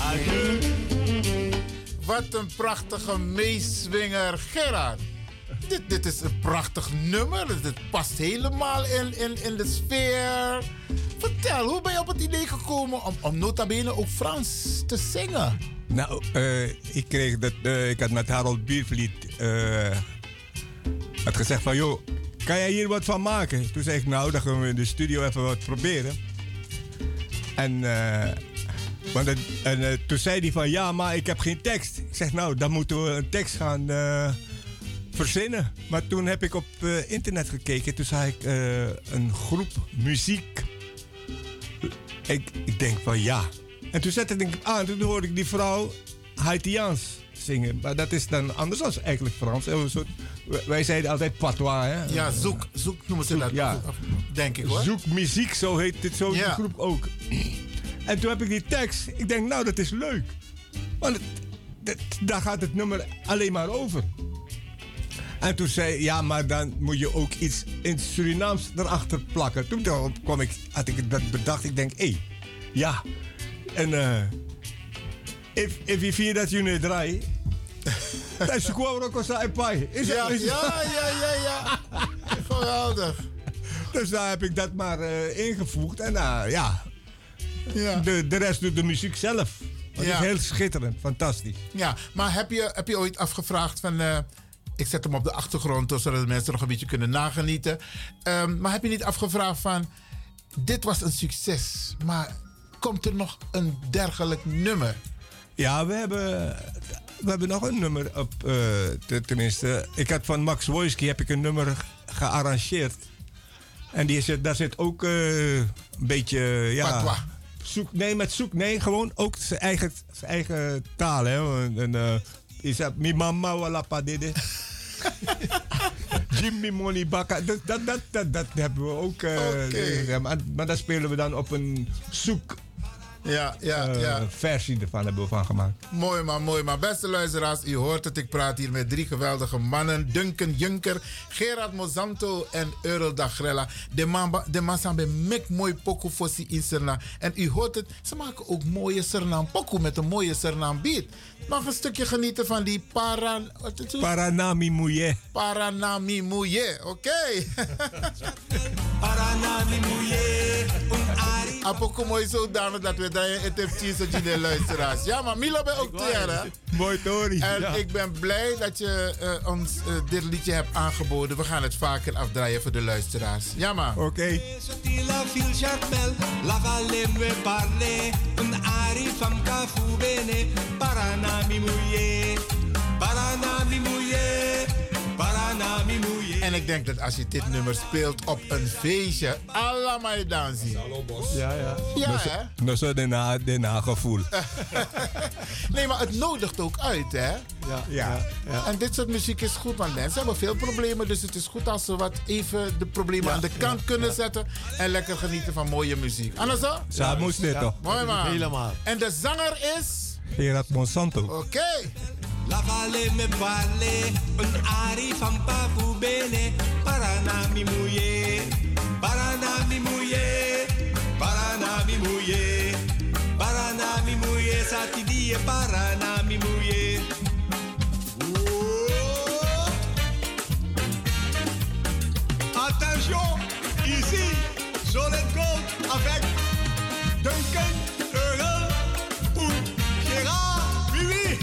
[SPEAKER 1] Wat een prachtige meeswinger, Gerard. dit is een prachtig nummer. Het past helemaal in de sfeer. Vertel, hoe ben je op het idee gekomen om nota bene ook Frans te zingen?
[SPEAKER 15] Nou, ik had met Harold Biervliet had gezegd van, joh, kan jij hier wat van maken? Toen zei ik, nou, dan gaan we in de studio even wat proberen. En toen zei hij van, ja, maar ik heb geen tekst. Ik zeg, nou, dan moeten we een tekst gaan verzinnen. Maar toen heb ik op internet gekeken. Toen zag ik een groep muziek. Ik denk van, ja. En toen zette ik aan, toen hoorde ik die vrouw Haitiaans zingen. Maar dat is dan anders dan eigenlijk Frans. Wij zeiden altijd patois, hè?
[SPEAKER 1] Ja, zoek noemen ze dat.
[SPEAKER 15] Ja.
[SPEAKER 1] Denk ik, hoor.
[SPEAKER 15] Zoek muziek, zo heet dit, zo die groep ook. En toen heb ik die tekst. Ik denk, nou, dat is leuk. Want daar gaat het nummer alleen maar over. En toen zei hij, ja, maar dan moet je ook iets in Surinaams erachter plakken. Toen had ik dat bedacht. Ik denk, hé, ja. En if you feel that you need dry, dan is het gewoon ook als pai.
[SPEAKER 1] Ja. Geweldig.
[SPEAKER 15] Dus daar heb ik dat maar ingevoegd. En ja. De rest doet de muziek zelf. Dat is heel schitterend, fantastisch.
[SPEAKER 1] Ja, maar heb je ooit afgevraagd van... ik zet hem op de achtergrond, zodat de mensen nog een beetje kunnen nagenieten. Maar heb je niet afgevraagd van... dit was een succes, maar komt er nog een dergelijk nummer?
[SPEAKER 15] Ja, we hebben nog een nummer op... tenminste, ik had van Max Wojski heb ik een nummer gearrangeerd. En daar zit ook een beetje... ja, Nee, gewoon ook zijn eigen taal. Hè. Is dat mi mama wala padede? Jimmy Money Bakka. Dat hebben we ook. Maar daar spelen we dan op een versie ervan hebben we van gemaakt.
[SPEAKER 1] Mooi man. Beste luisteraars, u hoort het. Ik praat hier met 3 geweldige mannen. Duncan Junker, Gerard Mozanto en Earl Dagrella. De man zijn bij mek mooi pokoe fossi in Suriname. En u hoort het, ze maken ook mooie Suriname pokoe met een mooie Suriname beat. Mag een stukje genieten van die
[SPEAKER 15] Paranami Mouye.
[SPEAKER 1] Paranami Mouye, oké.
[SPEAKER 17] Paranami Mouye.
[SPEAKER 1] Apoko mooi zodanig dat we daar het heeft zien de luisteraars. Ja, maar Milo ben ook klaar, hè?
[SPEAKER 15] Mooi, Tori.
[SPEAKER 1] En ik ben blij dat je ons dit liedje hebt aangeboden. We gaan het vaker afdraaien voor de luisteraars. Ja, maar.
[SPEAKER 15] Oké.
[SPEAKER 17] Paranami Mouye. Paranami Mouye. Paranami Mouye.
[SPEAKER 1] En ik denk dat als je dit nummer speelt op een feestje, allemaal dansen.
[SPEAKER 15] Ja.
[SPEAKER 1] Ja, hè?
[SPEAKER 15] Dat is de nagevoel.
[SPEAKER 1] Nee, maar het nodigt ook uit, hè?
[SPEAKER 15] Ja.
[SPEAKER 1] En dit soort muziek is goed, want mensen hebben veel problemen. Dus het is goed als ze wat even de problemen aan de kant kunnen zetten. En lekker genieten van mooie muziek. Anders zo?
[SPEAKER 15] Zo moest dit toch?
[SPEAKER 1] Mooi man.
[SPEAKER 14] Helemaal.
[SPEAKER 1] En de zanger is?
[SPEAKER 15] Gerard Monsanto.
[SPEAKER 1] Oké.
[SPEAKER 17] La valle me parle, een ari van Papu Bene, Paranami Mouye, Paranami Mouye, Paranami Mouye, Paranami Mouye, Satidie, Paranami Mouye. Attention, ici, sur le compte avec Duncan, Earl ou Gérard, oui.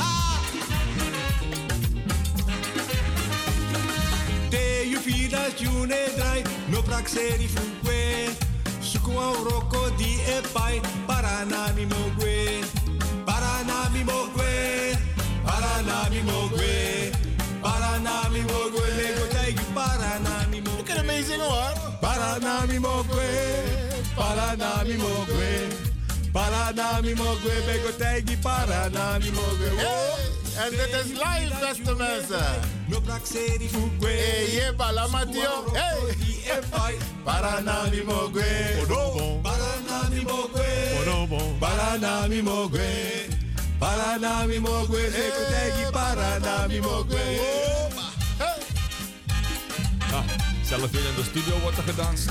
[SPEAKER 17] June drai, no praxeri fugue. Sukwa roko di epai, Paranami mogwe. Paranami mogwe. Paranami mogwe. Paranami mogwe. Lego taigi Paranami mogwe.
[SPEAKER 1] You can amazing hoor.
[SPEAKER 17] Paranami mogwe. Paranami mogwe. Paranami mogwe. Lego taigi Paranami mogwe.
[SPEAKER 1] En dit is live, beste mensen.
[SPEAKER 17] No praxeri fugue.
[SPEAKER 1] Hey, balamatio. Hey.
[SPEAKER 17] Paranami mogwe. Paranami mogwe. Paranami mogwe. Paranami mogwe. Sekotegi Paranami mogwe.
[SPEAKER 16] Zelf hier in de studio wordt er gedanst.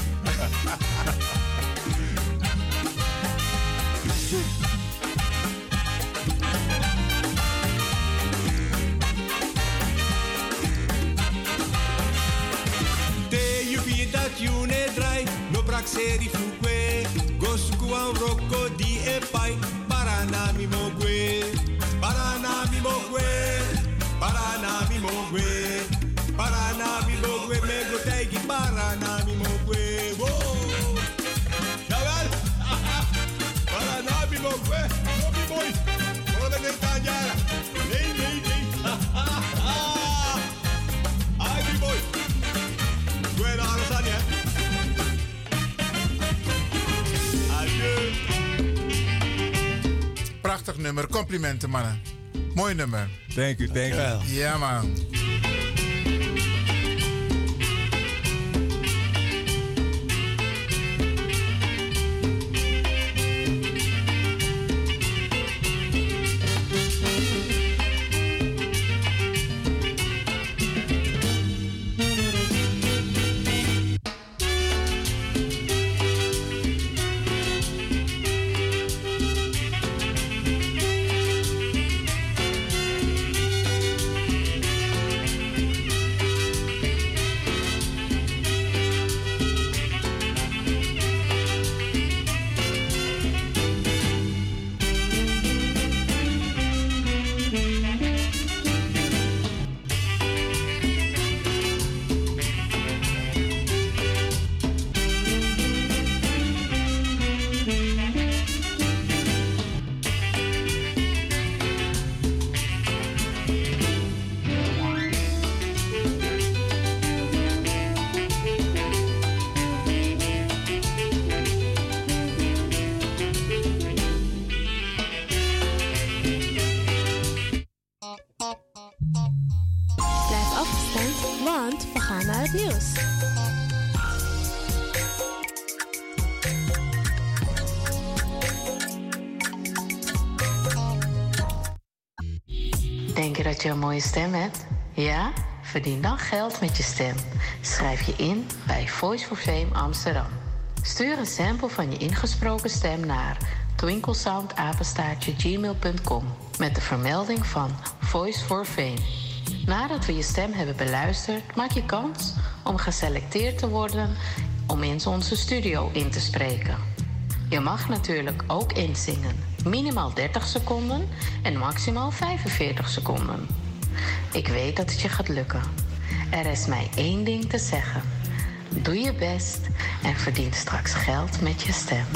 [SPEAKER 5] seri fukwe. Goskuan roko di epai. Paranami mogwe. Paranami mogwe. Paranami mogwe. Paranami mogwe. Mego taigi paranami mogwe. Wow. Jawel. Paranami mogwe. Mobi boy. Hola de Tanyara. Nee, nee, nee. Ai boy. Goeie alles aan je. Adieu.
[SPEAKER 1] Prachtig nummer. Complimenten, mannen. Mooi nummer.
[SPEAKER 15] Thank you.
[SPEAKER 1] Ja, man.
[SPEAKER 10] Denk je dat je een mooie stem hebt? Ja? Verdien dan geld met je stem. Schrijf je in bij Voice for Fame Amsterdam. Stuur een sample van je ingesproken stem naar twinklesoundapenstaartje@gmail.com met de vermelding van Voice for Fame. Nadat we je stem hebben beluisterd, maak je kans om geselecteerd te worden om in onze studio in te spreken. Je mag natuurlijk ook inzingen. Minimaal 30 seconden en maximaal 45 seconden. Ik weet dat het je gaat lukken. Er is mij één ding te zeggen. Doe je best en verdien straks geld met je stem.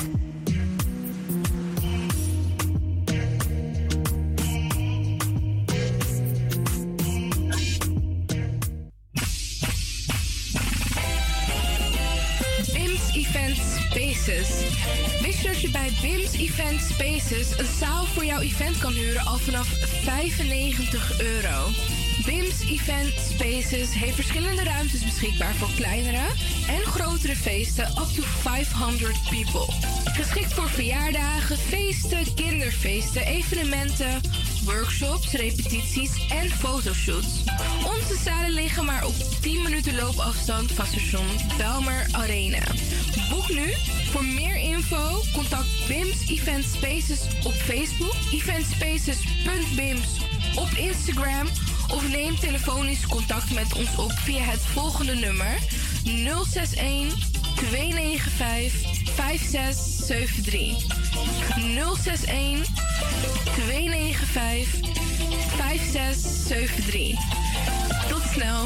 [SPEAKER 11] Wist je dat je bij BIMS Event Spaces een zaal voor jouw event kan huren al vanaf €95? BIMS Event Spaces heeft verschillende ruimtes beschikbaar voor kleinere en grotere feesten up to 500 people. Geschikt voor verjaardagen, feesten, kinderfeesten, evenementen, workshops, repetities en fotoshoots. Onze zalen liggen maar op 10 minuten loopafstand van station Belmer Arena. Boek nu. Voor meer info contact BIMS Event Spaces op Facebook, eventspaces.bims op Instagram of neem telefonisch contact met ons op via het volgende nummer 061 295 5673. 061 295 5673. Tot snel.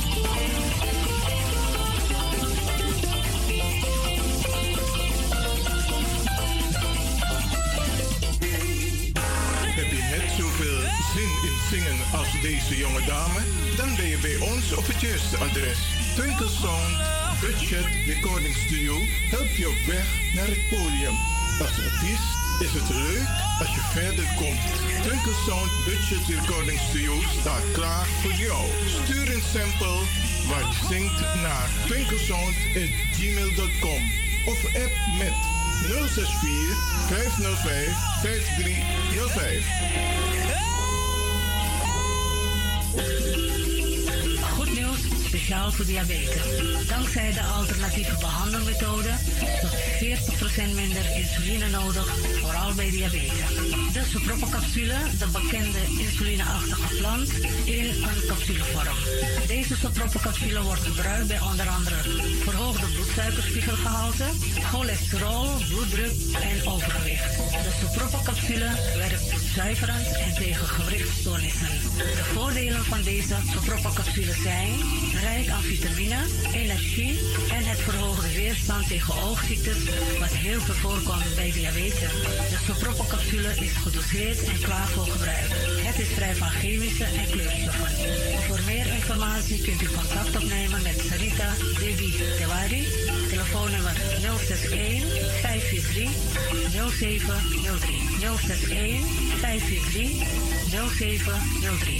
[SPEAKER 2] Heb je net zoveel zin in zingen als deze jonge dame? Dan ben je bij ons op het juiste adres. Twinkle Sound Budget Recording Studio helpt je op weg naar het podium. Als artiest is het leuk als je verder komt. Twinkle Sound Budget Recording Studio staat klaar voor jou. Stuur een sample waar je zingt naar twinklesound@gmail.com of app met 064 505 5305.
[SPEAKER 12] Goed nieuws. speciaal voor diabetes. Dankzij de alternatieve behandelmethode tot 40% minder insuline nodig, vooral bij diabetes. De Sopropocapsule, de bekende insulineachtige plant, in een capsulevorm. Deze Sopropocapsule wordt gebruikt bij onder andere verhoogde bloedsuikerspiegelgehalte, cholesterol, bloeddruk en overgewicht. De Sopropocapsule werkt zuiverend en tegen gewrichtstoornissen. De voordelen van deze Sopropocapsule zijn rijk aan vitamine, energie en het verhoogde weerstand tegen oogziektes, wat heel veel voorkomt bij diabetes. De Sopropocapsule is gedoseerd en klaar voor gebruik. Het is vrij van chemische en kleurstoffen. Voor meer informatie kunt u contact opnemen met Sarita Devi Tewari. Telefoonnummer 061 543 0703. 061 543 0703.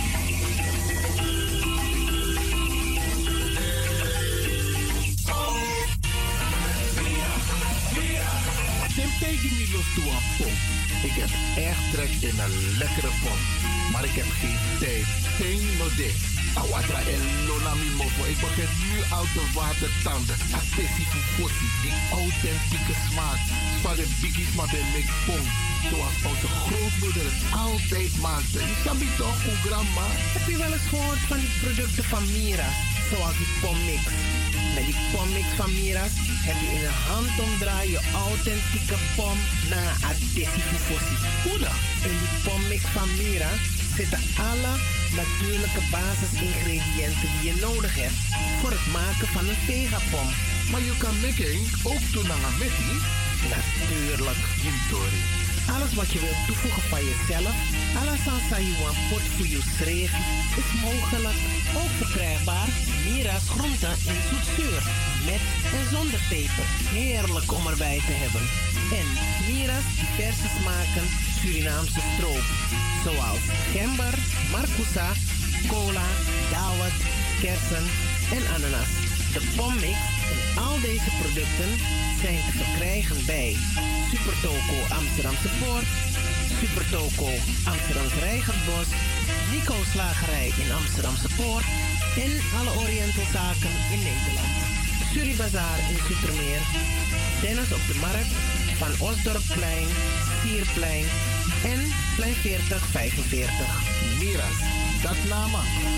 [SPEAKER 19] Tegen me los toe aan pom. Ik heb echt trek in een lekkere pom. Maar ik heb geen tijd. Geen node. Awatra en lonami mofo. Ik begin nu al te watertanden. Attentie voor fossie. Die authentieke smaak. Van de biggies maar bij mek pom. Zoals onze grootmoeder het altijd maakte. Je snapt toch, hoe grandma?
[SPEAKER 13] Heb je wel eens gehoord van die producten van Mira? Zoals die pommix. Met die pommix van Mira's heb je in een handomdraai je authentieke pom naar adhesiefossie. Hoe dan? In die pommix van Mira zitten alle natuurlijke basisingrediënten die je nodig hebt voor het maken van een vegapom.
[SPEAKER 19] Maar je kan making ook doen aan een mettie?
[SPEAKER 13] Natuurlijk, Jimtori. Alles wat je wilt toevoegen van jezelf, alla sansa you want pot voor je schreef, is mogelijk. Ook verkrijgbaar Mira's groenten in zoetzuur, met en zonder peper. Heerlijk om erbij te hebben. En Mira's diverse smaken Surinaamse stroop, zoals gember, marcousa, cola, dawet, kersen en ananas. De pommix en al deze producten zijn te verkrijgen bij Supertoco Amsterdamse Poort, Supertoco Amsterdamse Rijgenbos, Nico Slagerij in Amsterdamse Poort en alle Orientalzaken in Nederland. Suribazaar in Supermeer, Dennis op de Markt, Van Osdorpplein, Sierplein en Plein 4045.
[SPEAKER 19] Miras, dat nama.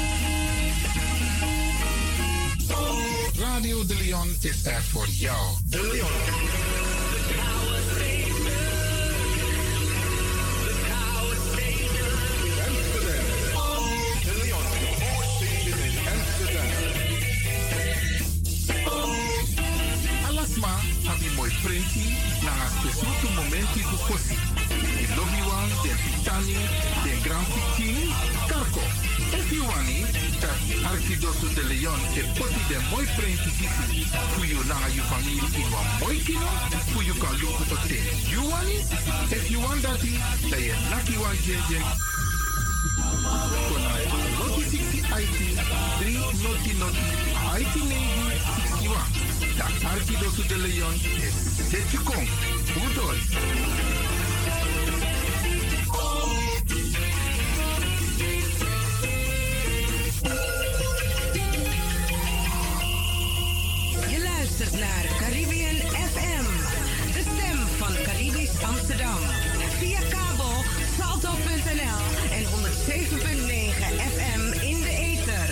[SPEAKER 19] Radio De Leon is er voor jou. De Leon. Alasma, habi mooi printi, na spesruto momenti kukosi. In lobbywan, den pitani, den grand pitini, karko. If you want it, dat Arkidosu de Leon e poti den mooi printi gisi. Voor je na je familie in wat mooi kino, voor je kan lopen tot ten. You want it? If you want that, dan je naki wan jeje. Konai noti 60 IT, 3 noti IT 961. Dat Arkidosu de Leon is zet je kom. Hoe door?
[SPEAKER 9] Je luistert naar Caribbean FM, de stem van Caribisch Amsterdam. Via kabel salto.nl en 107.9 FM in de ether.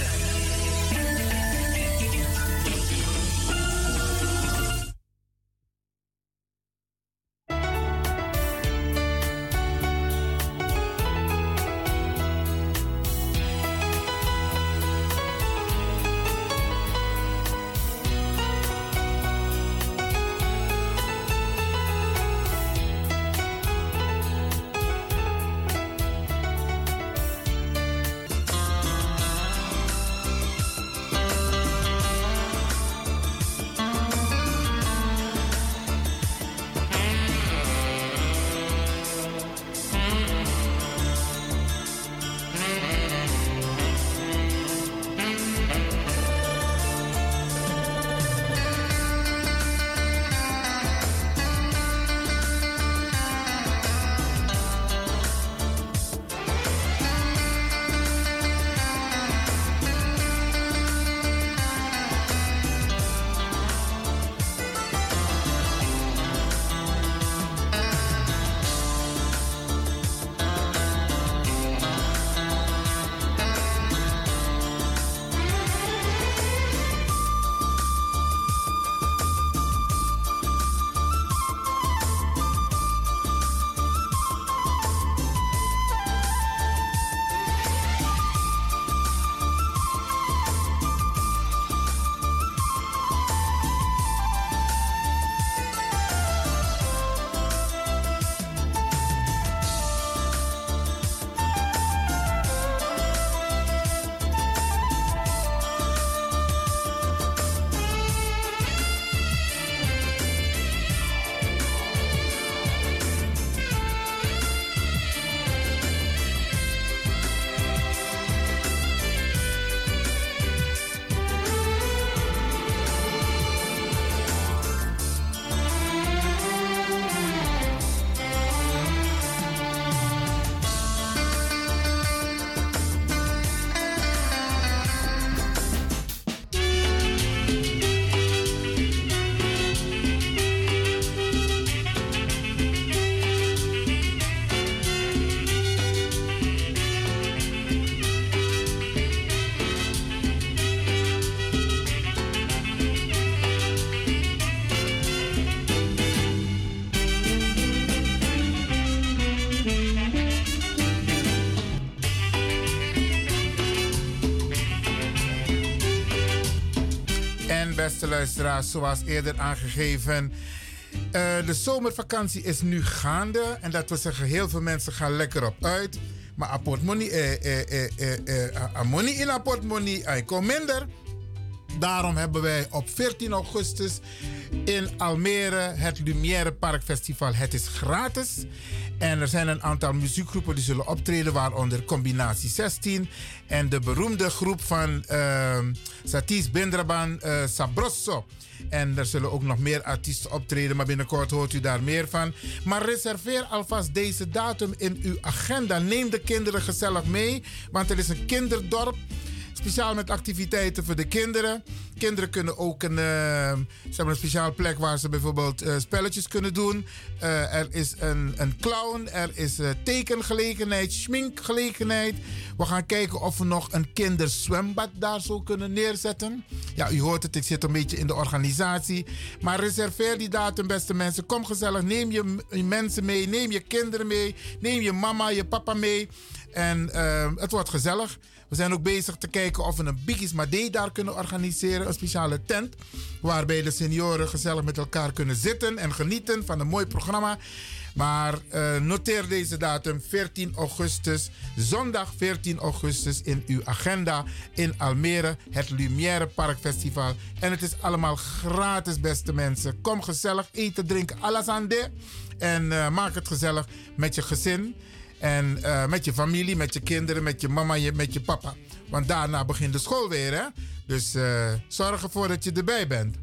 [SPEAKER 1] luisteraars, zoals eerder aangegeven. De zomervakantie is nu gaande. En dat wil zeggen, heel veel mensen gaan lekker op uit. Maar apportmoney, money in apportmoney, hij komt minder. Daarom hebben wij op 14 augustus in Almere het Lumière Park Festival. Het is gratis. En er zijn een aantal muziekgroepen die zullen optreden, waaronder Combinatie 16 en de beroemde groep van Satish Bindraban Sabroso. En er zullen ook nog meer artiesten optreden, maar binnenkort hoort u daar meer van. Maar reserveer alvast deze datum in uw agenda. Neem de kinderen gezellig mee, want er is een kinderdorp. Speciaal met activiteiten voor de kinderen. Kinderen kunnen ook ze hebben een speciale plek waar ze bijvoorbeeld spelletjes kunnen doen. Er is een clown, er is tekengelegenheid, schminkgelegenheid. We gaan kijken of we nog een kinderzwembad daar zo kunnen neerzetten. Ja, u hoort het, ik zit een beetje in de organisatie. Maar reserveer die datum, beste mensen. Kom gezellig, neem je mensen mee, neem je kinderen mee, neem je mama, je papa mee. En het wordt gezellig. We zijn ook bezig te kijken of we een Biggies Madé daar kunnen organiseren. Een speciale tent waarbij de senioren gezellig met elkaar kunnen zitten en genieten van een mooi programma. Maar noteer deze datum 14 augustus, zondag 14 augustus in uw agenda in Almere, het Lumière Park Festival. En het is allemaal gratis, beste mensen. Kom gezellig eten, drinken, alles aan de. En maak het gezellig met je gezin. En met je familie, met je kinderen, met je mama, met je papa. Want daarna begint de school weer, hè? Dus zorg ervoor dat je erbij bent.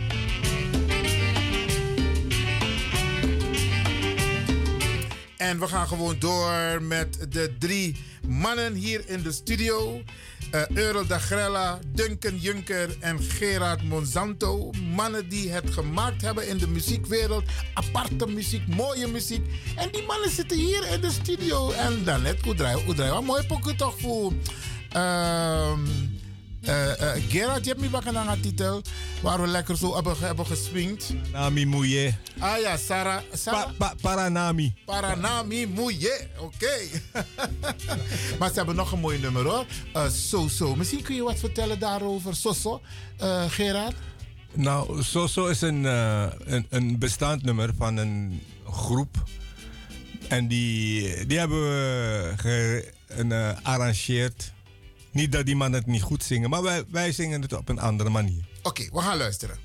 [SPEAKER 1] En we gaan gewoon door met de 3 mannen hier in de studio. Earl Dagrella, Duncan Juncker en Gerard Monsanto. Mannen die het gemaakt hebben in de muziekwereld. Aparte muziek, mooie muziek. En die mannen zitten hier in de studio. En dan net, hoe draai wat mooi pokken toch voor. Gerard, je hebt me bakken aan een titel waar we lekker zo hebben geswingd.
[SPEAKER 15] Nami Mouye.
[SPEAKER 1] Ah ja, Sarah.
[SPEAKER 15] Paranami.
[SPEAKER 1] Paranami Mouye, oké. Maar ze hebben nog een mooi nummer hoor. So. Misschien kun je wat vertellen daarover, Soso, Gerard?
[SPEAKER 15] Nou, Soso is een bestaand nummer van een groep. En die hebben we gearrangeerd. Niet dat die mannen het niet goed zingen, maar wij zingen het op een andere manier.
[SPEAKER 1] Oké, we gaan luisteren.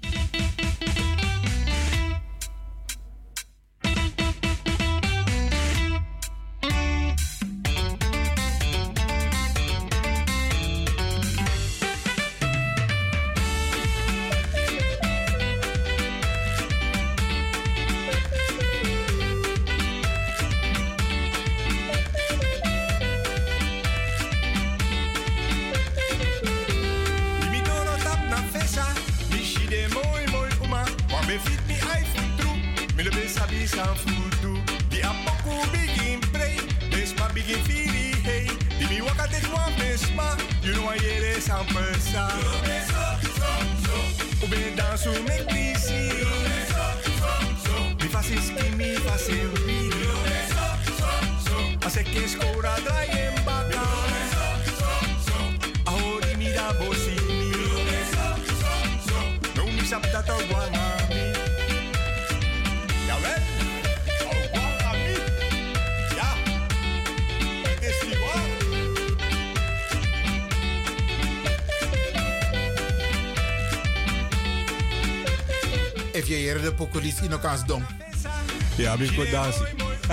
[SPEAKER 1] If je hier de pokolis in elkaar dom.
[SPEAKER 15] Ja, ik wil dansen.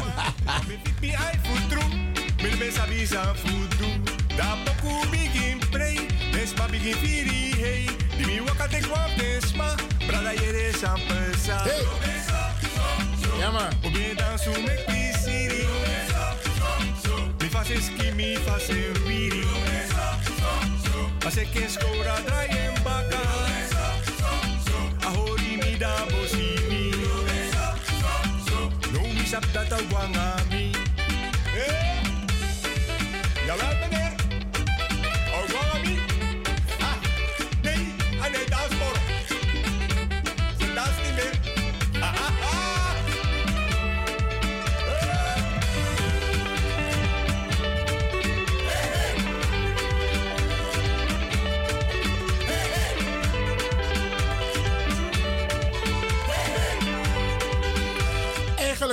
[SPEAKER 1] Hey! Ja man.
[SPEAKER 5] Dat Wangami. Jawel, meneer. Wangami. Ah, nee, nee, dat is voor. Ze dans niet meer.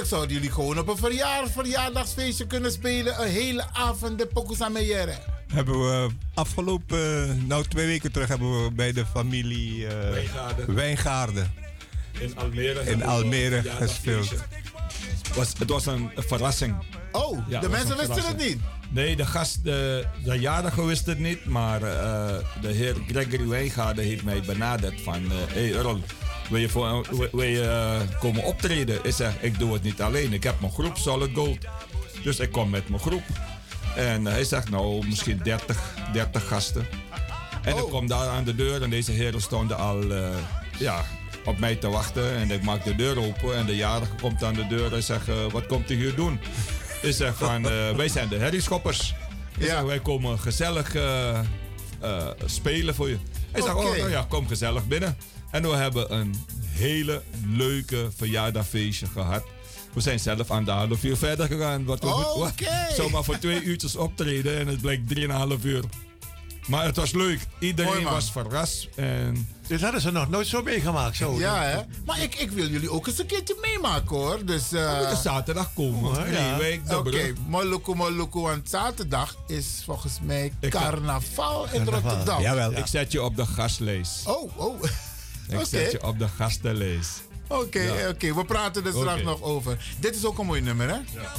[SPEAKER 1] zouden jullie gewoon op een verjaardagsfeestje kunnen spelen. Een hele avond de Pokusameyere.
[SPEAKER 15] Hebben we afgelopen, 2 weken terug, hebben we bij de familie Wijngaarden in Almere gespeeld.
[SPEAKER 16] Het was een verrassing.
[SPEAKER 1] Oh, ja, de mensen wisten het niet?
[SPEAKER 16] Nee, de jarige wist het niet, maar de heer Gregory Wijngaarden heeft mij benaderd van... Hey Earl, wil je komen optreden? Ik zeg, ik doe het niet alleen. Ik heb mijn groep Solid Gold. Dus ik kom met mijn groep. En hij zegt, nou, misschien 30 gasten. En ik kom daar aan de deur en deze heren stonden al op mij te wachten. En ik maak de deur open en de jarige komt aan de deur en zegt, wat komt u hier doen? Ik zeg van, wij zijn de herrieschoppers. Wij komen gezellig spelen voor je. Hij zegt, oh nou ja, kom gezellig binnen. En we hebben een hele leuke verjaardagfeestje gehad. We zijn zelf aan de 1,5 uur verder gegaan. Zomaar voor 2 uurtjes optreden en het bleek 3,5 uur. Maar het was leuk. Iedereen was verrast. En...
[SPEAKER 14] Dit hadden ze nog nooit zo meegemaakt. Zo,
[SPEAKER 1] ja, hè? Maar ik wil jullie ook eens een keertje meemaken, hoor. Dus,
[SPEAKER 16] we moeten zaterdag komen.
[SPEAKER 1] Oké, Moluku. Want zaterdag is volgens mij carnaval in Rotterdam.
[SPEAKER 16] Jawel, ik zet je op de gastlijst.
[SPEAKER 1] Oh.
[SPEAKER 16] Ik zet je op de gastenlijst.
[SPEAKER 1] Oké, we praten er straks nog over. Dit is ook een mooi nummer, hè? Ja.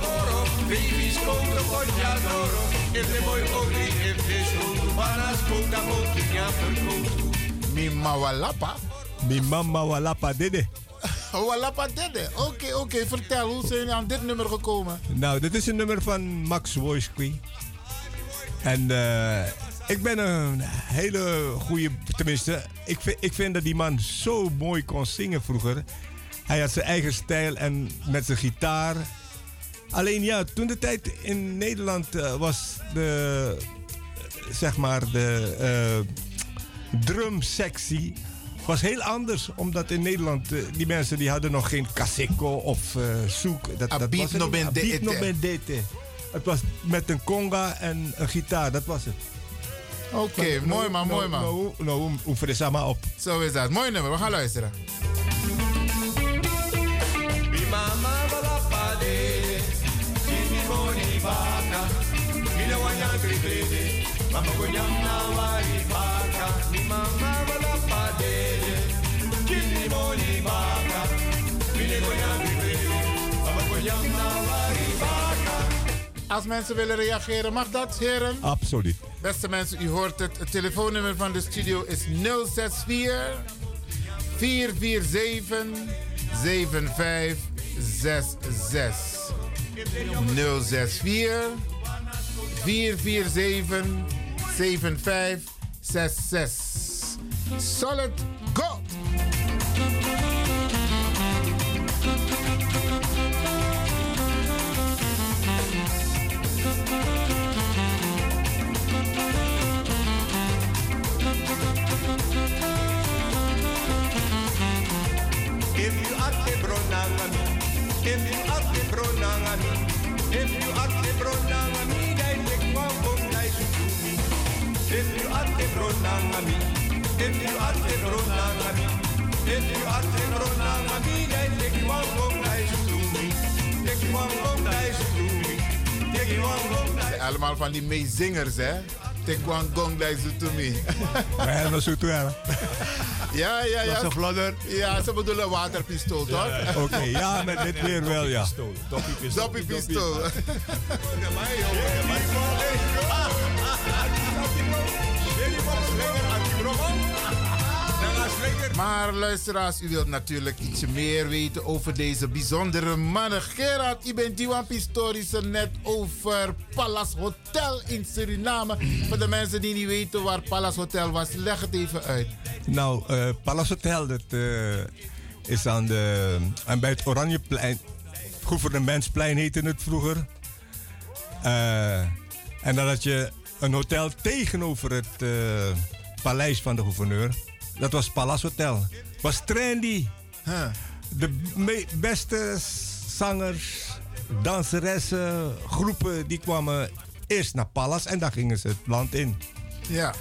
[SPEAKER 15] Mimama Walapa Dede.
[SPEAKER 1] Walapa Dede. Oké. Vertel, hoe zijn jullie aan dit nummer gekomen?
[SPEAKER 15] Nou, dit is een nummer van Max Wojski. En ik ben een hele goede, tenminste, ik vind dat die man zo mooi kon zingen vroeger. Hij had zijn eigen stijl en met zijn gitaar. Alleen ja, toen de tijd in Nederland was de drumsectie was heel anders. Omdat in Nederland, die mensen die hadden nog geen kaseko of soek. Dat was het. Het was met een conga en een gitaar, dat was het.
[SPEAKER 1] Oké, mooi man.
[SPEAKER 15] Nou, oefen er samen op.
[SPEAKER 1] Zo is dat. Mooi nummer, we gaan luisteren. Als mensen willen reageren, mag dat, heren?
[SPEAKER 15] Absoluut.
[SPEAKER 1] Beste mensen, u hoort het. Het telefoonnummer van de studio is 064 447 7566. 064 447 7566. Solid Gold. Allemaal van die meezingers, hè? Tekwang gong dai zutumi.
[SPEAKER 15] Ja, dat is goed, ja.
[SPEAKER 1] Ja.
[SPEAKER 14] Dat is een vlodder.
[SPEAKER 1] Ja, ze bedoelen waterpistool, toch?
[SPEAKER 15] Ja. Oké, ja, met dit weer wel, ja.
[SPEAKER 1] Doppiepistool. Maar luisteraars, u wilt natuurlijk ietsje meer weten over deze bijzondere mannen. Gerard, u bent Diwan Pistorius net over Palace Hotel in Suriname. Voor de mensen die niet weten waar Palace Hotel was, leg het even uit.
[SPEAKER 15] Nou, Palace Hotel, dat is aan bij het Oranjeplein. Gouvernementsplein heette het vroeger. En dan had je een hotel tegenover het paleis van de gouverneur. Dat was Palace Hotel. Was trendy. De beste zangers, danseressen, groepen die kwamen eerst naar Palace en dan gingen ze het land in.
[SPEAKER 1] Ja.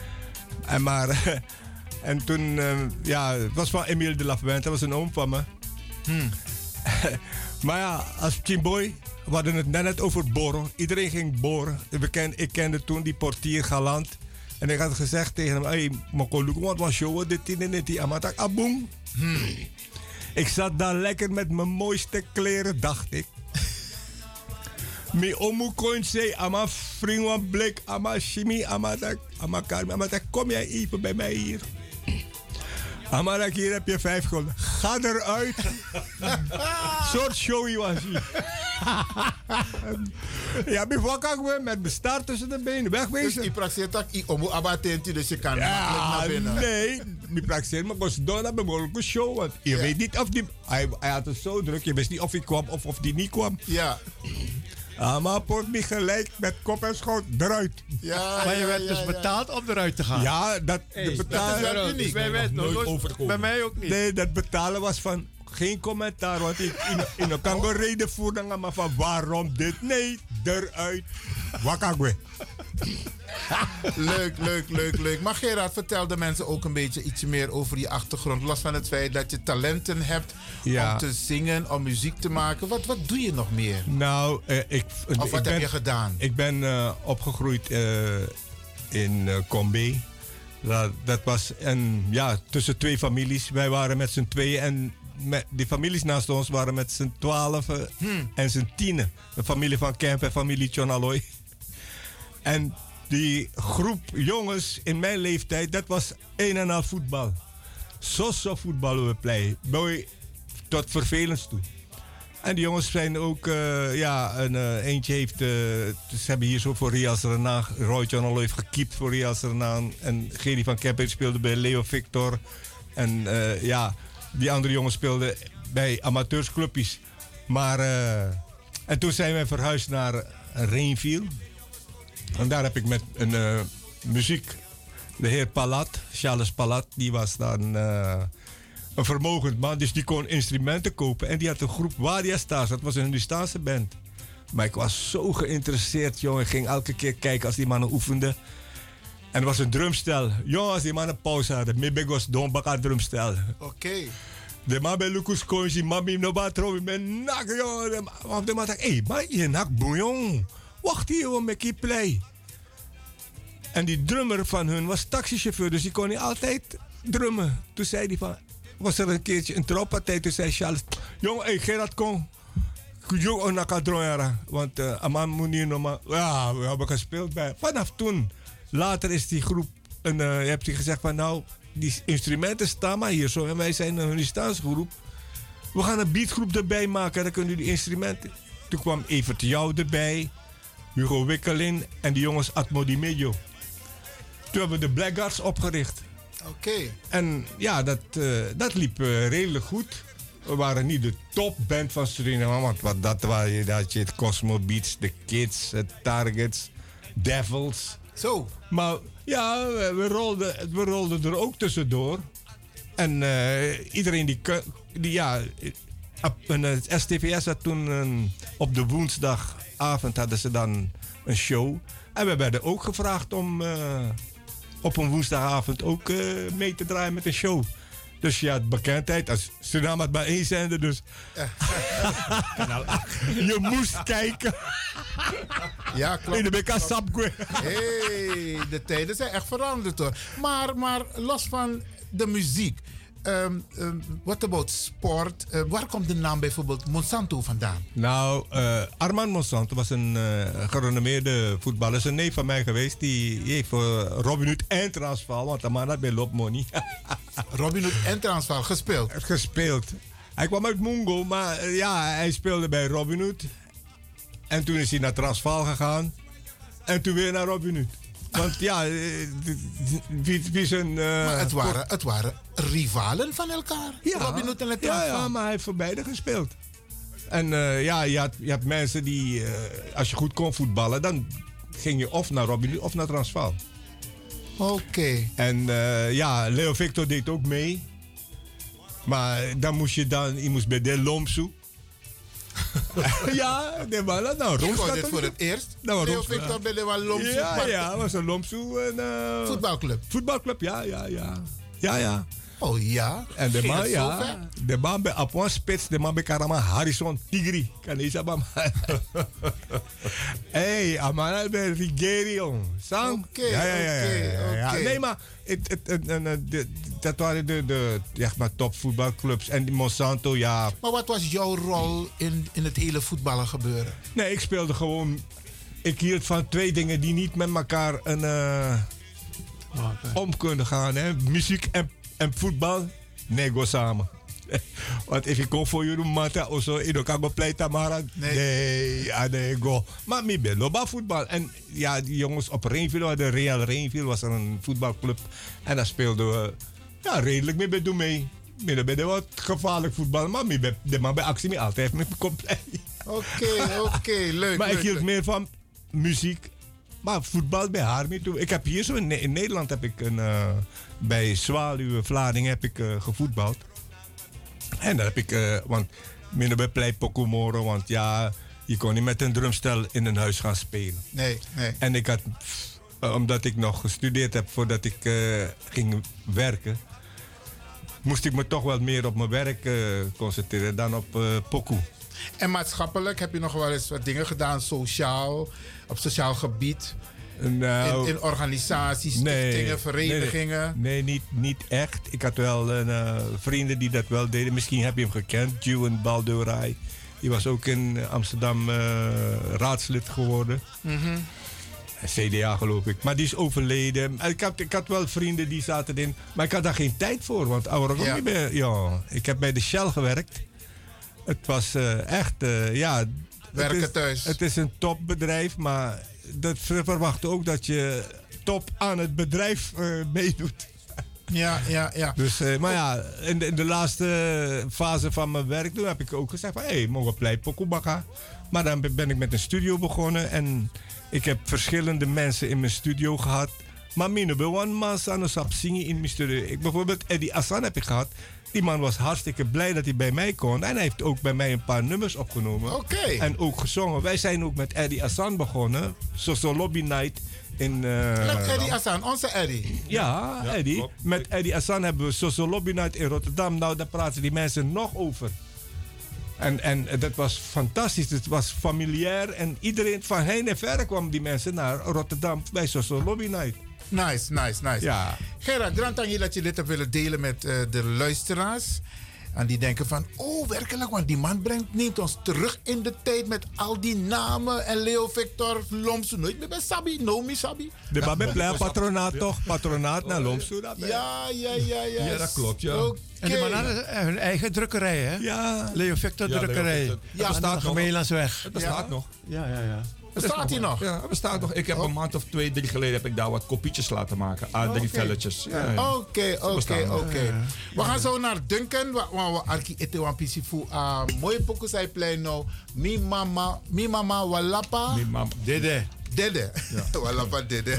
[SPEAKER 15] En toen, het was van Emile de Lafayette, dat was een oom van me. Maar ja, als Chimboy, we hadden het net over boren. Iedereen ging boren. Ik kende toen die portier galant. En ik had gezegd tegen hem, hey, Mokoluku, wat was show, dit en die amatak, aboom. Ik zat daar lekker met mijn mooiste kleren, dacht ik. Mi omu kon zei, ama vriend van blik, ama shimi, amatak, amatak, kom jij even bij mij hier. Amatak, hier heb je 5 gulden. Ga eruit. Soort showy was hij. Ja, ik met mijn staart tussen de benen wegwezen.
[SPEAKER 1] Dus die praxeert dat ik om abatenti, dus je kan makkelijk naar binnen.
[SPEAKER 15] Nee, die praxeert maar kost door naar mijn show. Want je weet niet of die... Hij had het zo druk, je wist niet of hij kwam of die niet kwam.
[SPEAKER 1] Ja.
[SPEAKER 15] Maar poort me gelijk met kop en schoot eruit.
[SPEAKER 14] Ja, maar je werd dus betaald om eruit te gaan.
[SPEAKER 15] Ja, dat betalen...
[SPEAKER 1] Dat is wel uniek.
[SPEAKER 14] Bij mij ook niet.
[SPEAKER 15] Nee, dat betalen was van... Geen commentaar, want ik in een kan gewoon reden voeren, maar van waarom dit? Nee, eruit. Wakagwe.
[SPEAKER 1] Leuk. Maar Gerard, vertel de mensen ook een beetje iets meer over je achtergrond. Los van het feit dat je talenten hebt om te zingen, om muziek te maken. Wat doe je nog meer?
[SPEAKER 15] Nou,
[SPEAKER 1] wat heb je gedaan?
[SPEAKER 15] Ik ben opgegroeid in Combe. Dat was tussen 2 families. Wij waren met z'n 2 en... Die families naast ons waren met z'n 12 en z'n 10. De familie van Kemp en familie Chonaloy. En die groep jongens in mijn leeftijd, dat was een en al voetbal. Zo voetballen we play. Tot vervelend toe. En die jongens zijn ook, eentje heeft, ze hebben hier zo voor Rias Renan, Roy Chonaloy heeft gekiept voor Rias Renan. En Gerry van Kemp speelde bij Leo Victor. En die andere jongens speelden bij amateursclubjes. Maar, en toen zijn we verhuisd naar Rainville. En daar heb ik met een muziek, de heer Palat, Charles Palat, die was dan een vermogend man. Dus die kon instrumenten kopen. En die had een groep Wadia Stars, dat was een Hindustaanse band. Maar ik was zo geïnteresseerd, jongen. Ik ging elke keer kijken als die mannen oefenden. En er was een drumstel. Jongens, als die mannen pauze hadden, me was donbaka drumstel.
[SPEAKER 1] Oké.
[SPEAKER 15] De man bij Lucas Konji, mami no batro, me nak, jongen. Of de man dacht, hé, maar je nak boe, jong. Wacht hier, jongen, met je play. En die drummer van hun was taxichauffeur, dus die kon niet altijd drummen. Toen zei hij van, was er een keertje een trouwpartij, toen zei Charles, jongen, hé, Gerard, kom. Jongen, nak drummen, want Aman moet niet nog maar... Ja, we hebben gespeeld bij. Vanaf toen... Later is die groep, je hebt gezegd van nou, die instrumenten staan maar hier zo. En wij zijn een Hindustaanse groep. We gaan een beatgroep erbij maken, dan kunnen jullie instrumenten. Toen kwam Evert Jou erbij, Hugo Wikkelin en die jongens Atmo Di Medio. Toen hebben we de Blackguards opgericht.
[SPEAKER 1] Oké.
[SPEAKER 15] En ja, dat liep redelijk goed. We waren niet de topband van Suriname, want dat waren het Cosmo Beats, de Kids, de Targets, Devils.
[SPEAKER 1] Zo.
[SPEAKER 15] Maar ja, we rolden er ook tussendoor. En iedereen het STVS had toen op de woensdagavond hadden ze dan een show. En we werden ook gevraagd om op een woensdagavond ook mee te draaien met een show. Dus ja, bekendheid. Als Suriname had maar 1 zender, dus... Je moest kijken.
[SPEAKER 1] Ja, klopt.
[SPEAKER 15] In de BK Sapkwe.
[SPEAKER 1] Hey, de tijden zijn echt veranderd hoor. Maar los van de muziek. What about sport? Waar komt de naam bijvoorbeeld Monsanto vandaan?
[SPEAKER 15] Nou, Armand Monsanto was een gerenommeerde voetballer. Is een neef van mij geweest. Die heeft voor Robin Hood en Transvaal, want de man had bij Lopmoney.
[SPEAKER 1] Robin Hood en Transvaal gespeeld?
[SPEAKER 15] Gespeeld. Hij kwam uit Mungo, maar hij speelde bij Robin Hood. En toen is hij naar Transvaal gegaan. En toen weer naar Robin Hood. Want ja, wie zijn...
[SPEAKER 1] maar het waren rivalen van elkaar. Ja, Robin Hood en het Transvaal.
[SPEAKER 15] Ja, maar hij heeft voor beide gespeeld. En je had mensen die... als je goed kon voetballen, dan ging je of naar Robin Hood of naar Transvaal.
[SPEAKER 1] Oké.
[SPEAKER 15] En Leo Victor deed ook mee. Maar dan moest je moest bij De Lomsu. Ja, de man. Nou,
[SPEAKER 1] ik hoorde dit voor het eerst.
[SPEAKER 15] Nou,
[SPEAKER 1] Leo Victor bij de Lomsu.
[SPEAKER 15] Ja, was een Lomsu.
[SPEAKER 1] Voetbalclub.
[SPEAKER 15] Voetbalclub, ja.
[SPEAKER 1] Oh ja?
[SPEAKER 15] En de man, ja. De man bij Apon Spits, de man bij Karama Harrison Tigri. Kan je zeggen, hey, Amana bij Rigerion. Sang?
[SPEAKER 1] Oké.
[SPEAKER 15] Nee, maar dat waren de topvoetbalclubs. En die Monsanto, ja.
[SPEAKER 1] Maar wat was jouw rol in het hele voetballen gebeuren?
[SPEAKER 15] Nee, ik speelde gewoon. Ik hield van twee dingen die niet met elkaar om kunnen gaan. Hè. Muziek en voetbal, nee, go samen. Want als ik kom voor jullie mata of zo, ik kan go play tamara. Nee, go. Maar ik ben loba voetbal. En ja, die jongens op Reenville, de Real Reenville was er een voetbalclub. En daar speelden we redelijk mee. Ik ben wat gevaarlijk voetbal, maar de man bij actie altijd met me compleet.
[SPEAKER 1] Oké, leuk.
[SPEAKER 15] Maar ik hield meer van muziek. Maar voetbal bij haar mee toe. Ik heb hier zo in Nederland heb ik bij Zwaluwe Vlaardingen heb ik gevoetbald. En daar heb ik, want minder bij Plei Pokumoro, want ja, je kon niet met een drumstel in een huis gaan spelen.
[SPEAKER 1] Nee.
[SPEAKER 15] En ik had, omdat ik nog gestudeerd heb voordat ik ging werken, moest ik me toch wel meer op mijn werk concentreren dan op pokoe.
[SPEAKER 1] En maatschappelijk heb je nog wel eens wat dingen gedaan, op sociaal gebied?
[SPEAKER 15] Nou,
[SPEAKER 1] in organisaties, stichtingen, verenigingen?
[SPEAKER 15] Nee, niet echt. Ik had wel vrienden die dat wel deden. Misschien heb je hem gekend, Juwen Baldeurij. Die was ook in Amsterdam raadslid geworden.
[SPEAKER 1] Mm-hmm.
[SPEAKER 15] CDA geloof ik. Maar die is overleden. Ik had wel vrienden die zaten in. Maar ik had daar geen tijd voor. Want ik heb bij de Shell gewerkt. Het was echt,
[SPEAKER 1] werken thuis.
[SPEAKER 15] Het is een topbedrijf, maar dat verwacht ook dat je top aan het bedrijf meedoet.
[SPEAKER 1] Ja.
[SPEAKER 15] Dus, maar ja, in de laatste fase van mijn werk toen heb ik ook gezegd van, mogen plei pokubaka. Maar dan ben ik met een studio begonnen en ik heb verschillende mensen in mijn studio gehad. Maar mine be one man aan op zingen in mijn studio. Bijvoorbeeld Eddie Assan heb ik gehad. Die man was hartstikke blij dat hij bij mij kon. En hij heeft ook bij mij een paar nummers opgenomen.
[SPEAKER 1] Oké.
[SPEAKER 15] En ook gezongen. Wij zijn ook met Eddie Assan begonnen. Zo'n Lobby Night in...
[SPEAKER 1] met Eddie Assan, onze Eddie.
[SPEAKER 15] Ja, Eddie. Klopt. Met Eddie Assan hebben we zo'n Lobby Night in Rotterdam. Nou, daar praten die mensen nog over. En dat was fantastisch. Het was familiair. En iedereen van heen en ver kwam die mensen naar Rotterdam bij zo'n Lobby Night.
[SPEAKER 1] Nice.
[SPEAKER 15] Ja.
[SPEAKER 1] Gerard, Drantangi dat je dit hebt willen delen met de luisteraars. En die denken van, werkelijk, want die man neemt ons terug in de tijd met al die namen. En Leo Victor, Lomsu, nooit meer bij Sabi, Nomi Sabi.
[SPEAKER 15] De Babbe patronaat toch? Patronaat naar Lomsu.
[SPEAKER 1] Ja.
[SPEAKER 15] Ja, dat klopt, ja.
[SPEAKER 1] Okay.
[SPEAKER 14] En die man had hun eigen drukkerij, hè?
[SPEAKER 15] Ja.
[SPEAKER 14] Leo Victor drukkerij.
[SPEAKER 15] Het bestaat nog.
[SPEAKER 14] Gemeenlandsweg.
[SPEAKER 15] Het bestaat nog.
[SPEAKER 14] Ja.
[SPEAKER 1] Bestaat hij nog?
[SPEAKER 16] Ja, het bestaat nog. Ik heb een maand of 2-3 geleden heb ik daar wat kopietjes laten maken. A3 velletjes.
[SPEAKER 1] Oké. We gaan zo naar Duncan. We arki ete wan pisi fu mooie pokus hij plein nou. Mi mama walapa.
[SPEAKER 15] Dede.
[SPEAKER 1] Ja. Walapa dede.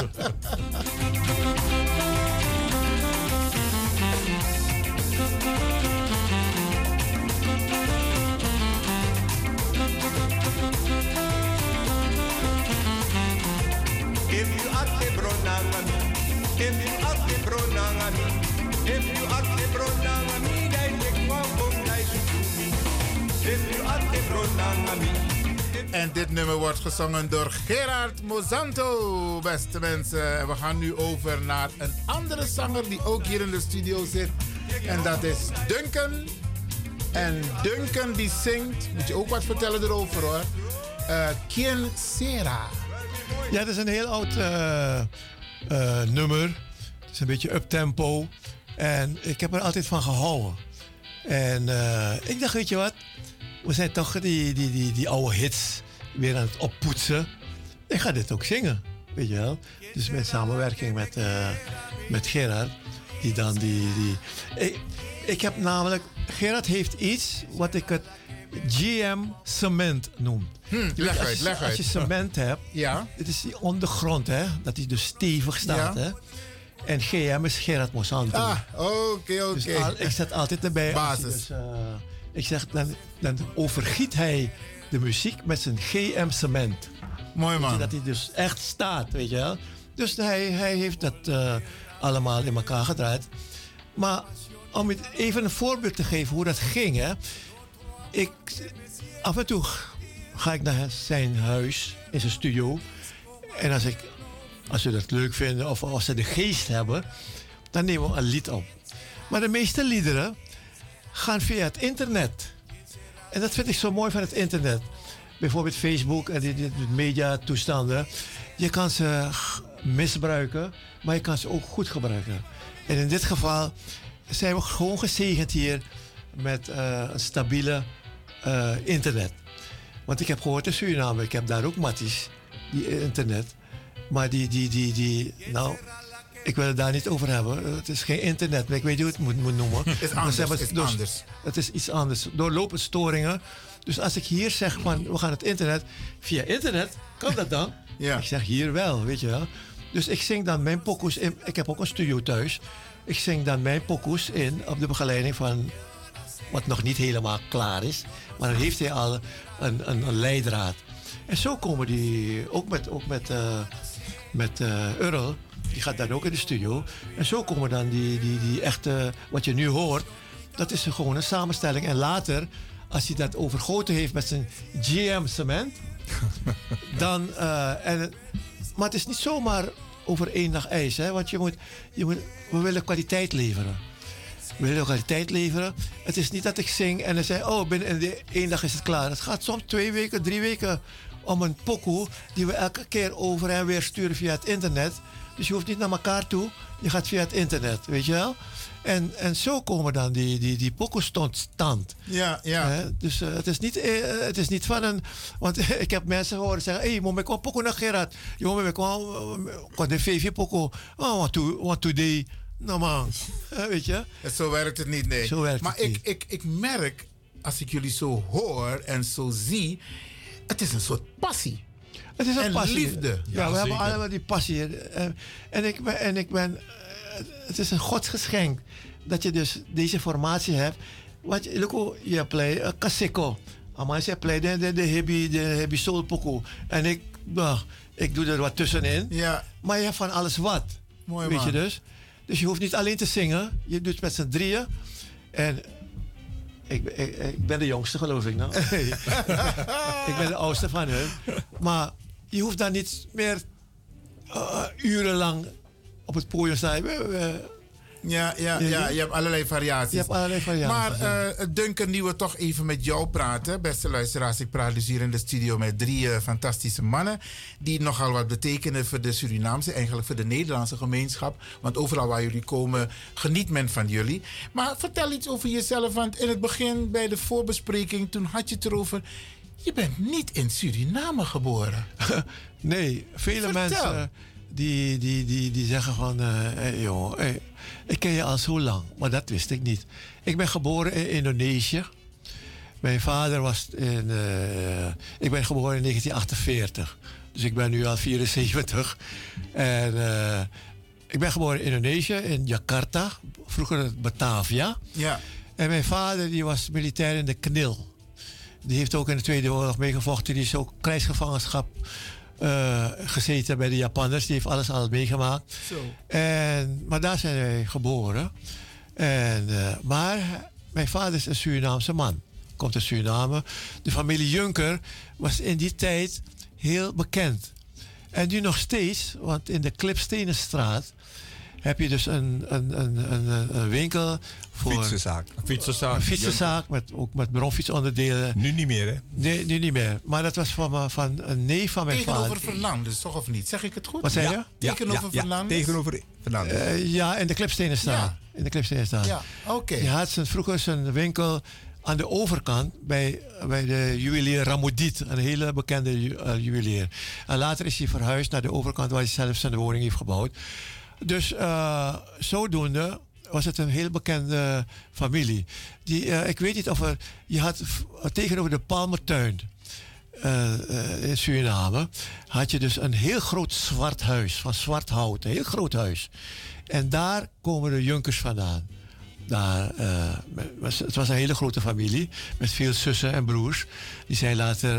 [SPEAKER 1] En dit nummer wordt gezongen door Gerard Mozanto, beste mensen. En we gaan nu over naar een andere zanger die ook hier in de studio zit. En dat is Duncan. En Duncan die zingt, moet je ook wat vertellen erover hoor. Quien Sera.
[SPEAKER 14] Ja, dat is een heel oud nummer. Het is een beetje uptempo. En ik heb er altijd van gehouden. En ik dacht, weet je wat? We zijn toch die oude hits weer aan het oppoetsen. Ik ga dit ook zingen, weet je wel. Dus met samenwerking met Gerard. Die dan Ik heb namelijk... Gerard heeft iets wat ik het GM cement noem.
[SPEAKER 1] Leg uit.
[SPEAKER 14] Als je cement hebt, het is die ondergrond, hè, dat die dus stevig staat. Hè. En GM is Gerard Mozanto.
[SPEAKER 1] Oké.
[SPEAKER 14] Dus ik zet altijd erbij.
[SPEAKER 1] Basis.
[SPEAKER 14] Dus, ik zeg, dan overgiet hij de muziek met zijn GM cement.
[SPEAKER 1] Mooi man.
[SPEAKER 14] Dat hij dus echt staat, weet je wel. Dus hij heeft dat allemaal in elkaar gedraaid. Maar om het even een voorbeeld te geven hoe dat ging. Hè. Af en toe ga ik naar zijn huis, in zijn studio. En als ze dat leuk vinden of als ze de geest hebben, dan nemen we een lied op. Maar de meeste liederen gaan via het internet. En dat vind ik zo mooi van het internet. Bijvoorbeeld Facebook en de mediatoestanden. Je kan ze misbruiken, maar je kan ze ook goed gebruiken. En in dit geval zijn we gewoon gezegend hier met een stabiele internet. Want ik heb gehoord in Suriname, ik heb daar ook matties, die internet. Maar nou, ik wil het daar niet over hebben. Het is geen internet, maar ik weet niet hoe het moet noemen.
[SPEAKER 1] Het is anders.
[SPEAKER 14] Het is iets anders. Doorlopende storingen. Dus als ik hier zeg van we gaan het internet, via internet, kan dat dan?
[SPEAKER 1] Ja.
[SPEAKER 14] Ik zeg hier wel, weet je wel. Dus ik zing dan mijn pokoes in. Ik heb ook een studio thuis. Ik zing dan mijn pokoes in op de begeleiding van wat nog niet helemaal klaar is. Maar dan heeft hij al een leidraad. En zo komen die, ook met Earl, die gaat dan ook in de studio. En zo komen dan die echte, wat je nu hoort, dat is gewoon een samenstelling. En later, als hij dat overgoten heeft met zijn GM cement, dan, maar het is niet zomaar over één dag ijs, hè, want we willen kwaliteit leveren. We willen kwaliteit leveren. Het is niet dat ik zing en dan zeg binnen één dag is het klaar. Het gaat soms 2 weken, 3 weken om een pokoe die we elke keer over en weer sturen via het internet. Dus je hoeft niet naar elkaar toe. Je gaat via het internet, weet je wel? En zo komen dan die pokoes tot stand.
[SPEAKER 1] Ja.
[SPEAKER 14] Dus het is niet van een... Want ik heb mensen horen zeggen... Hey, moet ik wel pokoe naar Gerard? Je moet ik wel de VV pokoe. What today... Nou man, weet je?
[SPEAKER 1] Zo werkt het niet, nee.
[SPEAKER 14] Maar
[SPEAKER 1] ik merk, als ik jullie zo hoor en zo zie... Het is een soort passie.
[SPEAKER 14] Het is een passie.
[SPEAKER 1] Liefde.
[SPEAKER 14] Ja, we hebben allemaal die passie. En ik ben... Het is een godsgeschenk dat je dus deze formatie hebt. Want je play Kaseko. Maar je play de hebi soul pokoe. En ik doe er wat tussenin.
[SPEAKER 1] Ja.
[SPEAKER 14] Maar je hebt van alles wat.
[SPEAKER 1] Mooi,
[SPEAKER 14] weet
[SPEAKER 1] man.
[SPEAKER 14] je dus? Dus je hoeft niet alleen te zingen. Je doet het met z'n drieën. En ik ben de jongste, geloof ik. Nou. Ik ben de oudste van hun. Maar je hoeft dan niet meer urenlang op het podium te staan.
[SPEAKER 1] Ja, je hebt allerlei variaties. Maar Duncan, nu we toch even met jou praten. Beste luisteraars, ik praat dus hier in de studio met 3 fantastische mannen. Die nogal wat betekenen voor de Surinaamse, eigenlijk voor de Nederlandse gemeenschap. Want overal waar jullie komen, geniet men van jullie. Maar vertel iets over jezelf, want in het begin bij de voorbespreking, toen had je het erover... Je bent niet in Suriname geboren.
[SPEAKER 14] Nee, vele mensen die zeggen van... ik ken je al zo lang, maar dat wist ik niet. Ik ben geboren in Indonesië. Mijn vader was ik ben geboren in 1948. Dus ik ben nu al 74. En ik ben geboren in Indonesië, in Jakarta. Vroeger Batavia.
[SPEAKER 1] Ja.
[SPEAKER 14] En mijn vader die was militair in de KNIL. Die heeft ook in de Tweede Oorlog meegevochten. Die is ook krijgsgevangenschap gezeten bij de Japanners. Die heeft alles al meegemaakt. Maar daar zijn wij geboren. Maar mijn vader is een Surinaamse man. Komt uit Suriname. De familie Juncker was in die tijd heel bekend. En nu nog steeds, want in de Klipstenenstraat heb je dus een winkel voor... Fietsenzaak. Ook met bronfietsonderdelen.
[SPEAKER 15] Nu niet meer, hè?
[SPEAKER 14] Nee, nu niet meer. Maar dat was van een neef van mijn vader.
[SPEAKER 1] Tegenover Fernandes, toch of niet? Zeg ik het goed?
[SPEAKER 14] Wat zei je?
[SPEAKER 1] Tegenover Fernandes?
[SPEAKER 15] Tegenover Fernandes.
[SPEAKER 14] Ja, in de Klipstenenstraat.
[SPEAKER 1] Ja.
[SPEAKER 14] In de Klipstenenstraat.
[SPEAKER 1] Ja, oké.
[SPEAKER 14] Hij had vroeger zijn winkel aan de overkant bij de juwelier Ramodiet. Een hele bekende juwelier. En later is hij verhuisd naar de overkant waar hij zelf zijn woning heeft gebouwd. Dus zodoende was het een heel bekende familie. Ik weet niet of je had tegenover de Palmertuin in Suriname had je dus een heel groot zwart huis van zwart hout, een heel groot huis. En daar komen de Junkers vandaan. daar, het was een hele grote familie met veel zussen en broers. Die zijn later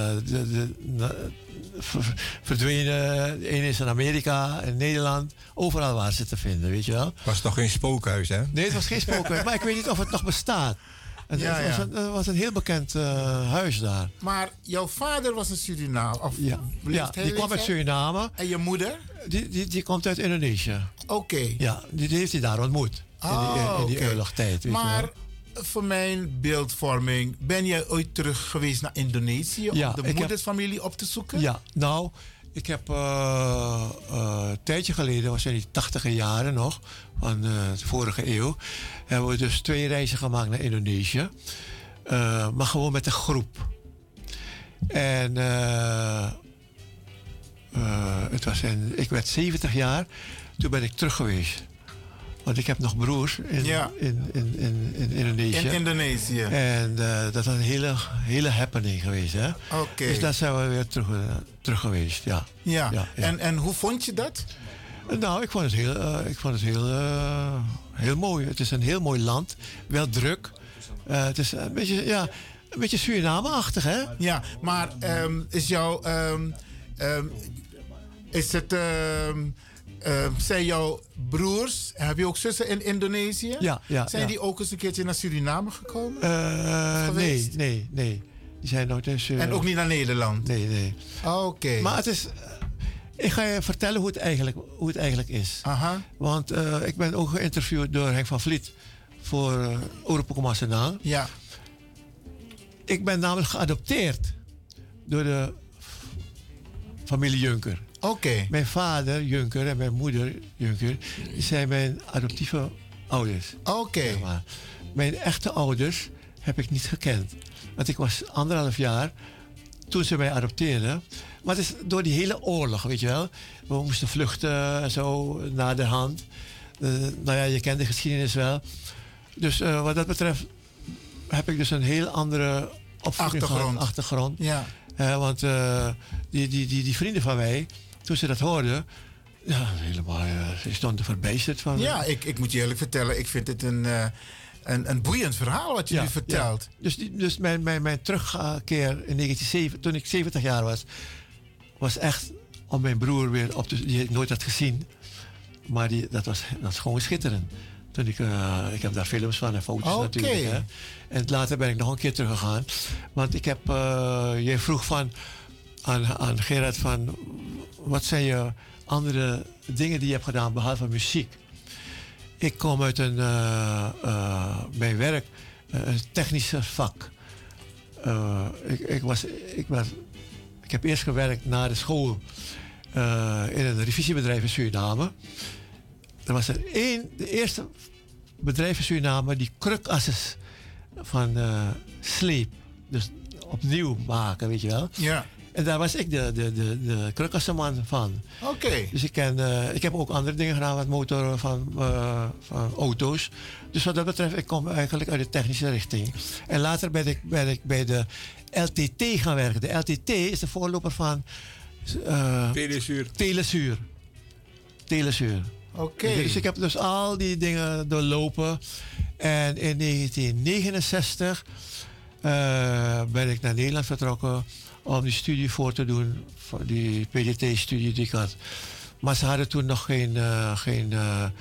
[SPEAKER 14] verdwenen. Eén is in Amerika, in Nederland. Overal waren ze te vinden, weet je wel.
[SPEAKER 15] Het was toch geen spookhuis, hè?
[SPEAKER 14] Nee, het was geen spookhuis. Maar ik weet niet of het nog bestaat. Het was een heel bekend huis daar.
[SPEAKER 1] Maar jouw vader was een Surinaam?
[SPEAKER 14] Die kwam uit Suriname.
[SPEAKER 1] En je moeder?
[SPEAKER 14] Die komt uit Indonesië.
[SPEAKER 1] Oké.
[SPEAKER 14] Ja, die heeft hij daar ontmoet. In die oorlogstijd.
[SPEAKER 1] Maar voor mijn beeldvorming, ben jij ooit terug geweest naar Indonesië om de moedersfamilie op te zoeken?
[SPEAKER 14] Ja, nou, ik heb een tijdje geleden, was in die 80e jaren nog, van de vorige eeuw, hebben we dus 2 reizen gemaakt naar Indonesië. Maar gewoon met een groep. En ik werd 70 jaar, toen ben ik terug geweest. Want ik heb nog broers in Indonesië.
[SPEAKER 1] In Indonesië.
[SPEAKER 14] En dat was een hele happening geweest. Hè?
[SPEAKER 1] Oké.
[SPEAKER 14] Dus daar zijn we weer terug geweest, ja.
[SPEAKER 1] Ja. En hoe vond je dat?
[SPEAKER 14] Nou, ik vond het heel mooi. Het is een heel mooi land. Wel druk. Het is een beetje Suriname-achtig, hè?
[SPEAKER 1] Ja, maar is jouw... is het... zijn jouw broers, heb je ook zussen in Indonesië?
[SPEAKER 14] Ja.
[SPEAKER 1] Zijn die ook eens een keertje naar Suriname gekomen?
[SPEAKER 14] Nee. Die zijn nooit in Suriname.
[SPEAKER 1] En ook niet naar Nederland?
[SPEAKER 14] Nee.
[SPEAKER 1] Oké.
[SPEAKER 14] Maar het is... Ik ga je vertellen hoe het eigenlijk is.
[SPEAKER 1] Aha.
[SPEAKER 14] Want ik ben ook geïnterviewd door Henk van Vliet voor Oropoko Senang.
[SPEAKER 1] Ja.
[SPEAKER 14] Ik ben namelijk geadopteerd door de familie Junker.
[SPEAKER 1] Oké.
[SPEAKER 14] Mijn vader Junker en mijn moeder Junker, die zijn mijn adoptieve ouders.
[SPEAKER 1] Oké.
[SPEAKER 14] Zeg maar. Mijn echte ouders heb ik niet gekend. Want ik was 1,5 jaar toen ze mij adopteerden. Maar het is door die hele oorlog, weet je wel. We moesten vluchten en zo naderhand. Nou ja, je kent de geschiedenis wel. Dus wat dat betreft heb ik dus een heel andere achtergrond.
[SPEAKER 1] Ja.
[SPEAKER 14] Want die vrienden van mij, toen ze dat hoorden, ja, helemaal, ze stonden verbijsterd van.
[SPEAKER 1] Ja, ik moet je eerlijk vertellen, ik vind het een boeiend verhaal wat je nu vertelt.
[SPEAKER 14] Ja. Dus mijn terugkeer in 1970, toen ik 70 jaar was echt om mijn broer weer op te... Die ik nooit had gezien. Maar dat was gewoon schitterend. Toen ik heb daar films van en foto's natuurlijk. Hè. En later ben ik nog een keer teruggegaan. Want ik heb... jij vroeg aan Gerard van... Wat zijn je andere dingen die je hebt gedaan behalve muziek? Ik kom uit mijn werk, een technische vak. Ik heb eerst gewerkt na de school in een revisiebedrijf in Suriname. Er was de eerste bedrijf in Suriname die krukasses van sleep, dus opnieuw maken, weet je wel.
[SPEAKER 1] Ja.
[SPEAKER 14] En daar was ik de krukassenman van.
[SPEAKER 1] Oké.
[SPEAKER 14] Dus ik heb ook andere dingen gedaan met motoren van auto's. Dus wat dat betreft, ik kom eigenlijk uit de technische richting. En later ben ik bij de LTT gaan werken. De LTT is de voorloper van... Telesuur.
[SPEAKER 1] Oké.
[SPEAKER 14] Dus ik heb dus al die dingen doorlopen. En in 1969 ben ik naar Nederland vertrokken om die studie voor te doen, die PDT-studie die ik had. Maar ze hadden toen nog geen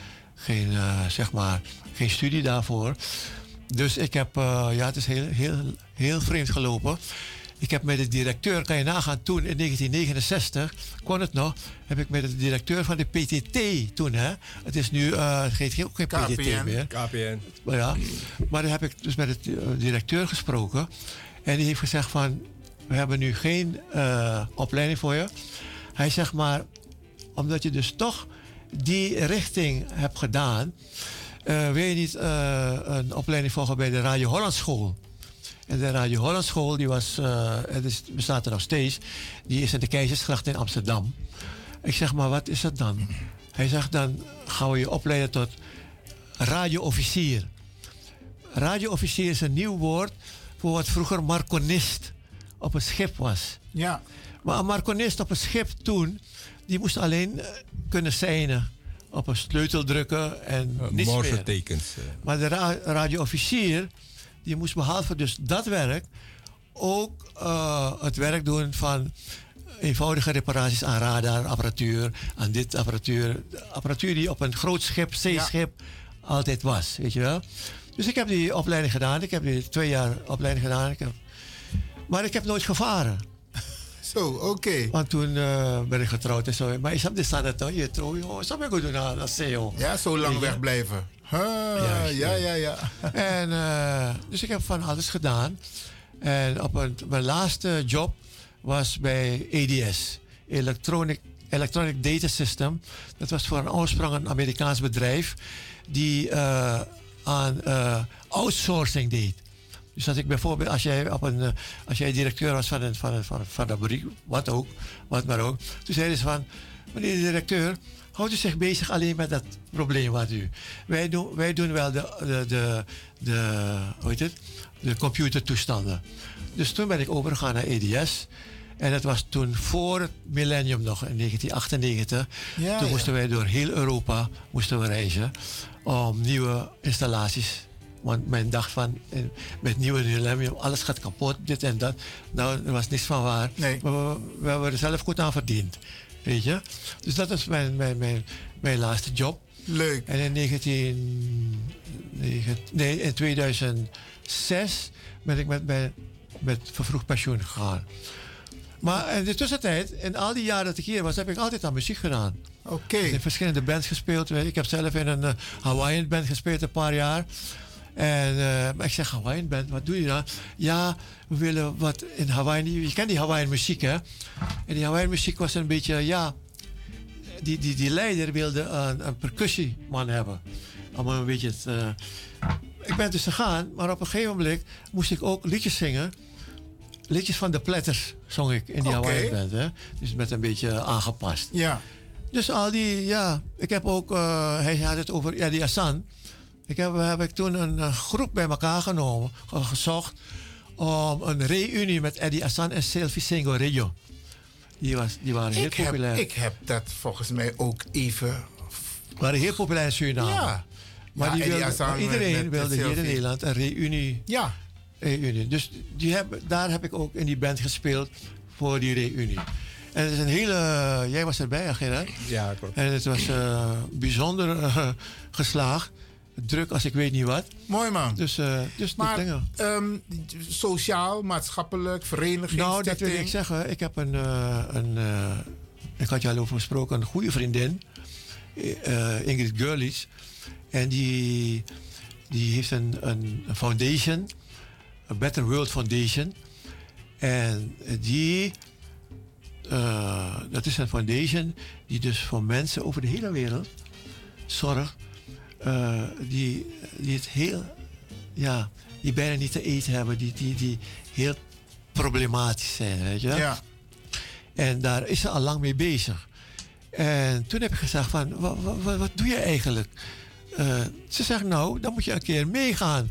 [SPEAKER 14] studie daarvoor. Dus ik heb, het is heel vreemd gelopen. Ik heb met de directeur, kan je nagaan, toen in 1969, kon het nog, heb ik met de directeur van de PTT toen, hè. Het is nu, het geeft ook geen PTT meer.
[SPEAKER 15] KPN.
[SPEAKER 14] Ja, maar dan heb ik dus met de directeur gesproken. En die heeft gezegd van, we hebben nu geen opleiding voor je. Hij zegt maar, omdat je dus toch die richting hebt gedaan, wil je niet een opleiding volgen bij de Radio Holland School. En de Radio Holland School, die bestaat er nog steeds. Die is in de Keizersgracht in Amsterdam. Ik zeg maar, wat is dat dan? Hij zegt, dan gaan we je opleiden tot radioofficier. Radioofficier is een nieuw woord voor wat vroeger marconist op een schip was.
[SPEAKER 1] Ja.
[SPEAKER 14] Maar een marconist op een schip toen, die moest alleen kunnen seinen op een sleutel drukken en niets meer.
[SPEAKER 15] Morsetekens.
[SPEAKER 14] Maar de radioofficier, die moest behalve dus dat werk ook het werk doen van eenvoudige reparaties aan radarapparatuur, aan dit apparatuur. Apparatuur die op een groot schip, zeeschip, altijd was, weet je wel. Dus ik heb die opleiding gedaan. Ik heb die 2 jaar opleiding gedaan. Maar ik heb nooit gevaren.
[SPEAKER 1] Zo, oké.
[SPEAKER 14] Want toen ben ik getrouwd en zo. Maar ik heb dit staan toch? Je trouw, joh. Zou ik goed doen aan CEO?
[SPEAKER 1] Ja, zo lang wegblijven. Ja.
[SPEAKER 14] En dus ik heb van alles gedaan. En mijn laatste job was bij ADS, Electronic Data System. Dat was voor een oorsprong een Amerikaans bedrijf die aan outsourcing deed. Dus dat ik bijvoorbeeld, als jij directeur was van een fabriek, wat maar ook. Toen zeiden ze van, meneer de directeur, houdt u zich bezig alleen met dat probleem wat u. Wij doen wel de computertoestanden. Dus toen ben ik overgegaan naar EDS. En dat was toen voor het millennium nog, in 1998. Toen moesten wij door heel Europa reizen om nieuwe installaties. Want men dacht van, met nieuwe millennium, alles gaat kapot, dit en dat. Nou, er was niks van waar. Nee. Maar we hebben er zelf goed aan verdiend. Weet je? Dus dat was mijn laatste job.
[SPEAKER 1] Leuk.
[SPEAKER 14] En in 2006 ben ik met vervroegd pensioen gegaan. Maar in de tussentijd, in al die jaren dat ik hier was, heb ik altijd aan muziek gedaan.
[SPEAKER 1] Oké.
[SPEAKER 14] Ik heb verschillende bands gespeeld. Ik heb zelf in een Hawaiian band gespeeld een paar jaar. Maar ik zeg, Hawaiian band, wat doe je dan? Ja, we willen wat in Hawaii. Je kent die Hawaiian muziek, hè? En die Hawaiian muziek was een beetje, ja... Die leider wilde een percussieman hebben. Om een beetje het... Ik ben dus gegaan, maar op een gegeven moment moest ik ook liedjes zingen. Liedjes van de Platters zong ik in die Hawaiian band, hè? Dus met een beetje aangepast.
[SPEAKER 1] Ja.
[SPEAKER 14] Dus al die, ja... Ik heb ook... hij had het over Eddie Hassan. Heb ik toen een groep bij elkaar gezocht om een reunie met Eddie Hassan en Selfie Singo Radio. Die waren heel populair.
[SPEAKER 1] Ik heb dat volgens mij ook even...
[SPEAKER 14] waren heel populair in Suriname.
[SPEAKER 1] Ja.
[SPEAKER 14] Maar iedereen wilde hier in Nederland een reunie.
[SPEAKER 1] Ja.
[SPEAKER 14] Reunie. Dus daar heb ik ook in die band gespeeld voor die reunie. En het is een hele... Jij was erbij, Gerard?
[SPEAKER 15] Ja, klopt.
[SPEAKER 14] En het was bijzonder geslaagd. Druk als ik weet niet wat.
[SPEAKER 1] Mooi man.
[SPEAKER 14] Dus
[SPEAKER 1] maar
[SPEAKER 14] dingen.
[SPEAKER 1] Sociaal, maatschappelijk, vereniging.
[SPEAKER 14] Nou, dat wil ik zeggen. Ik heb ik had je al over gesproken, een goede vriendin. Ingrid Gurlies. En die heeft een foundation. Een Better World Foundation. En dat is een foundation die dus voor mensen over de hele wereld zorgt. Die het heel, ja, die bijna niet te eten hebben, die heel problematisch zijn, weet je wel?
[SPEAKER 1] Ja.
[SPEAKER 14] En daar is ze al lang mee bezig. En toen heb ik gezegd van, wat doe je eigenlijk? Ze zegt, nou, dan moet je een keer meegaan.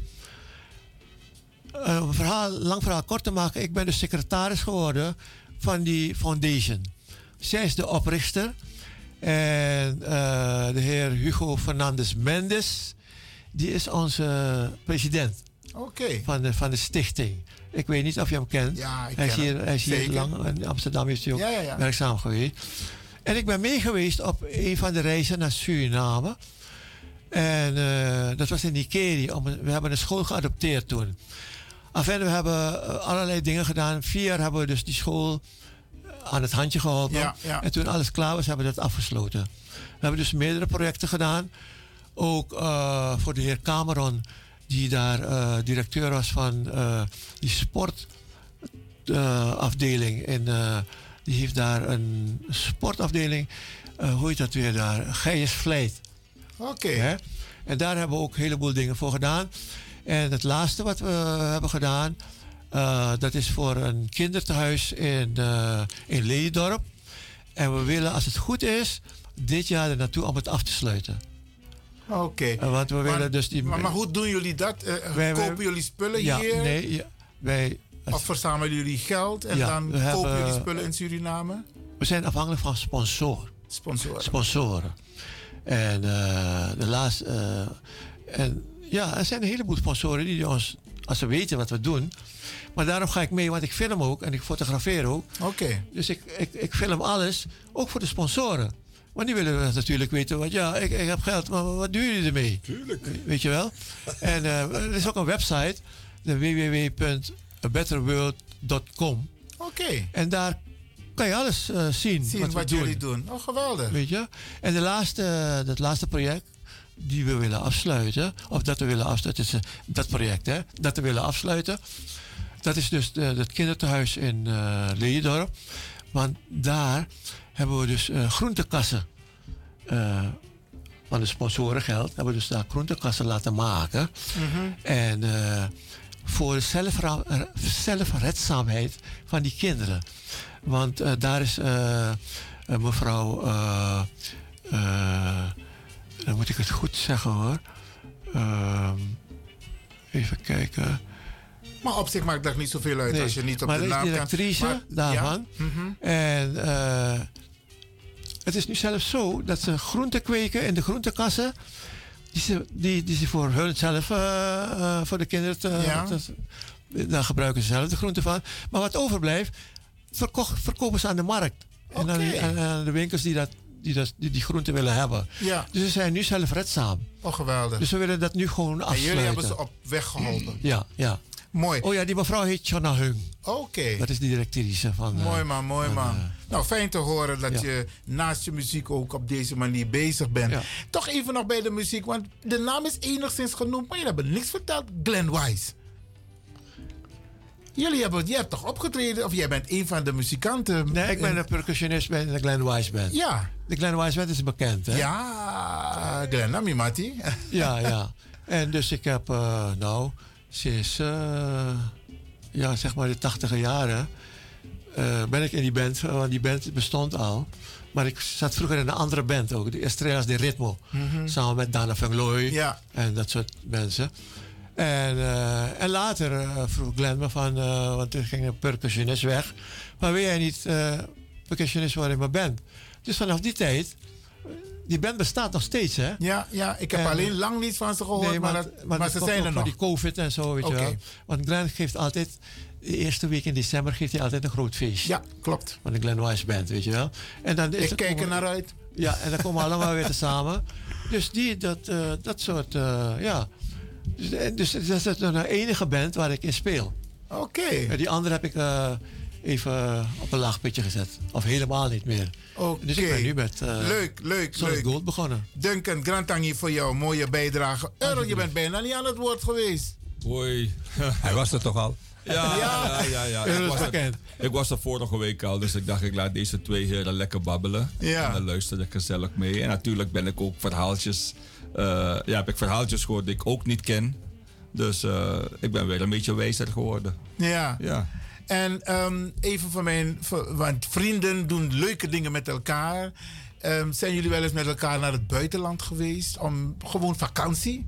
[SPEAKER 14] Lang verhaal kort te maken, ik ben de secretaris geworden van die foundation. Zij is de oprichter. En de heer Hugo Fernandez Mendes, die is onze president van de stichting. Ik weet niet of je hem kent.
[SPEAKER 1] Ja,
[SPEAKER 14] hij is hier lang in Amsterdam is hij ook werkzaam geweest. En ik ben meegeweest op een van de reizen naar Suriname. En dat was in Nikeri. We hebben een school geadopteerd toen. Enfin, we hebben allerlei dingen gedaan. 4 jaar hebben we dus die school aan het handje geholpen. Ja. En toen alles klaar was, hebben we dat afgesloten. We hebben dus meerdere projecten gedaan. Ook voor de heer Cameron, die daar directeur was van die sportafdeling. Die heeft daar een sportafdeling. Hoe heet dat weer daar? Gijs Vlijt.
[SPEAKER 1] Oké.
[SPEAKER 14] En daar hebben we ook een heleboel dingen voor gedaan. En het laatste wat we hebben gedaan... dat is voor een kinderthuis in Leedorp. En we willen, als het goed is, dit jaar er naartoe om het af te sluiten.
[SPEAKER 1] Oké.
[SPEAKER 14] Want we willen dus die...
[SPEAKER 1] Maar hoe doen jullie dat? Kopen jullie spullen hier?
[SPEAKER 14] Nee,
[SPEAKER 1] of verzamelen jullie geld en dan kopen jullie spullen in Suriname?
[SPEAKER 14] We zijn afhankelijk van sponsoren. En de laatste... en ja, er zijn een heleboel sponsoren die ons, als ze weten wat we doen... Maar daarom ga ik mee, want ik film ook en ik fotografeer ook.
[SPEAKER 1] Oké.
[SPEAKER 14] Dus ik film alles, ook voor de sponsoren. Want die willen natuurlijk weten, want ja, ik heb geld, maar wat doen jullie ermee?
[SPEAKER 1] Tuurlijk.
[SPEAKER 14] Weet je wel? En er is ook een website, de www.abetterworld.com.
[SPEAKER 1] Oké.
[SPEAKER 14] En daar kan je alles zien
[SPEAKER 1] wat jullie doen. Oh, geweldig.
[SPEAKER 14] Weet je? En dat laatste project die we willen afsluiten, of dat we willen afsluiten, is dat project, hè? Dat we willen afsluiten. Dat is dus het kinderthuis in Leedorp. Want daar hebben we dus groentekassen van de sponsorengeld. Hebben we dus daar groentekassen laten maken.
[SPEAKER 1] Mhm.
[SPEAKER 14] En voor de zelfredzaamheid van die kinderen. Want daar is mevrouw... dan moet ik het goed zeggen hoor. Even kijken...
[SPEAKER 1] Maar op zich maakt dat niet zoveel uit als je niet op de naam kan.
[SPEAKER 14] Maar de directrice daarvan. Ja. Mm-hmm. En het is nu zelfs zo dat ze groenten kweken in de groentekassen. Die ze voor hunzelf, voor de kinderen, daar gebruiken ze zelf de groenten van. Maar wat overblijft, verkopen ze aan de markt.
[SPEAKER 1] Okay.
[SPEAKER 14] En aan de winkels die groenten willen hebben.
[SPEAKER 1] Ja.
[SPEAKER 14] Dus ze zijn nu zelfredzaam.
[SPEAKER 1] Oh, geweldig.
[SPEAKER 14] Dus we willen dat nu gewoon afsluiten.
[SPEAKER 1] En jullie hebben ze op weg geholpen.
[SPEAKER 14] Ja.
[SPEAKER 1] Mooi.
[SPEAKER 14] Oh ja, die mevrouw heet Jonna Hung.
[SPEAKER 1] Oké.
[SPEAKER 14] Dat is de directrice van...
[SPEAKER 1] Mooi man. Nou, fijn te horen dat je naast je muziek ook op deze manier bezig bent. Ja. Toch even nog bij de muziek, want de naam is enigszins genoemd, maar je hebt niks verteld. Glenn Wise. Jij hebt toch opgetreden, of jij bent een van de muzikanten?
[SPEAKER 14] Nee, ik ben een percussionist bij de Glenn Wise Band.
[SPEAKER 1] Ja.
[SPEAKER 14] De Glenn Wise Band is bekend, hè?
[SPEAKER 1] Ja, Glenn Amimati.
[SPEAKER 14] Ja. En dus ik heb, sinds, zeg maar de 80e jaren, ben ik in die band, want die band bestond al. Maar ik zat vroeger in een andere band ook, de Estrellas de Ritmo. Mm-hmm. Samen met Dana Vangloy en dat soort mensen. En later vroeg Glenn me van, want er ging een percussionist weg. Maar wil jij niet percussionist worden in mijn band? Dus vanaf die tijd, die band bestaat nog steeds, hè?
[SPEAKER 1] Ja, ik heb alleen lang niet van ze gehoord, nee, maar ze zijn er nog.
[SPEAKER 14] Die COVID en zo, weet je wel. Want Glenn geeft altijd, de eerste week in december geeft hij altijd een groot feest.
[SPEAKER 1] Ja, klopt.
[SPEAKER 14] Van de Glenn Wise Band, weet je wel. En dan is
[SPEAKER 1] ik kijk er naar uit.
[SPEAKER 14] Ja, en dan komen we allemaal weer samen. Dus dat soort, Dus dat is de enige band waar ik in speel.
[SPEAKER 1] Oké.
[SPEAKER 14] Die andere heb ik even op een laag pitje gezet. Of helemaal niet meer.
[SPEAKER 1] Okay.
[SPEAKER 14] Dus ik ben nu met
[SPEAKER 1] Solid
[SPEAKER 14] Gold begonnen.
[SPEAKER 1] Duncan, Grantangi voor jouw mooie bijdrage. Earl, je bent bijna niet aan het woord geweest.
[SPEAKER 16] Hoi.
[SPEAKER 15] Hij was er toch al?
[SPEAKER 16] Ja. Ik was er vorige week al, dus ik dacht ik laat deze twee heren lekker babbelen.
[SPEAKER 1] Ja.
[SPEAKER 16] En dan luister ik gezellig mee. En natuurlijk ben ik ook heb ik verhaaltjes gehoord die ik ook niet ken. Dus ik ben weer een beetje wijzer geworden.
[SPEAKER 1] Ja. En even want vrienden doen leuke dingen met elkaar. Zijn jullie wel eens met elkaar naar het buitenland geweest? Om gewoon vakantie?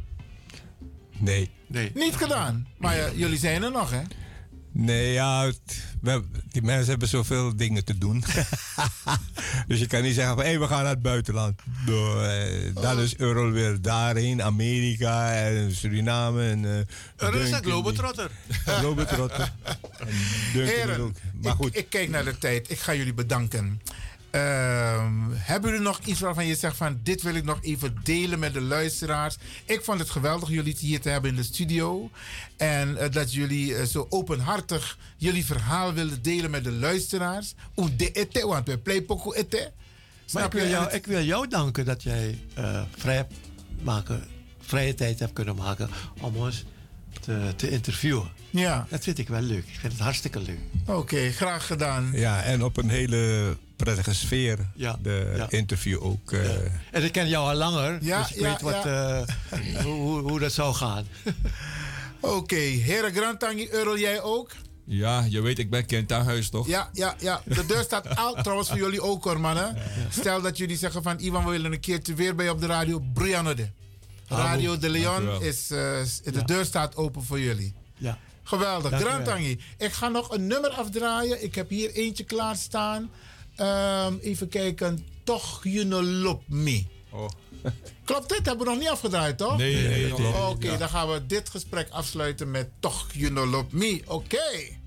[SPEAKER 15] Nee.
[SPEAKER 1] Niet gedaan? Maar jullie zijn er nog, hè?
[SPEAKER 15] Nee, die mensen hebben zoveel dingen te doen. Dus je kan niet zeggen van, we gaan naar het buitenland. Dan is Earl weer daarheen, Amerika en Suriname.
[SPEAKER 14] Earl is een globetrotter.
[SPEAKER 15] Globetrotter.
[SPEAKER 1] Heren, maar goed. Ik kijk naar de tijd. Ik ga jullie bedanken. Hebben jullie nog iets waarvan je zegt van dit wil ik nog even delen met de luisteraars? Ik vond het geweldig jullie hier te hebben in de studio. En dat jullie zo openhartig jullie verhaal willen delen met de luisteraars. Want we play poco ete.
[SPEAKER 14] Maar ik wil jou danken dat jij vrije tijd hebt kunnen maken om ons te interviewen.
[SPEAKER 1] Ja.
[SPEAKER 14] Dat vind ik wel leuk. Ik vind het hartstikke leuk.
[SPEAKER 1] Oké, graag gedaan.
[SPEAKER 15] Ja, en op een hele prettige sfeer. Interview ook.
[SPEAKER 14] En ik ken jou al langer, dus ik weet hoe dat zou gaan.
[SPEAKER 1] Oké, heren Grantangi, Earl, jij ook?
[SPEAKER 16] Ja, je weet, ik ben kind aan huis, toch?
[SPEAKER 1] Ja. De deur staat uit, trouwens voor jullie ook hoor, mannen. Stel dat jullie zeggen van, Ivan, we willen een keertje weer bij op de radio. Brianne. Radio de Leon is, de deur staat open voor jullie.
[SPEAKER 14] Ja.
[SPEAKER 1] Geweldig. Grantangi, ik ga nog een nummer afdraaien. Ik heb hier eentje klaarstaan. Even kijken. Toch you no love me.
[SPEAKER 15] Oh.
[SPEAKER 1] Klopt dit? Hebben we nog niet afgedraaid, toch?
[SPEAKER 16] Nee.
[SPEAKER 1] Oké, dan gaan we dit gesprek afsluiten met Toch You Know Love Me. Oké.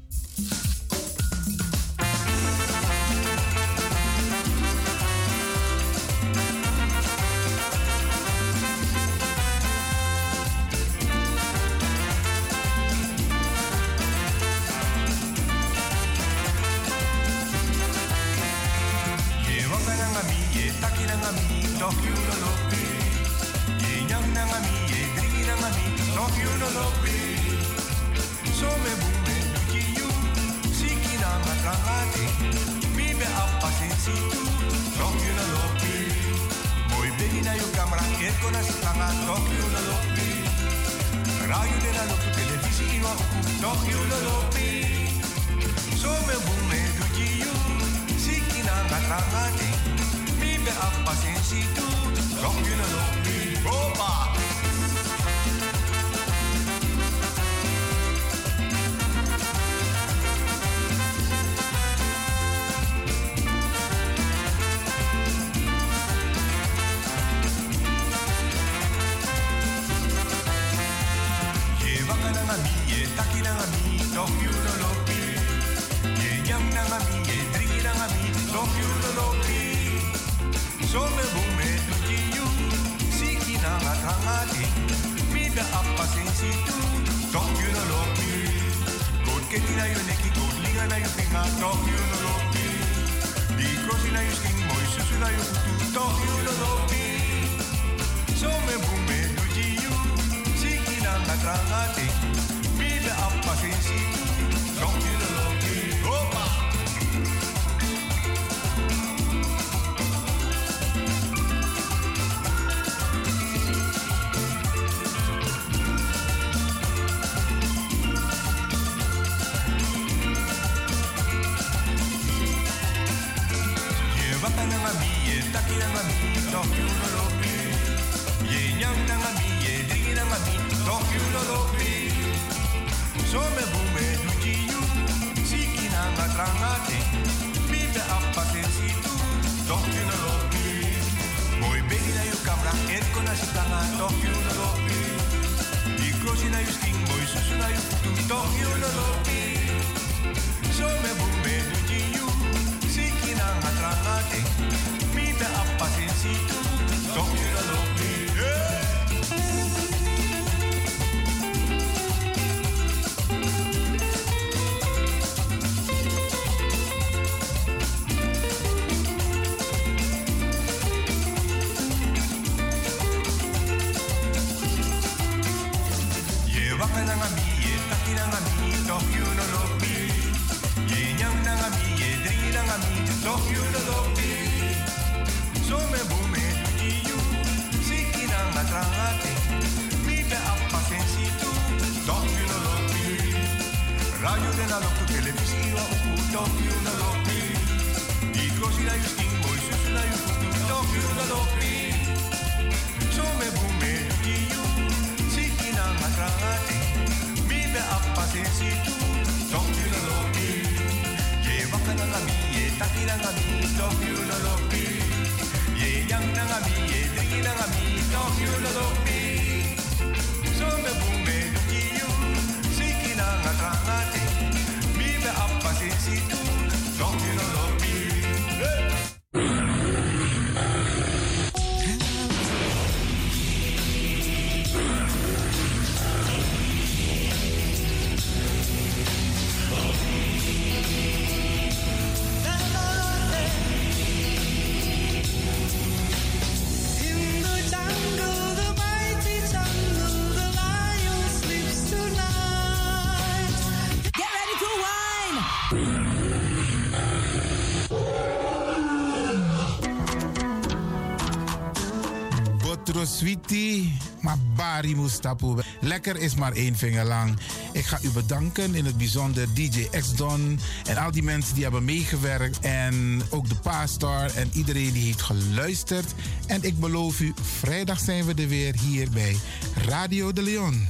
[SPEAKER 20] Sweetie, maar Bari Mustapu. Lekker is maar 1 vinger lang. Ik ga u bedanken, in het bijzonder DJ X-Don en al die mensen die hebben meegewerkt. En ook de Pastor en iedereen die heeft geluisterd. En ik beloof u, vrijdag zijn we er weer hier bij Radio de Leon.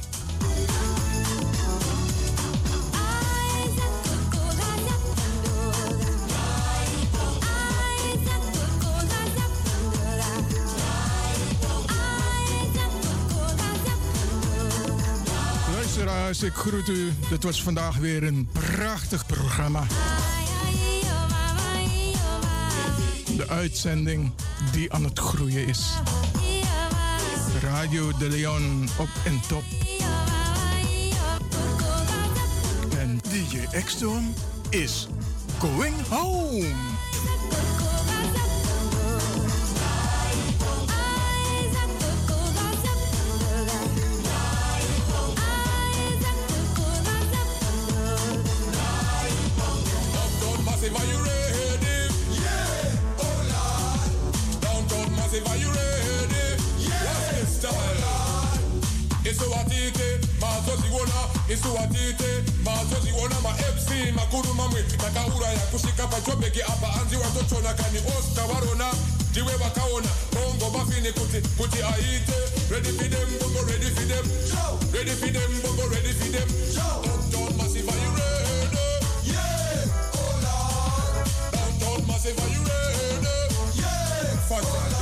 [SPEAKER 2] luisteraars, ik groet u. Dit was vandaag weer een prachtig programma. De uitzending die aan het groeien is. Radio De Leon op en top. En DJ X-Don is going home.
[SPEAKER 5] Massive, are you ready? Yeah, oh Lord. Downtown Massive, are you ready? Yeah, what's this style? Isuatite, mazoziona, isuatite, mazoziona, ma FC, makuru mamwe, nakaura ya kushika pachobeki apa anzi watochona kani osta warona, jiwe wakaona, bongo bafini kuti aite, ready for them, bongo ready for them, ready for them, bongo ready for them, Downtown Massive, are you ready? Yeah, oh Lord. Downtown Massive, are you ready? Yeah, fantastic.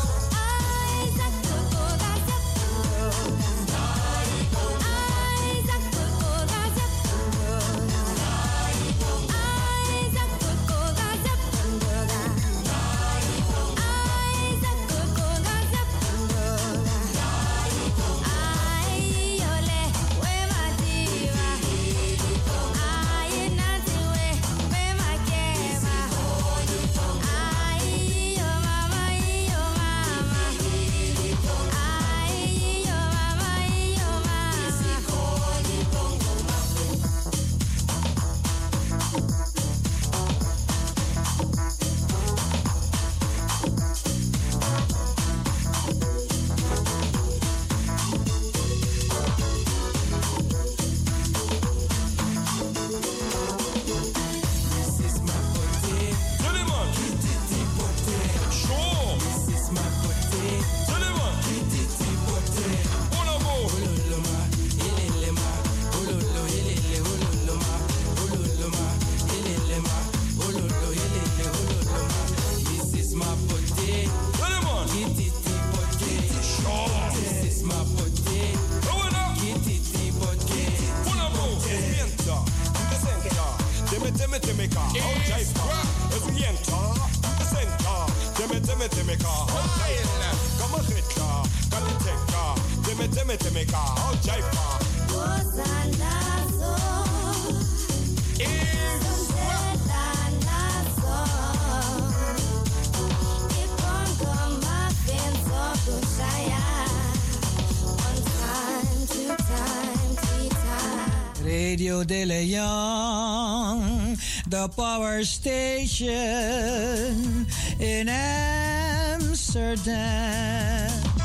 [SPEAKER 21] Radio De Leon, the power station in Amsterdam.